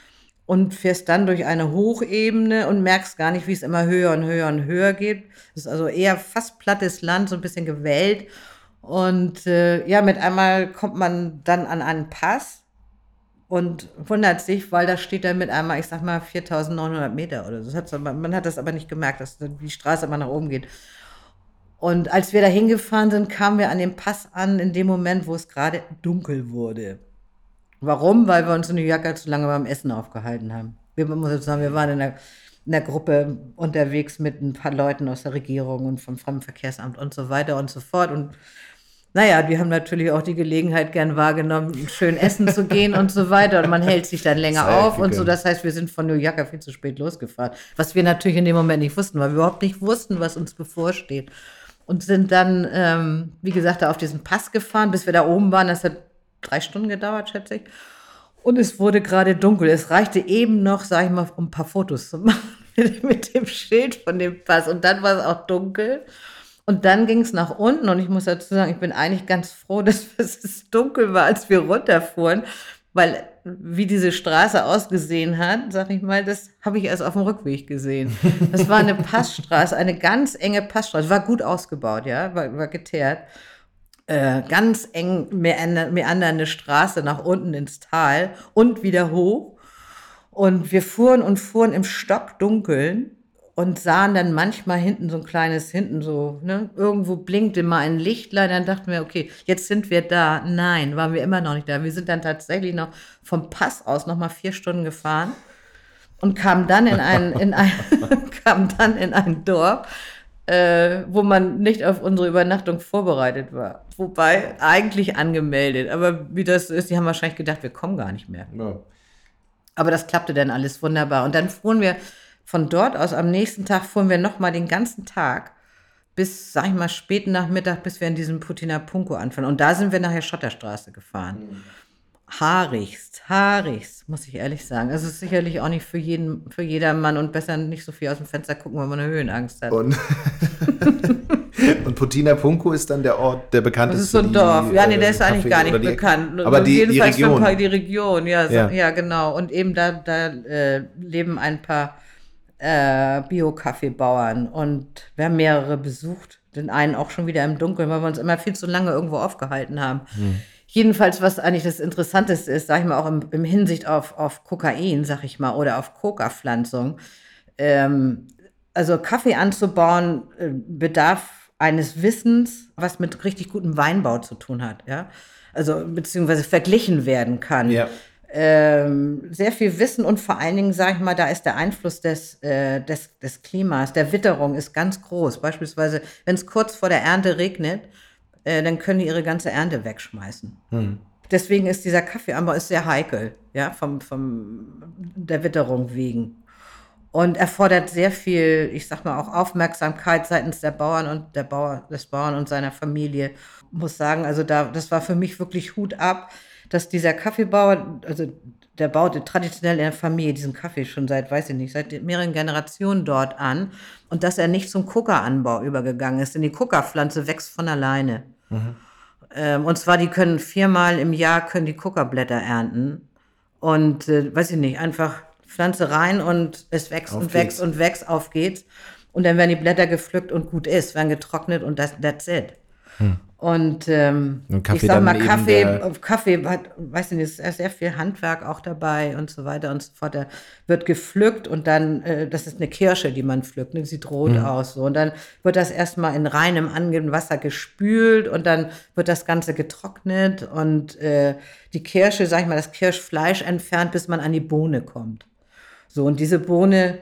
und fährst dann durch eine Hochebene und merkst gar nicht, wie es immer höher und höher und höher geht. Das ist also eher fast plattes Land, so ein bisschen gewellt. Und mit einmal kommt man dann an einen Pass und wundert sich, weil da steht dann mit einmal, ich sag mal, 4.900 Meter oder so. Man hat das aber nicht gemerkt, dass die Straße immer nach oben geht. Und als wir da hingefahren sind, kamen wir an dem Pass an, in dem Moment, wo es gerade dunkel wurde. Warum? Weil wir uns in New York zu lange beim Essen aufgehalten haben. Wir waren in einer Gruppe unterwegs mit ein paar Leuten aus der Regierung und vom Fremdenverkehrsamt und so weiter und so fort. Und naja, die haben natürlich auch die Gelegenheit gern wahrgenommen, schön essen zu gehen und so weiter. Und man hält sich dann länger auf und so. Das heißt, wir sind von New York viel zu spät losgefahren. Was wir natürlich in dem Moment nicht wussten, weil wir überhaupt nicht wussten, was uns bevorsteht. Und sind dann, wie gesagt, da auf diesen Pass gefahren, bis wir da oben waren. Das hat 3 Stunden gedauert, schätze ich. Und es wurde gerade dunkel. Es reichte eben noch, sag ich mal, um ein paar Fotos zu machen mit dem Schild von dem Pass. Und dann war es auch dunkel. Und dann ging es nach unten. Und ich muss dazu sagen, ich bin eigentlich ganz froh, dass es dunkel war, als wir runterfuhren. Weil wie diese Straße ausgesehen hat, sag ich mal, das habe ich erst auf dem Rückweg gesehen. Das war eine Passstraße, eine ganz enge Passstraße. War gut ausgebaut, ja, war geteert. Ganz eng meandernde Straße nach unten ins Tal und wieder hoch. Und wir fuhren im Stockdunkeln und sahen dann manchmal hinten irgendwo blinkte mal ein Lichtlein. Dann dachten wir, okay, jetzt sind wir da. Nein, waren wir immer noch nicht da. Wir sind dann tatsächlich noch vom Pass aus noch mal 4 Stunden gefahren und kamen dann in ein Dorf, wo man nicht auf unsere Übernachtung vorbereitet war. Wobei eigentlich angemeldet. Aber wie das ist, die haben wahrscheinlich gedacht, wir kommen gar nicht mehr. Ja. Aber das klappte dann alles wunderbar. Und dann fuhren wir von dort aus, am nächsten Tag fuhren wir nochmal den ganzen Tag bis, sag ich mal, späten Nachmittag, bis wir in diesem Putina Punko anfangen. Und da sind wir nachher Schotterstraße gefahren. Haarigst, muss ich ehrlich sagen. Also es ist sicherlich auch nicht für jedermann und besser nicht so viel aus dem Fenster gucken, wenn man eine Höhenangst hat. Und Putina Punko ist dann der Ort, der bekannt ist. Das ist so ein Dorf. Ja, nee, der ist eigentlich gar nicht bekannt. Aber die Region. Die Region, ja, genau. Und eben da leben ein paar Bio-Kaffeebauern. Und wir haben mehrere besucht. Den einen auch schon wieder im Dunkeln, weil wir uns immer viel zu lange irgendwo aufgehalten haben. Jedenfalls, was eigentlich das Interessanteste ist, sag ich mal, auch im Hinsicht auf Kokain, sag ich mal, oder auf Coca-Pflanzung. Also Kaffee anzubauen bedarf eines Wissens, was mit richtig gutem Weinbau zu tun hat, ja. Also beziehungsweise verglichen werden kann. Ja. Sehr viel Wissen und vor allen Dingen, sag ich mal, da ist der Einfluss des Klimas, der Witterung ist ganz groß. Beispielsweise, wenn es kurz vor der Ernte regnet, dann können die ihre ganze Ernte wegschmeißen. Deswegen ist dieser Kaffeeanbau sehr heikel, ja, vom der Witterung wegen. Und erfordert sehr viel, ich sag mal, auch Aufmerksamkeit seitens der Bauern und des Bauern und seiner Familie. Ich muss sagen, also das war für mich wirklich Hut ab, dass dieser Kaffeebauer, also der baute traditionell in der Familie diesen Kaffee schon seit mehreren Generationen dort an und dass er nicht zum Coca-Anbau übergegangen ist, denn die Coca-Pflanze wächst von alleine. Und zwar, die können 4-mal im Jahr die Coca-Blätter ernten und, einfach Pflanze rein und es wächst und wächst und wächst, auf geht's. Und dann werden die Blätter gepflückt und gut ist, werden getrocknet und that's it. Und ich sag mal, Kaffee hat, ist sehr viel Handwerk auch dabei und so weiter und so fort. Der wird gepflückt und dann, das ist eine Kirsche, die man pflückt, ne? Sieht rot aus. So. Und dann wird das erstmal in reinem, angehendem Wasser gespült und dann wird das Ganze getrocknet und die Kirsche, sag ich mal, das Kirschfleisch entfernt, bis man an die Bohne kommt. So, und diese Bohne,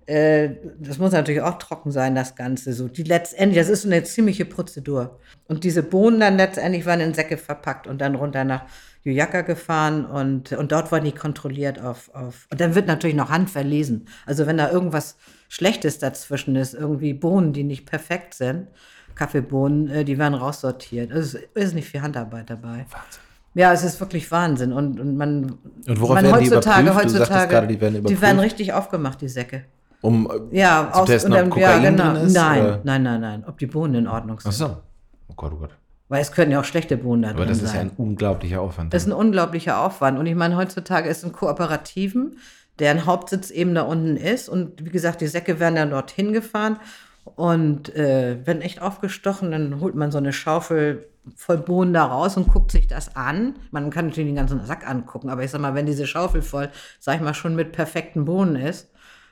das muss natürlich auch trocken sein, das Ganze. So, das ist so eine ziemliche Prozedur. Und diese Bohnen dann letztendlich waren in Säcke verpackt und dann runter nach Juliaca gefahren und dort wurden die kontrolliert und dann wird natürlich noch handverlesen. Also wenn da irgendwas Schlechtes dazwischen ist, irgendwie Bohnen, die nicht perfekt sind, Kaffeebohnen, die werden raussortiert. Also es ist nicht viel Handarbeit dabei. Wahnsinn. Ja, es ist wirklich Wahnsinn. Und worauf werden heutzutage, die überprüft? Du sagtest gerade, die werden überprüft. Die werden richtig aufgemacht, die Säcke. Um zu testen, ob Kokain drin ist? Nein, ob die Bohnen in Ordnung sind. Ach so. Oh Gott, oh Gott. Weil es können ja auch schlechte Bohnen da drin sein. Aber das ist ja ein unglaublicher Aufwand. Das ist ein unglaublicher Aufwand. Und ich meine, heutzutage ist in Kooperativen, deren Hauptsitz eben da unten ist. Und wie gesagt, die Säcke werden dann dorthin gefahren und werden echt aufgestochen. Dann holt man so eine Schaufel voll Bohnen da raus und guckt sich das an. Man kann natürlich den ganzen Sack angucken, aber ich sag mal, wenn diese Schaufel voll, sag ich mal, schon mit perfekten Bohnen ist,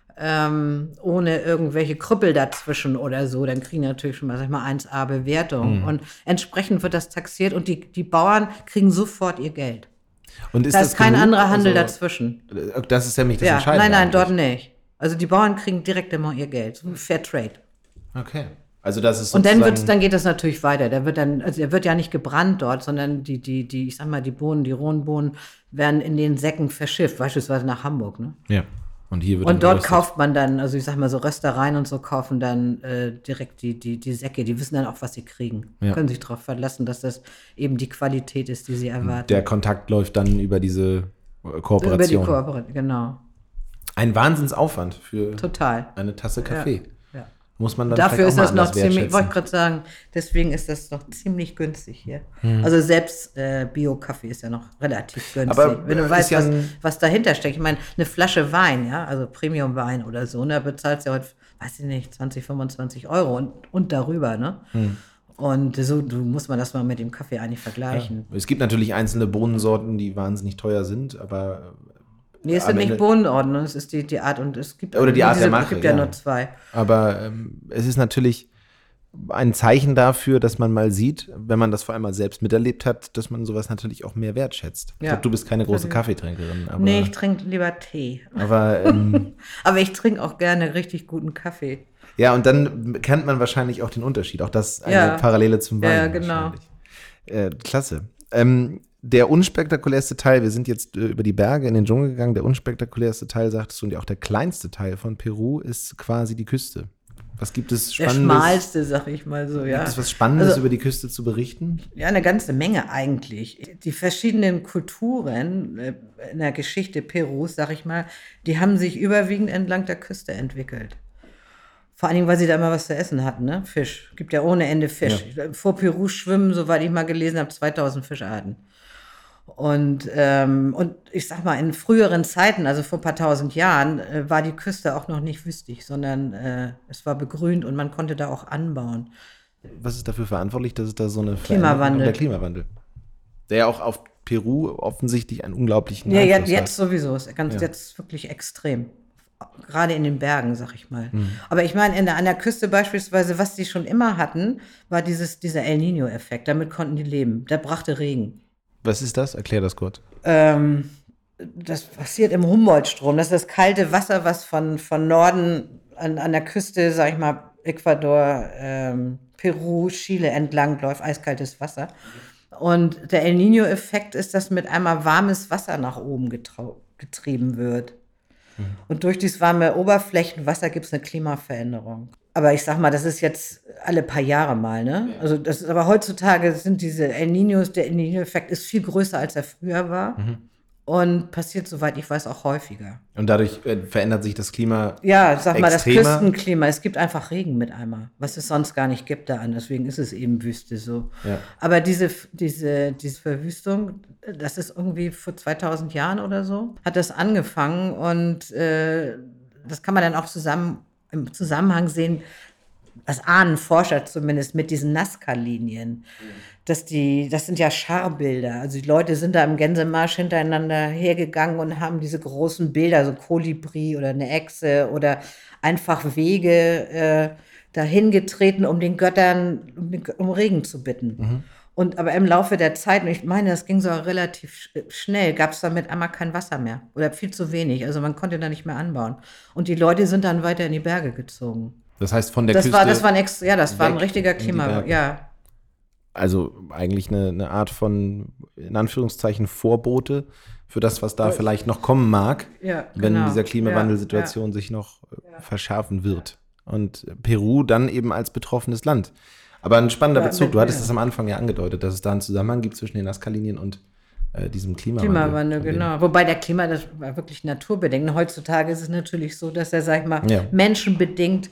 ohne irgendwelche Krüppel dazwischen oder so, dann kriegen die natürlich schon mal, sag ich mal, 1A Bewertung. Und entsprechend wird das taxiert und die Bauern kriegen sofort ihr Geld. Und da ist kein anderer Handel dazwischen. Das ist nämlich das Entscheidende. Nein, dort nicht. Also die Bauern kriegen direkt immer ihr Geld. So Fair Trade. Okay. Also das ist und dann geht das natürlich weiter. Der wird ja nicht gebrannt dort, sondern ich sag mal, die Bohnen, die rohen Bohnen werden in den Säcken verschifft, beispielsweise nach Hamburg, ne? Ja. Und dort geröstet. Kauft man dann, also ich sag mal so Röstereien und so kaufen dann direkt die Säcke. Die wissen dann auch, was sie kriegen. Ja. Können sich darauf verlassen, dass das eben die Qualität ist, die sie erwarten. Der Kontakt läuft dann über diese Kooperation. Über die Kooperation, genau. Ein Wahnsinnsaufwand für Total. Eine Tasse Kaffee. Ja. Muss man dann dafür ist das noch ziemlich, wertschätzen. wollte ich gerade sagen, deswegen ist das noch ziemlich günstig hier. Also selbst Bio-Kaffee ist ja noch relativ günstig. Aber wenn du weißt, was dahinter steckt. Ich meine, eine Flasche Wein, ja, also Premium-Wein oder so, da bezahlst du ja heute, weiß ich nicht, 20, 25 Euro und darüber, ne? Und so muss man das mal mit dem Kaffee eigentlich vergleichen. Ja. Es gibt natürlich einzelne Bohnensorten, die wahnsinnig teuer sind, aber nee, es sind nicht Bohnenordnung, es ist die Art und es gibt oder die Art der Mache. Es gibt ja nur zwei. Aber es ist natürlich ein Zeichen dafür, dass man mal sieht, wenn man das vor allem mal selbst miterlebt hat, dass man sowas natürlich auch mehr wertschätzt. Ja. Ich glaube, du bist keine große Kaffeetrinkerin. Aber, nee, ich trinke lieber Tee. Aber ich trinke auch gerne richtig guten Kaffee. Ja, und dann kennt man wahrscheinlich auch den Unterschied. Auch das eine Parallele zum Wein. Ja, genau. Klasse. Der unspektakulärste Teil, wir sind jetzt über die Berge in den Dschungel gegangen, der unspektakulärste Teil, sagtest du, und auch der kleinste Teil von Peru ist quasi die Küste. Was gibt es Spannendes? Der schmalste, sag ich mal so, ja. Gibt es was Spannendes über die Küste zu berichten? Ja, eine ganze Menge eigentlich. Die verschiedenen Kulturen in der Geschichte Perus, sag ich mal, die haben sich überwiegend entlang der Küste entwickelt. Vor allen Dingen, weil sie da immer was zu essen hatten, ne? Fisch. Gibt ja ohne Ende Fisch. Ja. Vor Peru schwimmen, soweit ich mal gelesen habe, 2000 Fischarten. Und ich sag mal, in früheren Zeiten, also vor ein paar tausend Jahren, war die Küste auch noch nicht wüstig, sondern es war begrünt und man konnte da auch anbauen. Was ist dafür verantwortlich, dass es da so eine Klimawandel. Der Klimawandel. Der ja auch auf Peru offensichtlich einen unglaublichen Einfluss hat. Jetzt sowieso. Ist jetzt wirklich extrem. Gerade in den Bergen, sag ich mal. Aber ich meine, an der Küste beispielsweise, was die schon immer hatten, war dieser El Niño-Effekt. Damit konnten die leben. Der brachte Regen. Was ist das? Erklär das kurz. Das passiert im Humboldt-Strom. Das ist das kalte Wasser, was von Norden an der Küste, sag ich mal, Ecuador, Peru, Chile entlang läuft, eiskaltes Wasser. Und der El Niño-Effekt ist, dass mit einmal warmes Wasser nach oben getrieben wird. Und durch dieses warme Oberflächenwasser gibt es eine Klimaveränderung. Aber ich sag mal, das ist jetzt alle paar Jahre mal, ne? Also das ist aber heutzutage sind diese der El Niño-Effekt ist viel größer, als er früher war. Und passiert, soweit ich weiß, auch häufiger. Und dadurch verändert sich das Klima. Ja, sag mal, das Küstenklima. Es gibt einfach Regen mit einmal, was es sonst gar nicht gibt da an. Deswegen ist es eben Wüste so. Ja. Aber diese Verwüstung, das ist irgendwie vor 2000 Jahren oder so, hat das angefangen. Und das kann man dann auch im Zusammenhang sehen, das ahnen Forscher zumindest mit diesen Nazca-Linien. Das sind ja Scharbilder. Also die Leute sind da im Gänsemarsch hintereinander hergegangen und haben diese großen Bilder, so Kolibri oder eine Echse oder einfach Wege dahin getreten, um den Göttern um Regen zu bitten. Aber im Laufe der Zeit, und ich meine, das ging so relativ schnell, gab es damit einmal kein Wasser mehr oder viel zu wenig. Also man konnte da nicht mehr anbauen. Und die Leute sind dann weiter in die Berge gezogen. Das heißt, von der Küste. Das war ein richtiger Klima. Ja. Also eigentlich eine Art von, in Anführungszeichen, Vorbote für das, was da vielleicht noch kommen mag, wenn dieser Klimawandelsituation sich noch verschärfen wird. Und Peru dann eben als betroffenes Land. Aber ein spannender Bezug, du hattest es am Anfang ja angedeutet, dass es da einen Zusammenhang gibt zwischen den Nazca-Linien und diesem Klimawandel. Genau. Wobei das war wirklich naturbedingt. Und heutzutage ist es natürlich so, dass er, sag ich mal, menschenbedingt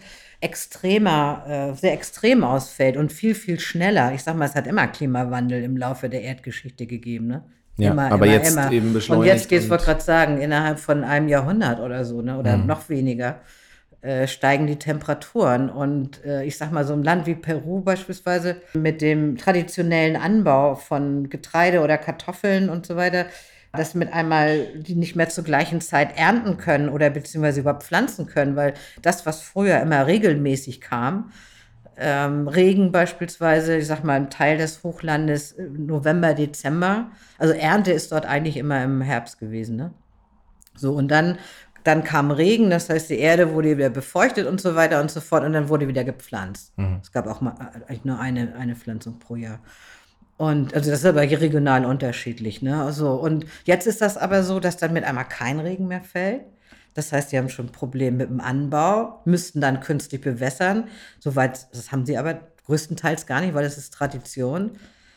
sehr extrem ausfällt und viel, viel schneller. Ich sag mal, es hat immer Klimawandel im Laufe der Erdgeschichte gegeben, ne? Ja, aber jetzt eben beschleunigt. Und jetzt geht es, wollte gerade sagen, innerhalb von einem Jahrhundert oder so, ne, oder noch weniger, steigen die Temperaturen. Und ich sag mal, so ein Land wie Peru beispielsweise mit dem traditionellen Anbau von Getreide oder Kartoffeln und so weiter, dass mit einmal die nicht mehr zur gleichen Zeit ernten können oder beziehungsweise überhaupt pflanzen können, weil das, was früher immer regelmäßig kam, Regen beispielsweise, ich sag mal, im Teil des Hochlandes November, Dezember, also Ernte ist dort eigentlich immer im Herbst gewesen, ne? So, und dann kam Regen, das heißt, die Erde wurde wieder befeuchtet und so weiter und so fort und dann wurde wieder gepflanzt. Es gab auch mal eigentlich nur eine Pflanzung pro Jahr. Und also das ist aber regional unterschiedlich, ne? Also, und jetzt ist das aber so, dass dann mit einmal kein Regen mehr fällt. Das heißt, die haben schon ein Problem mit dem Anbau, müssten dann künstlich bewässern. Soweit, das haben sie aber größtenteils gar nicht, weil das ist Tradition.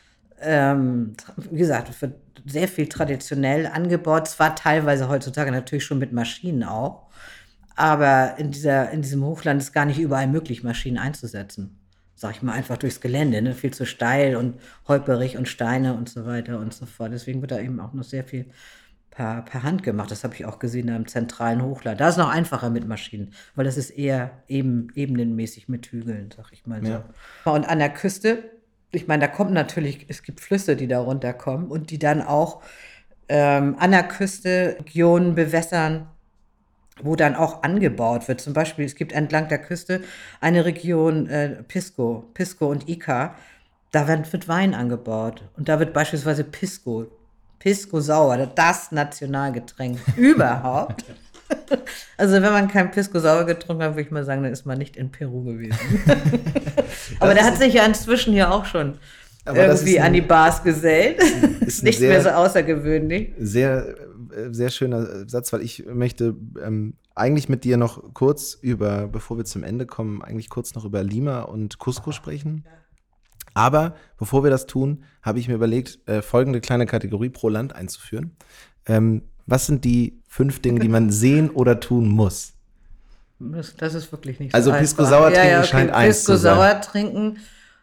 Wie gesagt, es wird sehr viel traditionell angebaut, zwar teilweise heutzutage natürlich schon mit Maschinen auch, aber in diesem Hochland ist gar nicht überall möglich, Maschinen einzusetzen. Sag ich mal, einfach durchs Gelände, ne? Viel zu steil und holperig und Steine und so weiter und so fort. Deswegen wird da eben auch noch sehr viel per Hand gemacht. Das habe ich auch gesehen da im zentralen Hochland. Da ist es noch einfacher mit Maschinen, weil das ist eher ebenenmäßig mit Hügeln, sag ich mal so. Ja. Und an der Küste, ich meine, da kommt natürlich, es gibt Flüsse, die da runterkommen und die dann auch an der Küste Regionen bewässern, wo dann auch angebaut wird. Zum Beispiel, es gibt entlang der Küste eine Region, Pisco und Ica, da wird Wein angebaut. Und da wird beispielsweise Pisco Sauer, das Nationalgetränk überhaupt. Also wenn man kein Pisco Sauer getrunken hat, würde ich mal sagen, dann ist man nicht in Peru gewesen. Aber der hat sich ja inzwischen hier auch schon irgendwie an die Bars gesellt. Ist nicht mehr so außergewöhnlich. Sehr, sehr schöner Satz, weil ich möchte eigentlich mit dir noch kurz bevor wir zum Ende kommen, eigentlich kurz noch über Lima und Cusco sprechen. Aber bevor wir das tun, habe ich mir überlegt, folgende kleine Kategorie pro Land einzuführen. Was sind die 5 Dinge, die man sehen oder tun muss? Das ist wirklich nicht so Also Pisco Sauer trinken scheint eins zu sein. Pisco Sauer trinken,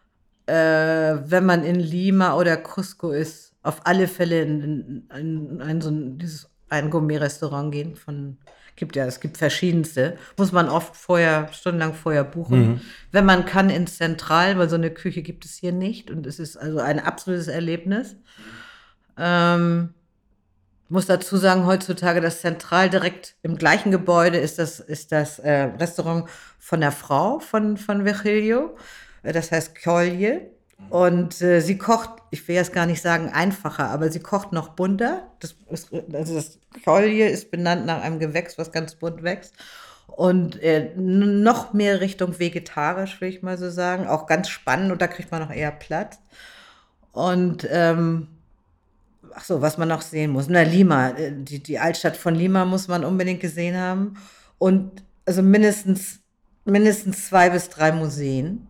wenn man in Lima oder Cusco ist, auf alle Fälle in ein Gourmet-Restaurant gehen. Es gibt verschiedenste. Muss man oft stundenlang vorher buchen. Wenn man kann, ins Zentral, weil so eine Küche gibt es hier nicht. Und es ist also ein absolutes Erlebnis. Muss dazu sagen, heutzutage das Zentral direkt im gleichen Gebäude ist das Restaurant von der Frau von Virgilio. Das heißt Colje. Und sie kocht, ich will jetzt gar nicht sagen einfacher, aber sie kocht noch bunter. Das Colje ist benannt nach einem Gewächs, was ganz bunt wächst. Und noch mehr Richtung vegetarisch, will ich mal so sagen. Auch ganz spannend und da kriegt man noch eher Platz. Und was man noch sehen muss. Lima, die Altstadt von Lima muss man unbedingt gesehen haben. Und also mindestens 2 bis 3 Museen.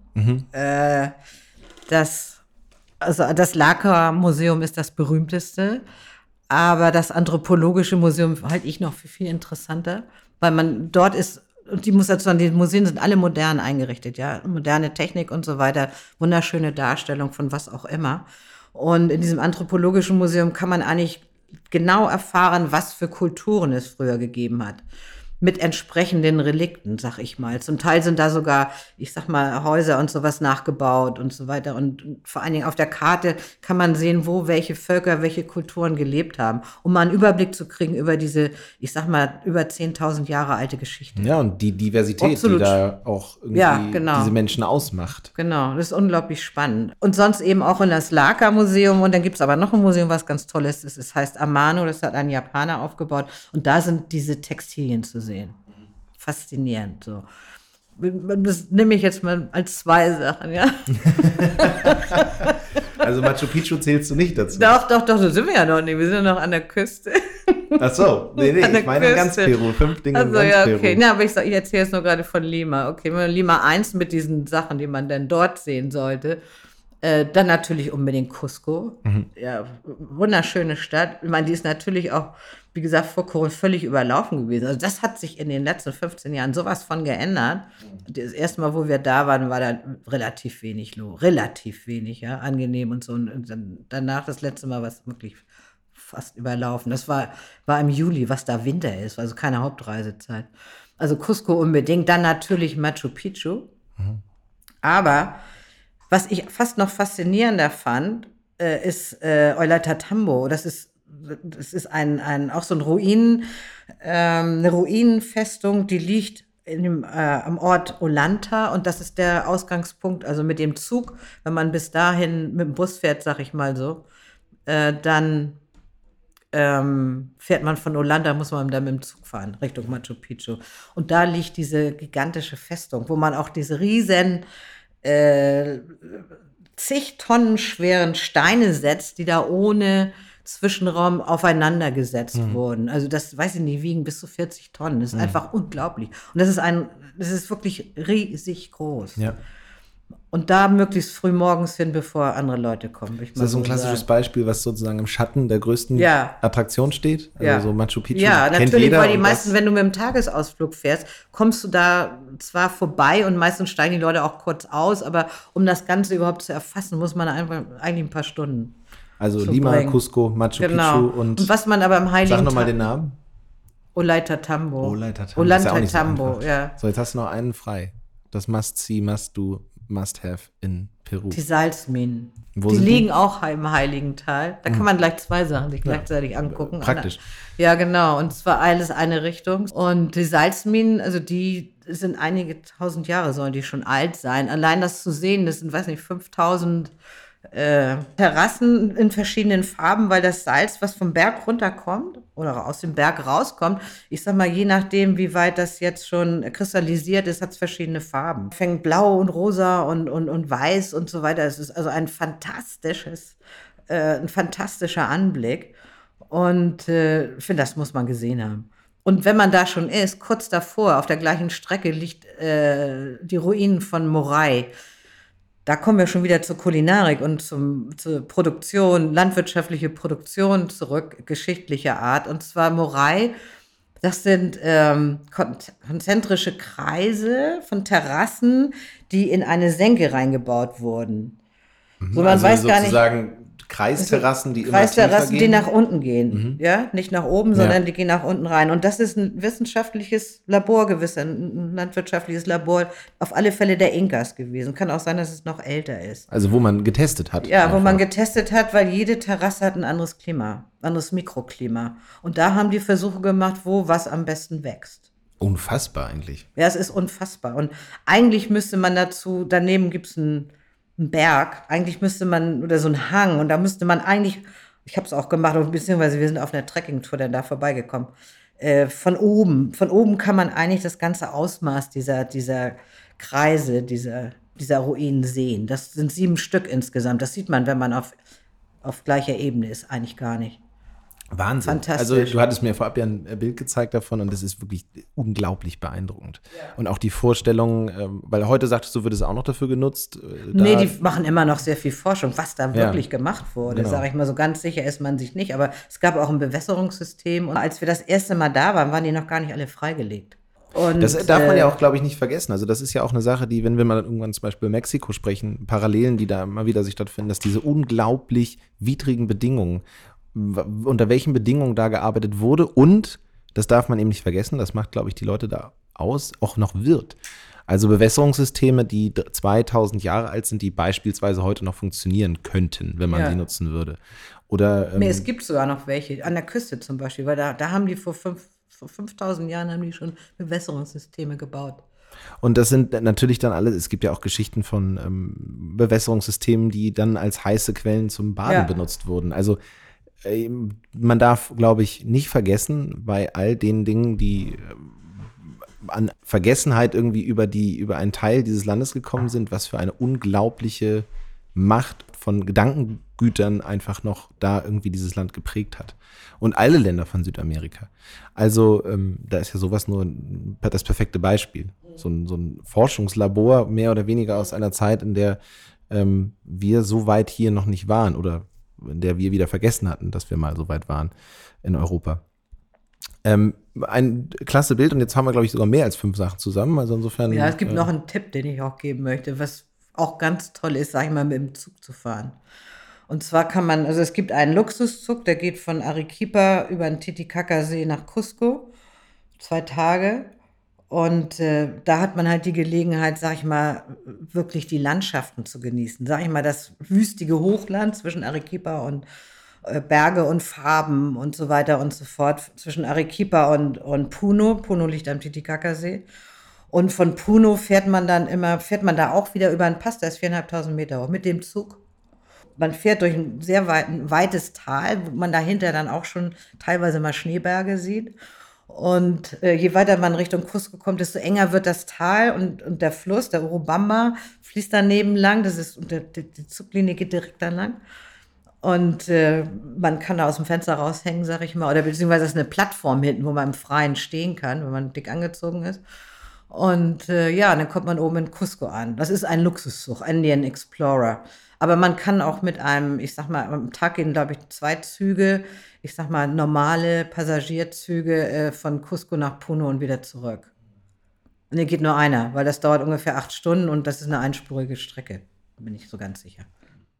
Das Laka-Museum ist das berühmteste, aber das Anthropologische Museum halte ich noch für viel interessanter, weil man dort ist, und die muss dazu sagen, die Museen sind alle modern eingerichtet, ja, moderne Technik und so weiter, wunderschöne Darstellung von was auch immer. Und in diesem Anthropologischen Museum kann man eigentlich genau erfahren, was für Kulturen es früher gegeben hat. Mit entsprechenden Relikten, sag ich mal. Zum Teil sind da sogar, ich sag mal, Häuser und sowas nachgebaut und so weiter. Und vor allen Dingen auf der Karte kann man sehen, wo welche Völker, welche Kulturen gelebt haben, um mal einen Überblick zu kriegen über diese, ich sag mal, über 10.000 Jahre alte Geschichte. Ja, und die Diversität, Absolut. Die da auch irgendwie diese Menschen ausmacht. Genau, das ist unglaublich spannend. Und sonst eben auch in das Laka-Museum. Und dann gibt's aber noch ein Museum, was ganz toll ist. Es heißt Amano, das hat ein Japaner aufgebaut. Und da sind diese Textilien zu sehen. Faszinierend, so. Das nehme ich jetzt mal als 2 Sachen, ja. Also Machu Picchu zählst du nicht dazu? Doch, da sind wir ja noch nicht. Wir sind ja noch an der Küste. Ach so, nee, ich meine ganz Peru. 5 Dinge in ganz Peru. Okay. Na, aber ich erzähle jetzt nur gerade von Lima. Okay, Lima 1 mit diesen Sachen, die man dann dort sehen sollte. Dann natürlich unbedingt Cusco. Ja, wunderschöne Stadt. Ich meine, die ist natürlich auch, wie gesagt, vor Corona völlig überlaufen gewesen. Also das hat sich in den letzten 15 Jahren sowas von geändert. Das erste Mal, wo wir da waren, war da relativ wenig los. Relativ wenig, ja, angenehm und so. Und dann danach das letzte Mal war es wirklich fast überlaufen. Das war im Juli, was da Winter ist, also keine Hauptreisezeit. Also Cusco unbedingt, dann natürlich Machu Picchu. Aber was ich fast noch faszinierender fand, ist Ollantaytambo. Das ist auch so eine Ruinenfestung, die liegt am Ort Ollanta, und das ist der Ausgangspunkt, also mit dem Zug, wenn man bis dahin mit dem Bus fährt, sag ich mal so, dann fährt man von Ollanta, muss man dann mit dem Zug fahren, Richtung Machu Picchu. Und da liegt diese gigantische Festung, wo man auch diese riesen zig Tonnen schweren Steine setzt, die da ohne Zwischenraum aufeinander gesetzt wurden. Also das, weiß ich nicht, wiegen bis zu 40 Tonnen. Das ist einfach unglaublich. Und das ist wirklich riesig groß. Ja. Und da möglichst früh morgens hin, bevor andere Leute kommen. Ist das so ein klassisches Beispiel, was sozusagen im Schatten der größten Attraktion steht? Also so Machu Picchu ja, kennt natürlich, jeder. weil die meisten, wenn du mit dem Tagesausflug fährst, kommst du da zwar vorbei und meistens steigen die Leute auch kurz aus, aber um das Ganze überhaupt zu erfassen, muss man eigentlich ein paar Stunden. Also Lima, bringen. Cusco, Machu Picchu und was man aber im Heiligen sag nochmal den Namen. Ollantaytambo. Ollantaytambo, ja. So, jetzt hast du noch einen frei. Das Must-See, Must-Do, Must-Have in Peru. Die Salzminen. Wo die sind liegen auch im Heiligen Tal. Da kann man gleich zwei Sachen sich gleichzeitig angucken. Praktisch. Ja, genau. Und zwar alles eine Richtung. Und die Salzminen, also die sind einige tausend Jahre, sollen die schon alt sein. Allein das zu sehen, das sind, 5000 Terrassen in verschiedenen Farben, weil das Salz, was vom Berg runterkommt oder aus dem Berg rauskommt, ich sag mal, je nachdem, wie weit das jetzt schon kristallisiert ist, hat es verschiedene Farben. Fängt blau und rosa und weiß und so weiter. Es ist also ein fantastischer Anblick. Und ich finde, das muss man gesehen haben. Und wenn man da schon ist, kurz davor, auf der gleichen Strecke liegt die Ruinen von Morai. Da kommen wir schon wieder zur Kulinarik und zur Produktion, landwirtschaftliche Produktion zurück, geschichtlicher Art. Und zwar Morai, das sind konzentrische Kreise von Terrassen, die in eine Senke reingebaut wurden. So, man also weiß gar nicht. Sozusagen Kreisterrassen, die immer Kreisterrassen, tiefer gehen. die nach unten gehen. Ja, nicht nach oben, sondern die gehen nach unten rein. Und das ist ein wissenschaftliches Labor gewesen, ein landwirtschaftliches Labor, auf alle Fälle der Inkas gewesen. Kann auch sein, dass es noch älter ist. Also wo man getestet hat. Ja, einfach. wo man getestet hat, weil jede Terrasse hat ein anderes Klima, anderes Mikroklima. Und da haben die Versuche gemacht, wo was am besten wächst. Unfassbar eigentlich. Ja, es ist unfassbar. Und eigentlich müsste man daneben gibt es einen Berg, eigentlich müsste man, oder so ein Hang, und da müsste man eigentlich, ich habe es auch gemacht, beziehungsweise wir sind auf einer Trekkingtour dann da vorbeigekommen, von oben kann man eigentlich das ganze Ausmaß dieser Kreise, dieser Ruinen sehen. Das sind 7 Stück insgesamt, das sieht man, wenn man auf gleicher Ebene ist, eigentlich gar nicht. Wahnsinn. Fantastisch. Also du hattest mir vorab ja ein Bild gezeigt davon und das ist wirklich unglaublich beeindruckend. Ja. Und auch die Vorstellung, weil heute sagtest du, wird es auch noch dafür genutzt? Nee, die machen immer noch sehr viel Forschung, was da wirklich gemacht wurde, sage ich mal. So ganz sicher ist man sich nicht, aber es gab auch ein Bewässerungssystem und als wir das erste Mal da waren die noch gar nicht alle freigelegt. Und, das darf man ja auch, glaube ich, nicht vergessen. Also das ist ja auch eine Sache, die, wenn wir mal irgendwann zum Beispiel Mexiko sprechen, Parallelen, die da immer wieder sich stattfinden, dass diese unglaublich widrigen Bedingungen, unter welchen Bedingungen da gearbeitet wurde und, das darf man eben nicht vergessen, das macht, glaube ich, die Leute da aus, auch noch wird. Also Bewässerungssysteme, die 2000 Jahre alt sind, die beispielsweise heute noch funktionieren könnten, wenn man sie nutzen würde. Oder es gibt sogar noch welche, an der Küste zum Beispiel, weil da haben die vor 5000 Jahren haben die schon Bewässerungssysteme gebaut. Und das sind natürlich dann alle, es gibt ja auch Geschichten von Bewässerungssystemen, die dann als heiße Quellen zum Baden benutzt wurden. Also man darf, glaube ich, nicht vergessen, bei all den Dingen, die an Vergessenheit irgendwie über einen Teil dieses Landes gekommen sind, was für eine unglaubliche Macht von Gedankengütern einfach noch da irgendwie dieses Land geprägt hat. Und alle Länder von Südamerika. Also da ist ja sowas nur das perfekte Beispiel. So ein Forschungslabor, mehr oder weniger aus einer Zeit, in der wir so weit hier noch nicht waren oder in der wir wieder vergessen hatten, dass wir mal so weit waren in Europa. Ein klasse Bild und jetzt haben wir, glaube ich, sogar mehr als 5 Sachen zusammen. Also insofern. Ja, es gibt noch einen Tipp, den ich auch geben möchte, was auch ganz toll ist, sag ich mal, mit dem Zug zu fahren. Und zwar also es gibt einen Luxuszug, der geht von Arequipa über den Titicacasee nach Cusco, 2 Tage. Und da hat man halt die Gelegenheit, sag ich mal, wirklich die Landschaften zu genießen. Sag ich mal, das wüstige Hochland zwischen Arequipa und Berge und Farben und so weiter und so fort, zwischen Arequipa und Puno. Puno liegt am Titicacasee. Und von Puno fährt man da auch wieder über einen Pass, der ist 4.500 Meter hoch, mit dem Zug. Man fährt durch ein sehr weites Tal, wo man dahinter dann auch schon teilweise mal Schneeberge sieht. Und je weiter man Richtung Cusco kommt, desto enger wird das Tal und der Fluss, der Urubamba, fließt daneben lang. Die Zuglinie geht direkt da lang. Und man kann da aus dem Fenster raushängen, sag ich mal. Oder beziehungsweise ist eine Plattform hinten, wo man im Freien stehen kann, wenn man dick angezogen ist. Und dann kommt man oben in Cusco an. Das ist ein Luxuszug, Andean Explorer. Aber man kann auch mit einem, ich sag mal, am Tag gehen, glaube ich, 2 Züge, ich sag mal, normale Passagierzüge von Cusco nach Puno und wieder zurück. Nee, geht nur einer, weil das dauert ungefähr 8 Stunden und das ist eine einspurige Strecke. Bin ich so ganz sicher.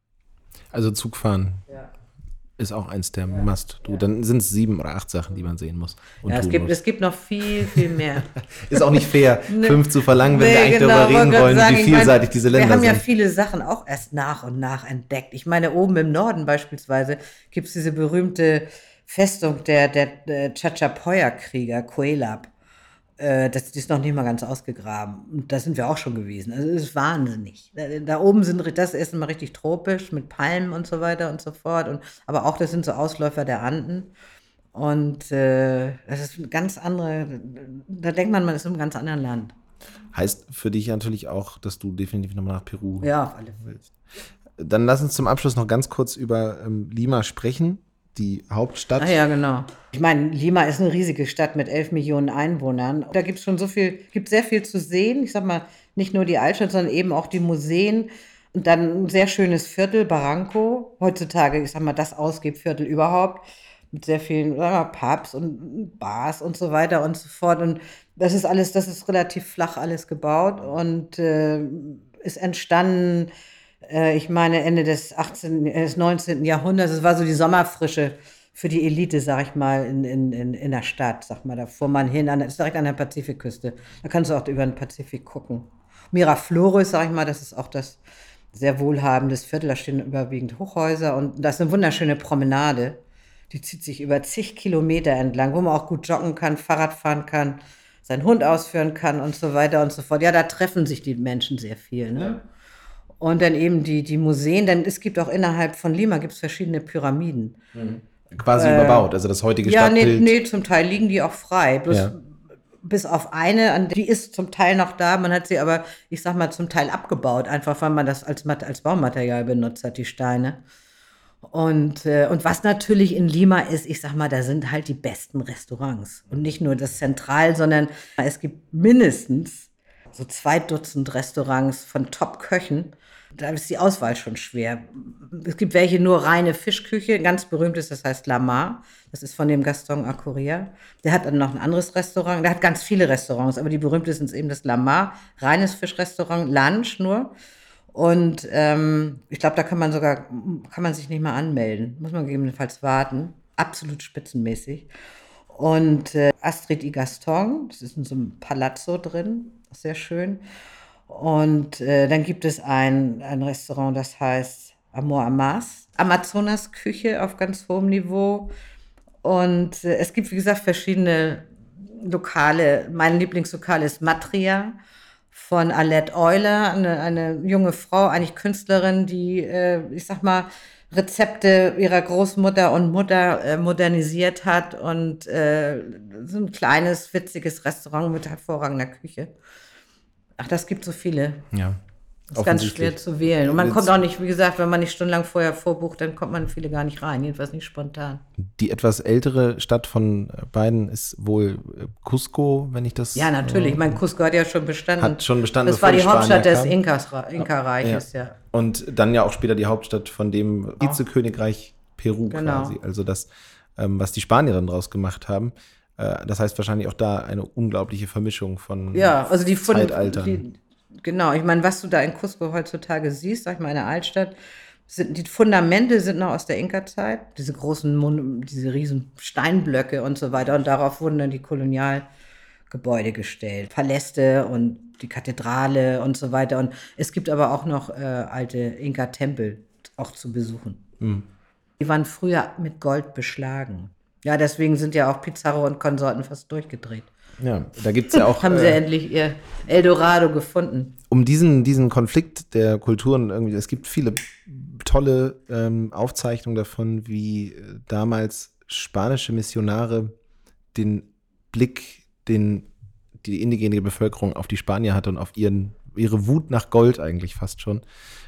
Also Zugfahren ist auch eins der Must. Dann sind es 7 oder 8 Sachen, die man sehen muss. Und es gibt noch viel, viel mehr. Ist auch nicht fair, 5 zu verlangen, wenn wir eigentlich darüber reden wollen, wie vielseitig diese Länder sind. Wir haben ja viele Sachen auch erst nach und nach entdeckt. Ich meine, oben im Norden beispielsweise gibt es diese berühmte Festung der Chachapoya-Krieger, Cuelap. Die ist noch nicht mal ganz ausgegraben. Und da sind wir auch schon gewesen. Also es ist wahnsinnig. Da oben das ist mal richtig tropisch mit Palmen und so weiter und so fort. Aber auch das sind so Ausläufer der Anden. Und das ist eine ganz andere, da denkt man ist in einem ganz anderen Land. Heißt für dich natürlich auch, dass du definitiv nochmal nach Peru auf alle willst. Dann lass uns zum Abschluss noch ganz kurz über Lima sprechen. Die Hauptstadt. Ah ja, genau. Ich meine, Lima ist eine riesige Stadt mit 11 Millionen Einwohnern. Da gibt es schon gibt sehr viel zu sehen. Ich sag mal, nicht nur die Altstadt, sondern eben auch die Museen. Und dann ein sehr schönes Viertel, Barranco. Heutzutage, ich sag mal, das Ausgebviertel überhaupt. Mit sehr vielen Pubs und Bars und so weiter und so fort. Und das ist relativ flach alles gebaut und ist entstanden, ich meine, Ende des 19. Jahrhunderts. Es war so die Sommerfrische für die Elite, sag ich mal, in der Stadt, sag mal. Da fuhr man hin, ist direkt an der Pazifikküste. Da kannst du auch über den Pazifik gucken. Miraflores, sag ich mal, das ist auch das sehr wohlhabendes Viertel. Da stehen überwiegend Hochhäuser und das ist eine wunderschöne Promenade. Die zieht sich über zig Kilometer entlang, wo man auch gut joggen kann, Fahrrad fahren kann, seinen Hund ausführen kann und so weiter und so fort. Ja, da treffen sich die Menschen sehr viel, ne? Ja. Und dann eben die Museen, denn es gibt auch innerhalb von Lima gibt's verschiedene Pyramiden. Quasi überbaut, also das heutige Stadtbild. Nee, zum Teil liegen die auch frei. Bloß bis auf eine, die ist zum Teil noch da, man hat sie aber, ich sag mal, zum Teil abgebaut, einfach weil man das als Baumaterial benutzt hat, die Steine. Und was natürlich in Lima ist, ich sag mal, da sind halt die besten Restaurants. Und nicht nur das Zentral, sondern es gibt mindestens so 2 Dutzend Restaurants von Top-Köchen. Da ist die Auswahl schon schwer. Es gibt welche nur reine Fischküche, ganz berühmt ist, das heißt La Mar. Das ist von dem Gaston Acuria. Der hat dann noch ein anderes Restaurant. Der hat ganz viele Restaurants, aber die berühmtesten ist eben das La Mar, reines Fischrestaurant, Lunch nur. Und ich glaube, da kann man sich nicht mal anmelden. Muss man gegebenenfalls warten. Absolut spitzenmäßig. Und Astrid y Gaston, das ist in so einem Palazzo drin, sehr schön. Und dann gibt es ein Restaurant, das heißt Amor Amas, Amazonas-Küche auf ganz hohem Niveau. Und es gibt, wie gesagt, verschiedene Lokale. Mein Lieblingslokal ist Matria von Alette Euler, eine junge Frau, eigentlich Künstlerin, die, ich sag mal, Rezepte ihrer Großmutter und Mutter modernisiert hat und so ein kleines, witziges Restaurant mit hervorragender Küche. Ach, das gibt so viele. Ja. Das ist ganz schwer zu wählen. Und man kommt auch nicht, wie gesagt, wenn man nicht stundenlang vorher vorbucht, dann kommt man viele gar nicht rein, jedenfalls nicht spontan. Die etwas ältere Stadt von beiden ist wohl Cusco, wenn ich das... Ja, natürlich. Ich meine, Cusco hat ja schon bestanden. Das war die Hauptstadt des Inka-Reiches, ja. Und dann ja auch später die Hauptstadt von dem Vizekönigreich Peru quasi. Also das, was die Spanier dann draus gemacht haben. Das heißt wahrscheinlich auch da eine unglaubliche Vermischung von Zeitaltern. Genau, ich meine, was du da in Cusco heutzutage siehst, sag ich mal, in der Altstadt, Die Fundamente sind noch aus der Inka-Zeit, diese riesen Steinblöcke und so weiter. Und darauf wurden dann die Kolonialgebäude gestellt. Paläste und die Kathedrale und so weiter. Und es gibt aber auch noch alte Inka-Tempel auch zu besuchen. Die waren früher mit Gold beschlagen. Ja, deswegen sind ja auch Pizarro und Konsorten fast durchgedreht. Ja, da gibt es ja auch... Haben sie endlich ihr Eldorado gefunden. Um diesen Konflikt der Kulturen irgendwie, es gibt viele tolle Aufzeichnungen davon, wie damals spanische Missionare den Blick, den die indigene Bevölkerung auf die Spanier hatte und auf ihre Wut nach Gold eigentlich fast schon.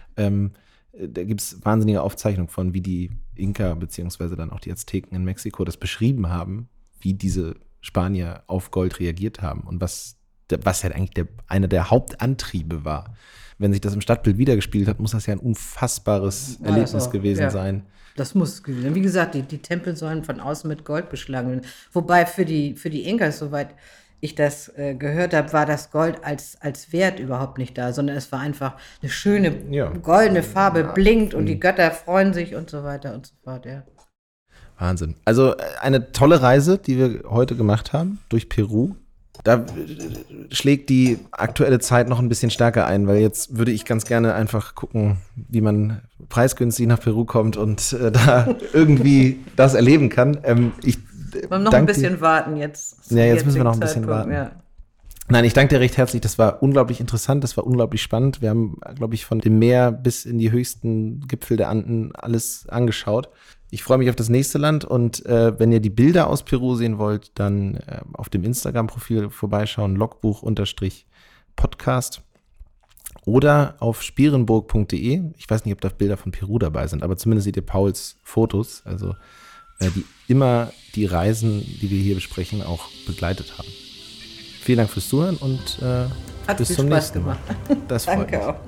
Da gibt es wahnsinnige Aufzeichnungen von, wie die Inka beziehungsweise dann auch die Azteken in Mexiko das beschrieben haben, wie diese Spanier auf Gold reagiert haben und was halt eigentlich einer der Hauptantriebe war. Wenn sich das im Stadtbild wiedergespiegelt hat, muss das ja ein unfassbares Erlebnis gewesen sein. Das muss gewesen sein. Wie gesagt, die Tempel sollen von außen mit Gold beschlagen werden. Wobei für die Inkas, soweit ich das gehört habe, war das Gold als Wert überhaupt nicht da, sondern es war einfach eine schöne goldene Farbe, blinkt und die Götter freuen sich und so weiter und so fort. Ja. Wahnsinn. Also eine tolle Reise, die wir heute gemacht haben durch Peru. Da schlägt die aktuelle Zeit noch ein bisschen stärker ein, weil jetzt würde ich ganz gerne einfach gucken, wie man preisgünstig nach Peru kommt und da irgendwie das erleben kann. Wir noch ein bisschen warten jetzt. Ja, jetzt müssen wir noch ein bisschen warten. Ja. Nein, ich danke dir recht herzlich. Das war unglaublich interessant, das war unglaublich spannend. Wir haben, glaube ich, von dem Meer bis in die höchsten Gipfel der Anden alles angeschaut. Ich freue mich auf das nächste Land und wenn ihr die Bilder aus Peru sehen wollt, dann auf dem Instagram-Profil vorbeischauen, logbuch_podcast oder auf spierenburg.de. Ich weiß nicht, ob da Bilder von Peru dabei sind, aber zumindest seht ihr Pauls Fotos, also die immer die Reisen, die wir hier besprechen, auch begleitet haben. Vielen Dank fürs Zuhören und bis zum nächsten Mal. Das freut mich. Danke auch.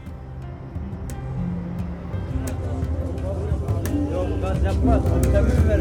Gracias,